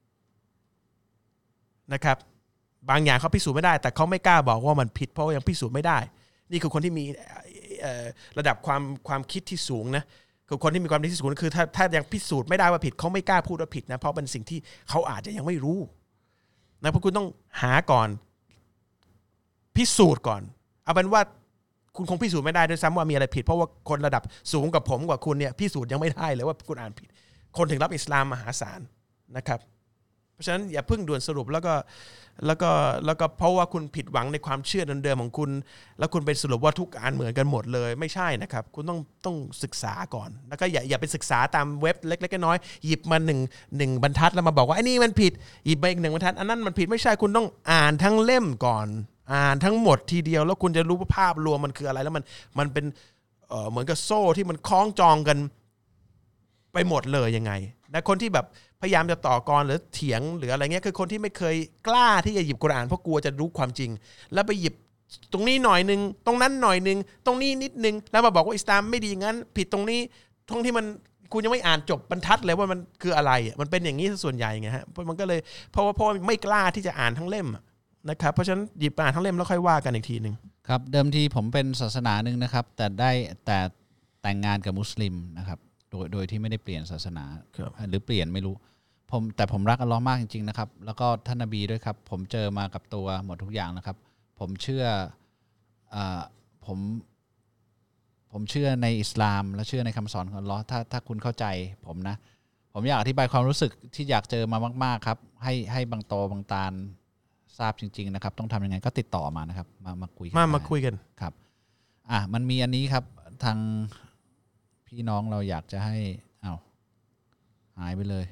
นะครับบางอย่างเขาพิสูจน์ไม่ได้แต่เขาไม่กล้าบอกว่ามันผิดเพราะยังพิสูจน์ไม่ได้นี่คือคนที่มีระดับความความคิดที่สูงนะคือคนที่มีความคิดที่สูงคือถ้าถ้ายังพิสูจน์ไม่ได้ว่าผิดเขาไม่กล้าพูดว่าผิดนะเพราะเป็นสิ่งที่เขาอาจจะยังไม่รู้นะเพราะคุณต้องหาก่อนพิสูจน์ก่อนเอาเป็นว่าคุณคงพิสูจน์ไม่ได้ด้วยซ้ำว่ามีอะไรผิดเพราะว่าคนระดับสูงกว่าผมกว่าคุณเนี่ยพิสูจน์ยังไม่ได้เลยว่าคุณอ่านผิดคนถึงรับอิสลามมหาศาลนะครับเพราะฉะนั้นอย่าเพิ่งด่วนสรุปแล้วก็แล้วก็แล้วก็เพราะว่าคุณผิดหวังในความเชื่อเดิมๆของคุณแล้วคุณไปสรุปว่าทุกอันเหมือนกันหมดเลยไม่ใช่นะครับคุณต้องต้องศึกษาก่อนแล้วก็อย่าอย่าไปศึกษาตามเว็บเล็กๆน้อยๆหยิบมาหนึ่งหนึ่งบรรทัดแล้วมาบอกว่าไอ้นี่มันผิดหยิบมาอีกหนึ่งบรรทัดอันนั้นมันผิดไม่ใช่คุณต้องอ่านทั้งเล่มก่อนอ่านทั้งหมดทีเดียวแล้วคุณจะรู้ว่าภาพรวมมันคืออะไรแล้วมันมันเป็นเอ่อเหมือนกับโซ่ที่มันคล้องจองกันไปหมดเลยยังไงและคนที่แบบพยายามจะต่อกรหรือเถียงหรืออะไรเงี้ยคือคนที่ไม่เคยกล้าที่จะหยิบกุรอานเพราะกลัวจะรู้ความจริงแล้วไปหยิบตรงนี้หน่อยนึงตรงนั้นหน่อยนึงตรงนี้นิดนึงแล้วมาบอกว่าอิสลามไม่ดีงั้นผิดตรงนี้ทั้งที่มันคุณยังไม่อ่านจบบรรทัดเลยว่ามันคืออะไรมันเป็นอย่างนี้ส่วนใหญ่ไงฮะมันก็เลยเพราะว่าเพราะไม่กล้าที่จะอ่านทั้งเล่มนะครับเพราะฉะนั้นหยิบอ่านทั้งเล่มแล้วค่อยว่ากันอีกทีนึงครับเดิมทีผมเป็นศาสนาหนึ่งนะครับแต่ได้แต่แต่งงานกับมุสลิมนะครับโดยโดยที่ไม่ได้เปลี่ยนศาสนาหรือเปลี่ยนไม่รู้ผมแต่ผมรักอัลเลาะห์มากจริงๆนะครับแล้วก็ท่านนบีด้วยครับผมเจอมากับตัวหมดทุกอย่างนะครับผมเชื่ออ่าผมผมเชื่อในอิสลามและเชื่อในคำสอนของอัลเลาะห์ถ้าถ้าคุณเข้าใจผมนะผมอยากอธิบายความรู้สึกที่อยากเจอมามากๆครับให้ให้บางโตบางตาลทราบจริงๆนะครับต้องทำยังไงก็ติดต่อมานะครับมามาคุยกันมามาคุยกันครับอ่ะมันมีอันนี้ครับทางพี่น้องเราอยากจะให้อ้าวหายไปเลย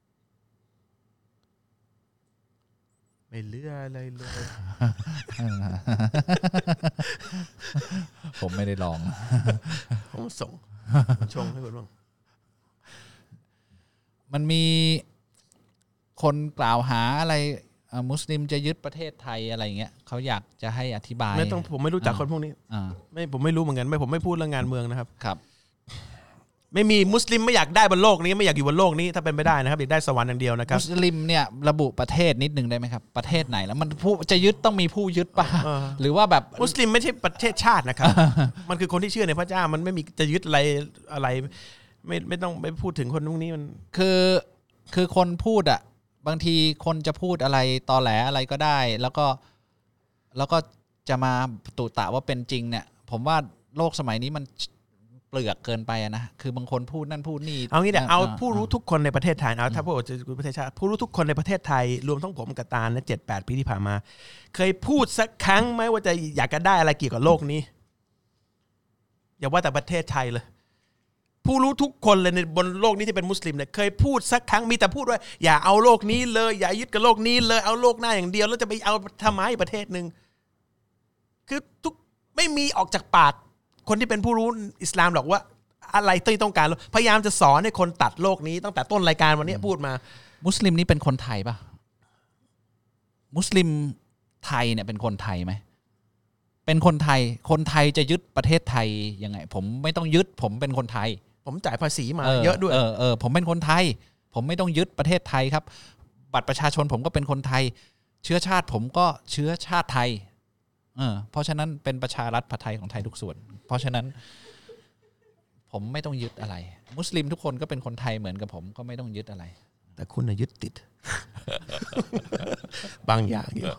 ไม่เหลืออะไรเลยผมไม่ได้ลองผมส่งชงให้คุณบ้างมันมีคนกล่าวหาอะไรมุสลิมจะยึดประเทศไทยอะไรเงี้ยเขาอยากจะให้อธิบายไม่ต้องผมไม่รู้จักคนพวกนี้ไม่ผมไม่รู้เหมือนกันไม่ผมไม่พูดเรื่องงานเมืองนะครับครับไม่มีมุสลิมไม่อยากได้บนโลกนี้ไม่อยากอยู่บนโลกนี้ถ้าเป็นไปได้นะครับอยากได้สวรรค์อย่างเดียวนะครับมุสลิมเนี่ยระบุประเทศนิดนึงได้ไหมครับประเทศไหนแล้วมันผู้จะยึดต้องมีผู้ยึดป่ะหรือว่าแบบมุสลิมไม่ใช่ประเทศชาตินะครับมันคือคนที่เชื่อในพระเจ้ามันไม่มีจะยึดอะไรอะไรไม่ไม่ต้องไปพูดถึงคนพวกนี้มันคือคือคนพูดอ่ะบางทีคนจะพูดอะไรตอแหลอะไรก็ได้แล้วก็แล้วก็จะมาตุตะว่าเป็นจริงเนี่ยผมว่าโลกสมัยนี้มันเปลือกเกินไปนะคือบางคนพูดนั่นพูดนี่เอางี้เดี๋ยวเอาผู้รู้ทุกคนในประเทศไทยเอาถ้าพูดจะประเทศชาติผู้รู้ทุกคนในประเทศไทยรวมทั้งผมกับตาลนะเจ็ดแปดปีที่ผ่านมาเคยพูดสักครั้งไหมว่าจะอยากจะได้อะไรเกี่ยวกับโลกนี้อย่าว่าแต่ประเทศไทยเลยผู้รู้ทุกคนเลยในบนโลกนี้ที่เป็นมุสลิมเนี่ยเคยพูดสักครั้งมีแต่พูดว่าอย่าเอาโลกนี้เลยอย่ายึดกับโลกนี้เลยเอาโลกหน้าอย่างเดียวแล้วจะไปเอาทำไมประเทศนึงคือทุกไม่มีออกจากปากคนที่เป็นผู้รู้อิสลามหรอกว่าอะไรที่ต้องการพยายามจะสอนให้คนตัดโลกนี้ตั้งแต่ต้นรายการวันนี้พูดมามุสลิมนี่เป็นคนไทยป่ะมุสลิมไทยเนี่ยเป็นคนไทยไหมเป็นคนไทยคนไทยจะยึดประเทศไทยยังไงผมไม่ต้องยึดผมเป็นคนไทยผมจ่ายภาษีมาเยอะด้วยเออเออผมเป็นคนไทยผมไม่ต้องยึดประเทศไทยครับบัตรประชาชนผมก็เป็นคนไทยเชื้อชาติผมก็เชื้อชาติไทยเออเพราะฉะนั้นเป็นประชารัฐไทยของไทยทุกส่วนเพราะฉะนั้นผมไม่ต้องยึดอะไรมุสลิมทุกคนก็เป็นคนไทยเหมือนกับผมก็ไม่ต้องยึดอะไรแต่คุณน่ะยึดติด บางอย่างอยู่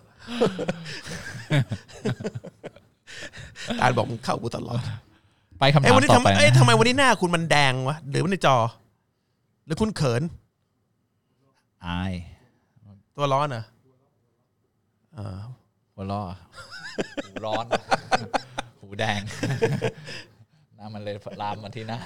อ่านบอกมึงเข้ากูตลอดไปคำถามต่อไปเอ้ยทำไมวันนี้หน้าคุณมันแดงวะหรือมันในจอหรือคุณเขินอายตัวร้อนเหรอเออหัวร้อนหูร้อนหูแดงน้ำมันเลยลามมาที่หน้า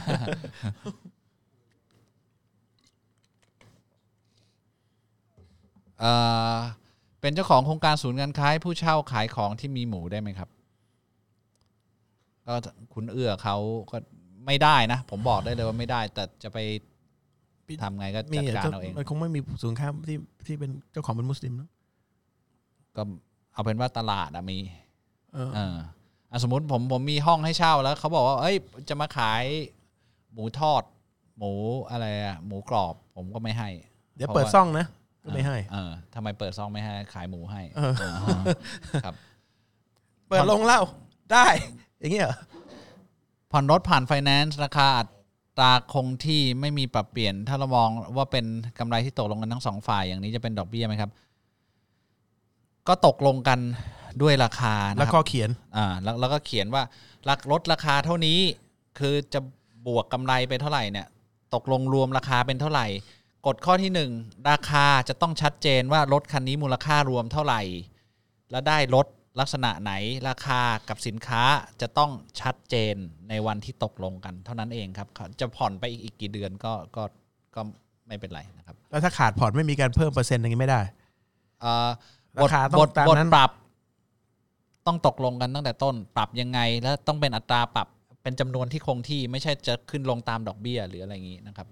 เอ่อเป็นเจ้าของโครงการศูนย์การค้าผู้เช่าขายของที่มีหมูได้ไหมครับก็คุณเอื้อเขาก็ไม่ได้นะผมบอกได้เลยว่าไม่ได้แต่จะไปทำไงก็จัดการเอาเองมันคงไม่มีศูนย์ค้าที่ที่เป็นเจ้าของเป็นมุสลิมนะก็เอาเป็นว่าตลาดมีเออสมมติผมผมมีห้องให้เช่าแล้วเขาบอกว่าเอ้ยจะมาขายหมูทอดหมูอะไรอะหมูกรอบผมก็ไม่ให้เดี๋ยวเปิดซ่องนะก็ไม่ให้เออทำไมเปิดซ่องไม่ให้ขายหมูให้ครับเปิดลงเล่าได้อย่างเงี้ยผ่อนรถผ่านไฟแนนซ์ราคาอัตราคงที่ไม่มีปรับเปลี่ยนถ้าเรามองว่าเป็นกำไรที่ตกลงกันทั้งสองฝ่ายอย่างนี้จะเป็นดอกเบี้ยไหมครับก็ตกลงกันด้วยราคาแล้วก็เขียนอ่าแล้วแล้วก็เขียนว่าลดราคาเท่านี้คือจะบวกกำไรไปเท่าไหร่เนี่ยตกลงรวมราคาเป็นเท่าไหร่กฎข้อที่หนึ่งราคาจะต้องชัดเจนว่ารถคันนี้มูลค่ารวมเท่าไหร่และได้รถลักษณะไหนราคากับสินค้าจะต้องชัดเจนในวันที่ตกลงกันเท่านั้นเองครับจะผ่อนไปอีกอีกกี่เดือนก็ก็ก็ไม่เป็นไรนะครับแล้วถ้าขาดผ่อนไม่มีการเพิ่มเปอร์เซ็นต์อย่างนี้ไม่ได้บทบทบทปรับต้องตกลงกันตั้งแต่ต้นปรับยังไงแล้วต้องเป็นอัตราปรับเป็นจำนวนที่คงที่ไม่ใช่จะขึ้นลงตามดอกเบี้ยหรืออะไรอย่างนี้นะครับ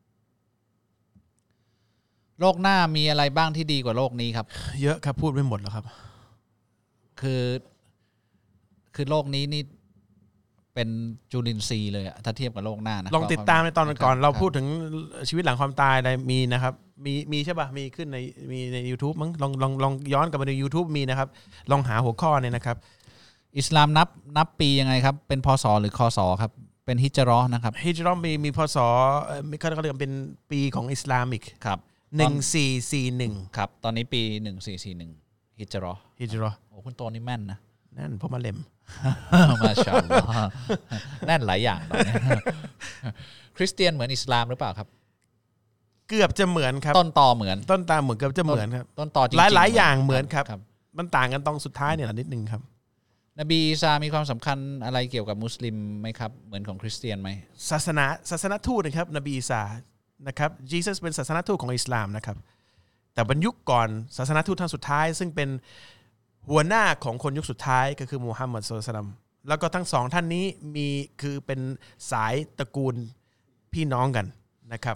โลกหน้ามีอะไรบ้างที่ดีกว่าโลกนี้ครับเยอะครับพูดไม่หมดแล้วครับคือคือโลกนี้นี่เป็นจุลินทรีย์เลยถ้าเทียบกับโลกหน้านะลองติดตามในตอนก่อนเราพูดถึงชีวิตหลังความตายอะไรมีนะครับมีมีใช่ป่ะมีขึ้นในมีใน YouTube มั้งลองลองลองย้อนกลับไปใน YouTube มีนะครับลองหาหัวข้อเนี่ยนะครับอิสลามนับนับปียังไงครับเป็นพศหรือคศครับเป็นฮิจเราะห์นะครับฮิจเราะห์มีมีพศเขาเรียกเป็นปีของอิสลามอีกครับหนึ่งสี่สี่หนึ่งครับตอนนี้ปีหนึ่งสี่สี่หนึ่งฮิจเราะห์ฮิจเราะห์โอ้คุณโตนี่แม่นนะนั่นพมะเล็มมาชาอัลลอฮ์แน่นหลายอย่างตอนนี้คริสเตียนเหมือนอิสลามหรือเปล่าครับเกือบจะเหมือนครับต้นตอเหมือนต้นตาเหมือนเกือบจะเหมือนครับต้นตอจริงหลายหลายอย่างเหมือนครับมันต่างกันตรงสุดท้ายเนี่ยนิดนึงครับนบีอีสามีความสำคัญอะไรเกี่ยวกับมุสลิมไหมครับเหมือนของคริสเตียนไหมศาสนาศาสนทูตนะครับนบีอีสานะครับยีซัสเป็นศาสนทูตของอิสลามนะครับแต่บรรยุคก่อนศาสนทูตท่านสุดท้ายซึ่งเป็นหัวหน้าของคนยุคสุดท้ายก็คือมูฮัมหมัดศ็อลลัลลอฮุอะลัยฮิวะซัลลัมแล้วก็ทั้งสองท่านนี้มีคือเป็นสายตระกูลพี่น้องกันนะครับ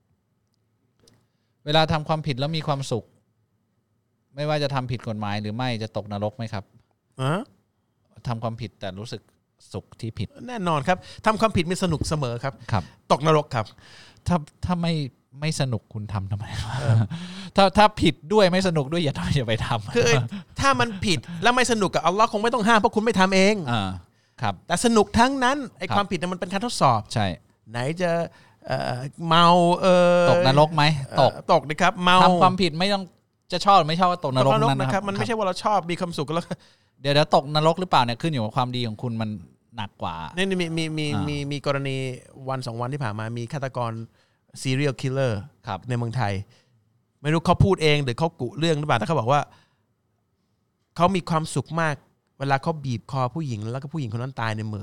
เวลาทำความผิดแล้วมีความสุขไม่ว่าจะทำผิดกฎหมายหรือไม่จะตกนรกไหมครับอะทำความผิดแต่รู้สึกสุขที่ผิดแน่นอนครับทำความผิดมีสนุกเสมอครับครับตกนรกครับถ้าถ้าไม่ไม่สนุกคุณทำทำไมถ้าถ้าผิดด้วยไม่สนุกด้วยอย่าอย่าไปทำคือถ้ามันผิดแล้วไม่สนุกกับอัลลอฮ์คงไม่ต้องห้ามเพราะคุณไม่ทำเองอ่าครับแต่สนุกทั้งนั้นไอ้ความผิดมันเป็นการทดสอบใช่ไหนจะเมาเออตกนรกไหมตกตกนะครับเมาทำความผิดไม่ต้องจะชอบหรือไม่ชอบว่าตกนรกนั้นนะครับมันไม่ใช่ว่าเราชอบมีความสุขแล้วเดี๋ยวเดี๋ยวตกนรกหรือเปล่าเนี่ยขึ้นอยู่กับความดีของคุณมันหนักกว่านี่มีมีมีมีมีกรณีวันสองวันที่ผ่านมามีฆาตกรserial killer ในเมืองไทยไม่รู้เขาพูดเองหรือเขากุเรื่องหรือเปล่าแต่เขาบอกว่าเขามีความสุขมากเวลาเขาบีบคอผู้หญิงแล้วก็ผู้หญิงคนนั้นตายในมือ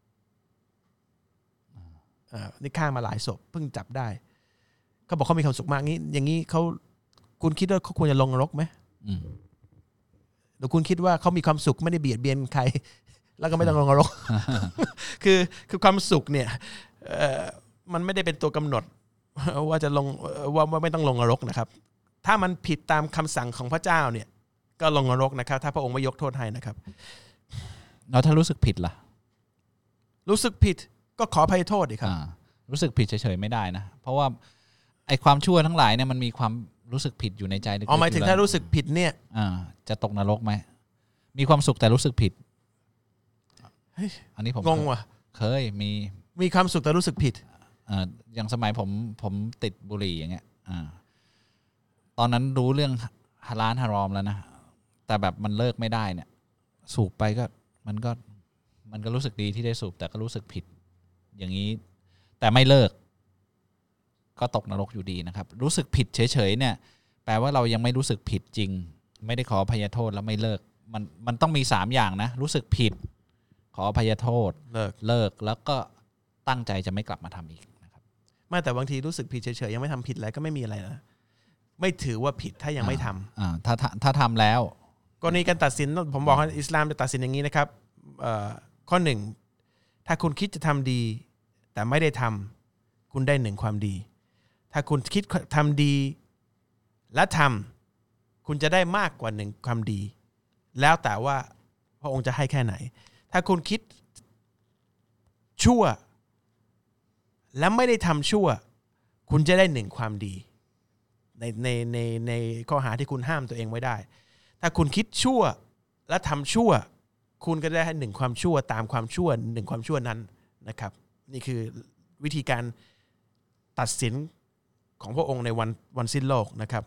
อ่านี่ฆ่ามาหลายศพเพิ่งจับได้เขาบอกเขามีความสุขมากงี้อย่างนี้เขาคุณคิดว่าเขาควรจะลงนรกไหมหรือคุณคิดว่าเขามีความสุขไม่ได้เบียดเบียนใครแล้วก็ไม่ต้องลงนรก คือคือความสุขเนี่ยมันไม่ได้เป็นตัวกำหนดว่าจะลงว่าไม่ต้องลงนรกนะครับถ้ามันผิดตามคำสั่งของพระเจ้าเนี่ยก็ลงนรกนะครับถ้าพระองค์ไม่ยกโทษให้นะครับแล้วถ้ารู้สึกผิดล่ะรู้สึกผิดก็ขออภัยโทษดิครับรู้สึกผิดเฉยๆไม่ได้นะเพราะว่าไอ้ความชั่วทั้งหลายเนี่ยมันมีความรู้สึกผิดอยู่ในใจลึกๆอ๋อหมายถึงถ้ารู้สึกผิดเนี่ยจะตกนรกไหมมีความสุขแต่รู้สึกผิดอันนี้ผมงงว่ะเคยมีมีความสุขแต่รู้สึกผิดอย่างสมัยผมผมติดบุหรี่อย่างเงี้ยตอนนั้นรู้เรื่องฮาลาลฮารอมแล้วนะแต่แบบมันเลิกไม่ได้เนี่ยสูบไปก็มันก็มันก็รู้สึกดีที่ได้สูบแต่ก็รู้สึกผิดอย่างนี้แต่ไม่เลิกก็ตกนรกอยู่ดีนะครับรู้สึกผิดเฉยๆเนี่ยแปลว่าเรายังไม่รู้สึกผิดจริงไม่ได้ขออภัยโทษแล้วไม่เลิกมันมันต้องมีสามอย่างนะรู้สึกผิดขออภัยโทษเลิกเลิกแล้วก็ตั้งใจจะไม่กลับมาทำอีกนะครับไม่แต่บางทีรู้สึกผิดเฉยๆยังไม่ทำผิดอะไรก็ไม่มีอะไรนะไม่ถือว่าผิดถ้ายังไม่ทำอ่าถ้าถ้าทำแล้วกรณีการตัดสินผมบอกว่าอิสลามจะตัดสินอย่างนี้นะครับข้อหนึ่งถ้าคุณคิดจะทำดีแต่ไม่ได้ทำคุณได้หนึ่งความดีถ้าคุณคิดทำดีและทำคุณจะได้มากกว่าหนึ่งความดีแล้วแต่ว่าพระองค์จะให้แค่ไหนถ้าคุณคิดชั่วและไม่ได้ทำชั่วคุณจะได้หนึ่งความดีในในในในข้อหาที่คุณห้ามตัวเองไว้ได้ถ้าคุณคิดชั่วและทำชั่วคุณก็ได้ให้หนึ่งความชั่วตามความชั่วหนึ่งความชั่วนั้นนะครับนี่คือวิธีการตัดสินของพระองค์ในวันวันสิ้นโลกนะครับ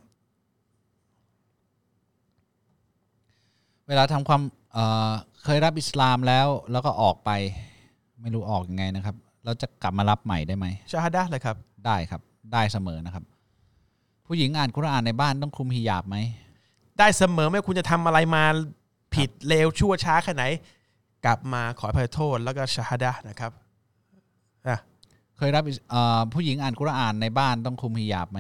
เวลาทำความเอ่อเคยรับอิสลามแล้วแล้วก็ออกไปไม่รู้ออกยังไงนะครับแล้วจะกลับมารับใหม่ได้ไหมชาฮาดะห์เลยครับได้ครับได้เสมอนะครับผู้หญิงอ่านกุรอานในบ้านต้องคลุมฮิญาบไหมได้เสมอไม่คุณจะทำอะไรมาผิดเลวชั่วช้าแค่ไหนกลับมาขออภัยโทษแล้วก็ชะฮาดะห์นะครับนะเคยรับผู้หญิงอ่านกุรอานในบ้านต้องคลุมฮิญาบไหม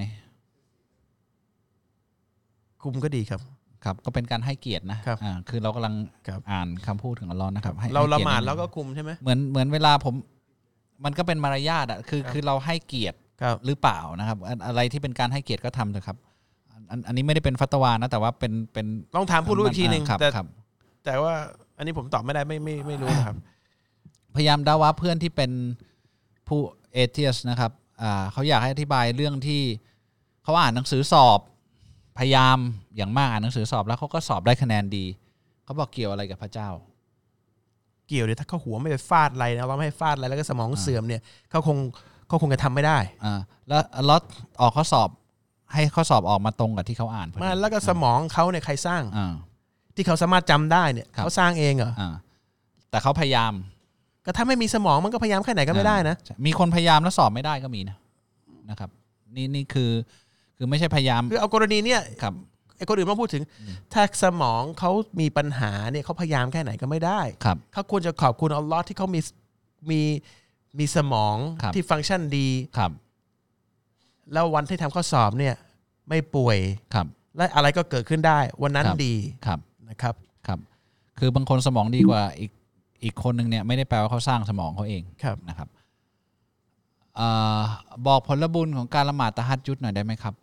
คุมก็ดีครับครับก็เป็นการให้เกียรตินะครับอ่าคือเรากำลังอ่านคำพูดของอัลเลาะห์นะครับเราละหมาดแล้วก็คุมใช่ไหมเหมือนเหมือนเวลาผมมันก็เป็นมารยาทอ่ะคือคือเราให้เกียรติหรือเปล่านะครับอะไรที่เป็นการให้เกียรติก็ทำเถอะครับอันนี้ไม่ได้เป็นฟัตวานะแต่ว่าเป็นเป็นลองถามผู้รู้อีกทีนึงแต่แต่ว่าอันนี้ผมตอบไม่ได้ไม่ไม่ไม่รู้นะครับพยายามด่าว่าเพื่อนที่เป็นผู้เอเทียสนะครับอ่าเขาอยากให้อธิบายเรื่องที่เขาอ่านหนังสือสอบพยายามอย่างมากอ่านหนังสือสอบแล้วเขาก็สอบได้คะแนนดีเขาบอกเกี่ยวอะไรกับพระเจ้าเกี่ยวเลยถ้าเขาหัวไม่ไปฟาดอะไรนะเราไม่ให้ฟาดอะไรแล้วก็สมองเสื่อมเนี่ยเขาคงเขาคงจะทำไม่ได้อ่าแล้วล็อตออกข้อสอบให้ข้อสอบออกมาตรงกับที่เขาอ่านมาแล้วก็สมองเขาเนี่ยใครสร้างอ่าที่เขาสามารถจำได้เนี่ยเขาสร้างเองเหรออ่าแต่เขาพยายามก็ถ้าไม่มีสมองมันก็พยายามแค่ไหนก็ไม่ได้นะมีคนพยายามแล้วสอบไม่ได้ก็มีนะนะครับนี่นี่คือคือไม่ใช่พยายามคือเอากรณีเนี่ยไอ้คนอื่นมาพูดถึงถ้าสมองเขามีปัญหาเนี่ยเขาพยายามแค่ไหนก็ไม่ได้เขาควรจะขอบคุณอัลลอฮ์ที่เขามีมีมีสมองที่ฟังก์ชันดีแล้ววันที่ทำข้อสอบเนี่ยไม่ป่วยและอะไรก็เกิดขึ้นได้วันนั้นดีนะครับครับคือบางคนสมองดีกว่าอีกอีกคนนึงเนี่ยไม่ได้แปลว่าเขาสร้างสมองเขาเองนะครับบอกผลบุญของการละหมาดตะฮัจญุดหน่อยได้ไหมครับ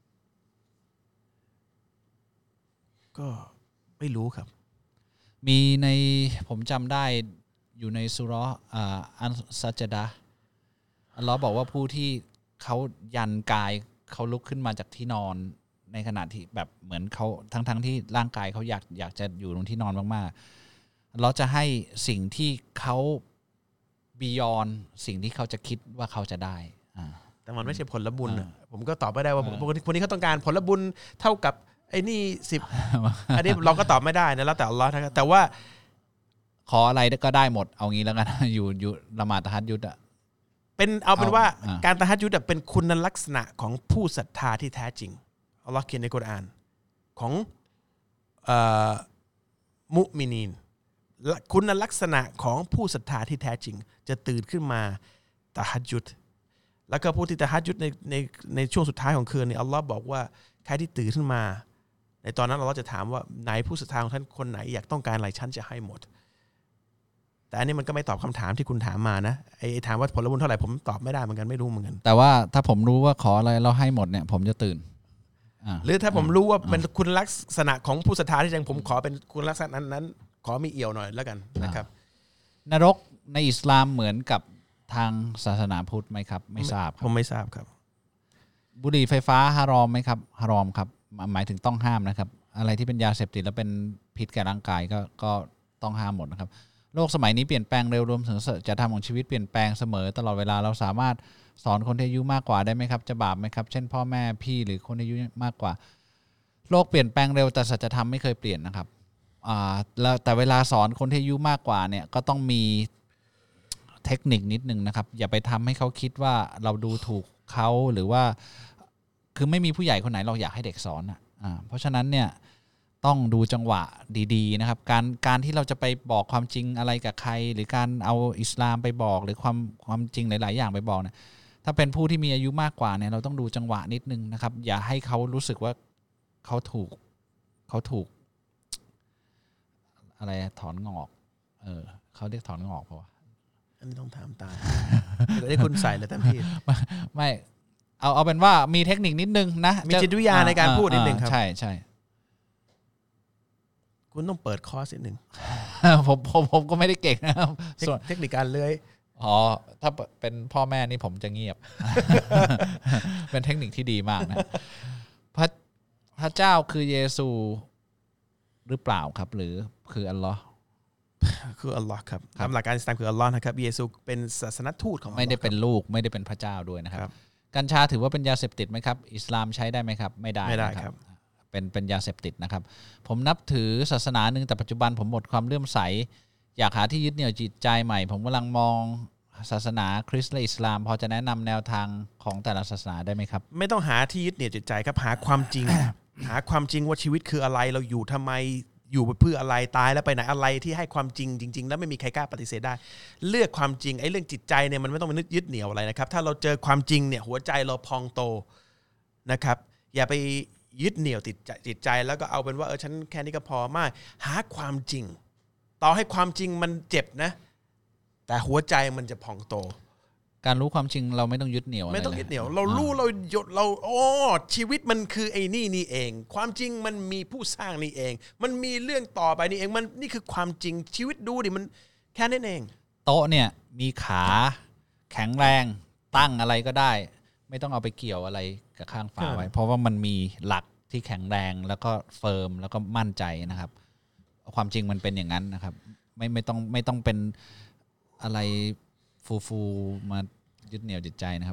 ก็ไม่รู้ครับมีในผมจำได้อยู่ในซูเราะห์อันซัจญะห์อัลเลาะห์บอกว่าผู้ที่เขายันกายเขาลุกขึ้นมาจากที่นอนในขณะที่แบบเหมือนเขาทั้งทั้งที่ร่างกายเขาอยากอยากจะอยู่ตรงที่นอนมากๆเราจะให้สิ่งที่เขาบียอนสิ่งที่เขาจะคิดว่าเขาจะได้แต่มันไม่ใช่ผลบุญผมก็ตอบไม่ได้ว่าคนนี้เขาต้องการผลบุญเท่ากับไอ้นี่สิบอันนี้เราก็ตอบไม่ได้นะแล้วแต่อัลเลาะห์นะครับแต่ว่าขออะไรก็ได้หมดเอางี้แล้วกันอยู่อยู่ละหมาดตะฮัจญุดอ่ะเป็นเอาเป็นว่าการตะฮัจญุดเป็นคุณลักษณะของผู้ศรัทธาที่แท้จริงอัลเลาะห์เขียนในกุรอานของเอ่อมุมินีนคุณลักษณะของผู้ศรัทธาที่แท้จริงจะตื่นขึ้นมาตะฮัจญุดแล้วก็ผู้ที่ตะฮัจญุดในในในช่วงสุดท้ายของคืนนี้อัลเลาะห์บอกว่าใครที่ตื่นขึ้นมาในตอนนั้นเราจะถามว่าไหนผู้ศรัทธาของท่านคนไหนอยากต้องการอะไรฉันจะให้หมดแต่อันนี้มันก็ไม่ตอบคำถามที่คุณถามมานะไอ้ถามว่าผลบุญเท่าไหร่ผมตอบไม่ได้เหมือนกันไม่รู้เหมือนกันแต่ว่าถ้าผมรู้ว่าขออะไรเราให้หมดเนี่ยผมจะตื่นหรือถ้าผมรู้ว่าเป็นคุณลักษณะของผู้ศรัทธาที่จริงผมขอเป็นคุณลักษณะนั้นนั้นขอมีเอี่ยวหน่อยแล้วกันนะครับนรกในอิสลามเหมือนกับทางศาสนาพุทธไหมครับไม่ทราบผมไม่ทราบครับบุหรี่ไฟฟ้าฮารอมไหมครับฮารอมครับหมายถึงต้องห้ามนะครับอะไรที่เป็นยาเสพติดแล้วเป็นพิษแก่ร่างกายก็ก็ต้องห้ามหมดนะครับโลกสมัยนี้เปลี่ยนแปลงเร็วรวมถึงจะทำของชีวิตเปลี่ยนแปลงเสมอตลอดเวลาเราสามารถสอนคนที่อายุมากกว่าได้ไหมครับจะบาปไหมครับเช่นพ่อแม่พี่หรือคนอายุมากกว่าโลกเปลี่ยนแปลงเร็วแต่สัจธรรมไม่เคยเปลี่ยนนะครับอ่าแล้วแต่เวลาสอนคนที่อายุมากกว่าเนี่ยก็ต้องมีเทคนิคนิดนึงนะครับอย่าไปทำให้เขาคิดว่าเราดูถูกเขาหรือว่าคือไม่มีผู้ใหญ่คนไหนเราอยากให้เด็กสอนอ่ะเพราะฉะนั้นเนี่ยต้องดูจังหวะดีๆนะครับการการที่เราจะไปบอกความจริงอะไรกับใครหรือการเอาอิสลามไปบอกหรือความความจริงหลายๆอย่างไปบอกเนี่ยถ้าเป็นผู้ที่มีอายุมากกว่าเนี่ยเราต้องดูจังหวะนิดนึงนะครับอย่าให้เขารู้สึกว่าเขาถูกเขาถูกอะไรถอนงอกเออเขาเรียกถอนงอกป่ะวะอันนี้ต้องถามตาเดี๋ยวได้คุณใส่เลยเต็มที่ไม่เอาเอาเป็นว่ามีเทคนิคนิดนึงนะมีจิตวิทยาในการพูดนิดนึงครับใช่ใช่คุณต้องเปิดคอร์สนิดนึงผมผมผมก็ไม่ได้เก่งนะครับส่วนเทคนิคการเลื้อยอ๋อถ้าเป็นพ่อแม่นี่ผมจะเงียบเป็นเทคนิคที่ดีมากนะพระพระเจ้าคือเยซูหรือเปล่าครับหรือคืออัลลอฮ์คืออัลลอฮ์ครับตามหลักการอิสลามคืออัลลอฮ์นะครับเยซูเป็นศาสนทูตของไม่ได้เป็นลูกไม่ได้เป็นพระเจ้าด้วยนะครับกัญชาถือว่าเป็นยาเสพติดไหมครับอิสลามใช้ได้ไหมครับไม่ได้ไม่ได้ครับเป็นเป็นยาเสพติดนะครับผมนับถือศาสนาหนึ่งแต่ปัจจุบันผมหมดความเลื่อมใสอยากหาที่ยึดเหนี่ยวจิตใจใหม่ผมกำลังมองศาสนาคริสต์และอิสลามพอจะแนะนำแนวทางของแต่ละศาสนาได้ไหมครับไม่ต้องหาที่ยึดเหนี่ยวจิตใจครับหาความจริง หาความจริงว่าชีวิตคืออะไรเราอยู่ทำไมอยู่เพื่ออะไรตายแล้วไปไหนอะไรที่ให้ความจริงจริงๆแล้วไม่มีใครกล้าปฏิเสธได้เลือกความจริงไอ้เรื่องจิตใจเนี่ยมันไม่ต้องไปนึกยึดเหนี่ยวอะไรนะครับถ้าเราเจอความจริงเนี่ยหัวใจเราพองโตนะครับอย่าไปยึดเหนี่ยวติดจิตใจแล้วก็เอาเป็นว่าเออฉันแค่นี้ก็พอไม่หาความจริงต่อให้ความจริงมันเจ็บนะแต่หัวใจมันจะพองโตการรู้ความจริงเราไม่ต้องยึดเหนี่ยวอะไรไม่ต้องยึดเหนี่ยวเรารู้เราหยดเราโอ้ชีวิตมันคือไอ้นี่นี่เองความจริงมันมีผู้สร้างนี่เองมันมีเรื่องต่อไปนี่เองมันนี่คือความจริงชีวิตดูดิมันแค่นั้นเองโต๊ะเนี่ยมีขาแข็งแรงตั้งอะไรก็ได้ไม่ต้องเอาไปเกี่ยวอะไรกับข้างฝาไว้เพราะว่ามันมีหลักที่แข็งแรงแล้วก็เฟิร์มแล้วก็มั่นใจนะครับความจริงมันเป็นอย่างนั้นนะครับไม่ไม่ต้องไม่ต้องเป็นอะไรฟูฟูมายึดเหนี่ยวจิตใจนะครับ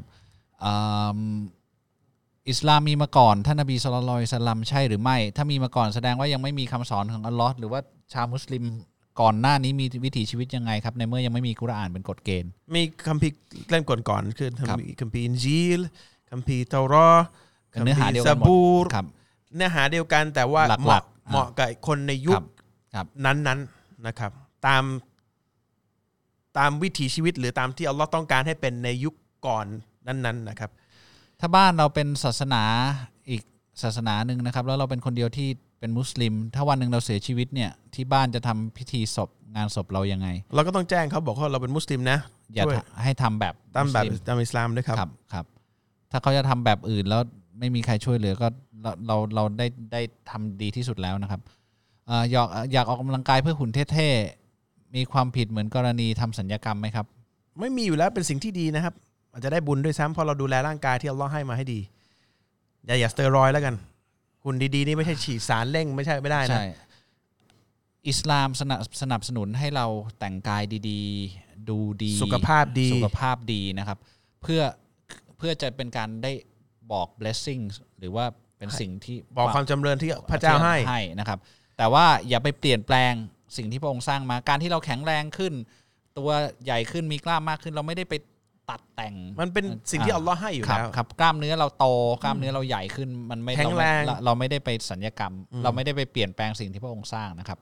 อิสลามมีมาก่อนท่านนบีศ็อลลัลลอฮุอะลัยฮิวะซัลลัมใช่หรือไม่ถ้ามีมาก่อนแสดงว่ายังไม่มีคำสอนของอัลลอฮ์หรือว่าชาวมุสลิมก่อนหน้านี้มีวิถีชีวิตยังไงครับในเมื่อยังไม่มีกุรอานเป็นกฎเกณฑ์มีคัมภีร์เล่มก่อนๆคือคัมภีร์อินจีลคัมภีร์เตารอเนื้อหาเดียวกันซะบูรเนื้อหาเดียวกันแต่ว่าเหมาะเหมาะกับคนในยุคนั้นๆนะครับตามตามวิถีชีวิตหรือตามที่อัลลอฮ์ต้องการให้เป็นในยุคก่อนนั้นๆนะครับถ้าบ้านเราเป็นศาสนาอีกศาสนาหนึ่งนะครับแล้วเราเป็นคนเดียวที่เป็นมุสลิมถ้าวันหนึ่งเราเสียชีวิตเนี่ยที่บ้านจะทำพิธีศพงานศพเรายังไงเราก็ต้องแจ้งเขาบอกว่าเราเป็นมุสลิมนะอย่าให้ทำแบบตามแบบตามอิสลามด้วยครับครับครับถ้าเขาจะทำแบบอื่นแล้วไม่มีใครช่วยเหลือก็เราเราเราได้ได้ทำดีที่สุดแล้วนะครับอยากอยากออกกำลังกายเพื่อหุ่นเท่ๆมีความผิดเหมือนกรณีทำสัญญกรรมไหมครับไม่มีอยู่แล้วเป็นสิ่งที่ดีนะครับอาจจะได้บุญด้วยซ้ำเพราะเราดูแลร่างกายที่อัลเลาะห์ให้มาให้ดีอย่าอย่าสเตียรอยด์แล้วกันหุ่นดีๆนี่ไม่ใช่ฉีดสารเร่งไม่ใช่ไม่ได้นะอิสลามสนับสนับสนุนให้เราแต่งกายดีๆดูดีสุขภาพดีสุขภาพดีนะครับเพื่อเพื่อจะเป็นการได้บอก blessing หรือว่าเป็นสิ่งที่บอกความจำเริญที่พระเจ้าให้ให้นะครับแต่ว่าอย่าไปเปลี่ยนแปลงสิ่งที่พระองค์สร้างมาการที่เราแข็งแรงขึ้นตัวใหญ่ขึ้นมีกล้ามมากขึ้นเราไม่ได้ไปตัดแต่งมันเป็นสิ่งที่อัลเลาะห์ให้อยู่แล้วครับกล้ามเนื้อเราโตกล้ามเนื้อเราใหญ่ขึ้นมันไม่แข็งแรงเราไม่ได้ไปสัญญกรรมเราไม่ได้ไปเปลี่ยนแปลงสิ่งที่พระองค์สร้างนะครับ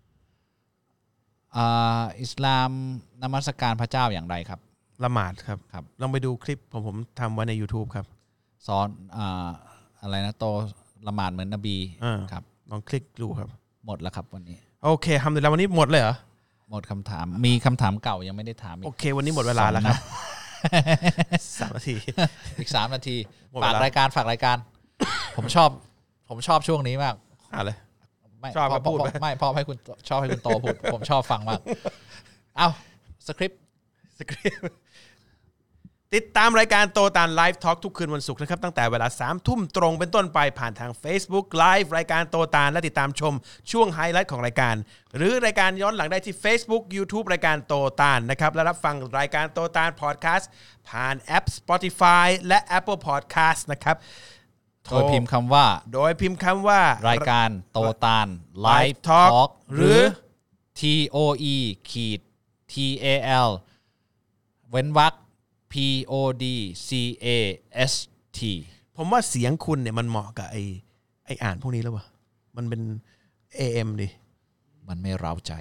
อิสลามนมัสการพระเจ้าอย่างไรครับละหมาดครับครับลองไปดูคลิปผมผมทำไว้ใน YouTube ครับสอนอะไรนะโตละหมาดเหมือนนบีครับลองคลิกดูครับหมดแล้วครับวันนี้โอเคทำเสร็จแล้ววันนี้หมดเลยเหรอหมดคำถามมีคำถามเก่ายังไม่ได้ถามโอเควันนี้หมดเวลาแล้วครับสามนาทีอีกสามนาทีฝากรายการฝากรายการผมชอบผมชอบช่วงนี้มากอะไรไม่ชอบพูดไม่พอให้คุณชอบให้คุณโตพูดผมชอบฟังมากเอ้าสคริปต์สคริปต์ติดตามรายการโตตานไลฟ์ทอล์กทุกคืนวันศุกร์นะครับตั้งแต่เวลาสามทุ่มตรงเป็นต้นไปผ่านทาง Facebook Live รายการโตตานและติดตามชมช่วงไฮไลท์ของรายการหรือรายการย้อนหลังได้ที่ Facebook YouTube รายการโตตานนะครับและรับฟังรายการโตตานพอดแคสต์ผ่านแอป Spotify และ Apple Podcast นะครับโดยพิมพ์คำว่าโดยพิมพ์คำว่ารายการโตตานไลฟ์ทอล์กหรือ T O E ขีด T A L เว้นวรรคP O D C A S T ผมว่าเสียงคุณเนี่ยมันเหมาะกับไอ้ไอ้อ่านพวกนี้แล้ววะมันเป็น เอ เอ็ม ดิมันไม่เร้าใจ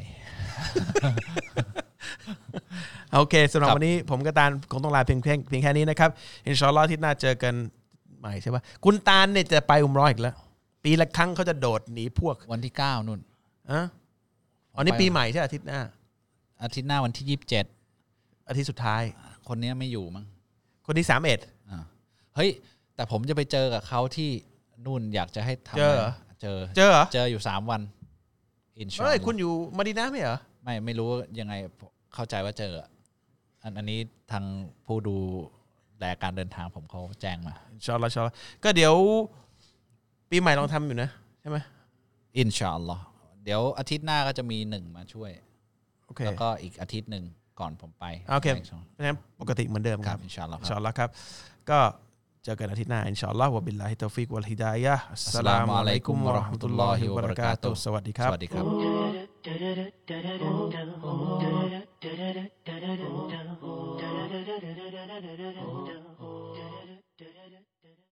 โอเคสำหรับวันนี้ผมกับตาลคงต้องลาเพียงเพียงแค่นี้นะครับอินชาอัลลอฮ์อาทิตย์หน้าเจอกันใหม่ใช่ป่ะคุณตาลเนี่ยจะไปอุมเราะห์อีกแล้วปีละครั้งเขาจะโดดหนีพวกวันที่เก้านู่นอ่ะอ๋อนี่ปีใหม่ใช่อาทิตย์หน้าอาทิตย์หน้าวันที่ยี่สิบเจ็ดอาทิตย์สุดท้ายคนนี้ไม่อยู่มั้งคนที่สามสิบเอ็ดอ่าเฮ้ยแต่ผมจะไปเจอกับเขาที่นู่นอยากจะให้ทำเจอเจอเจอเจออยู่สามวันอินชาอัลลอฮ์คุณอยู่มะดีนะห์มั้ยเหรอไม่ไม่รู้ยังไงเข้าใจว่าเจออันอันนี้ทางผู้ดูแลการเดินทางผมเขาแจ้งมาอินชาอัลลอฮ์อินชาอัลลอฮ์ก็เดี๋ยวปีใหม่ลองทำอยู่นะใช่ไหมอินชาอัลลอฮ์เดี๋ยวอาทิตย์หน้าก็จะมีหนึ่งมาช่วยแล้วก็อีกอาทิตย์หนึ่งก่อนผมไปโอเคเพราะฉะนั้นปกติเหมือนเดิมครับอินชาอัลลอฮ์อินชาอัลลอฮ์ครับก็เจอกันอาทิตย์หน้าอินชาอัลลอฮ์วะบิลลาฮิตอฟิกวัลฮิดายะฮ์อัสสลามุอะลัยกุมวะเราะห์มะตุลลอฮิวะบะเราะกาตุฮ์สวัสดีครับสวัสดีครับ da da da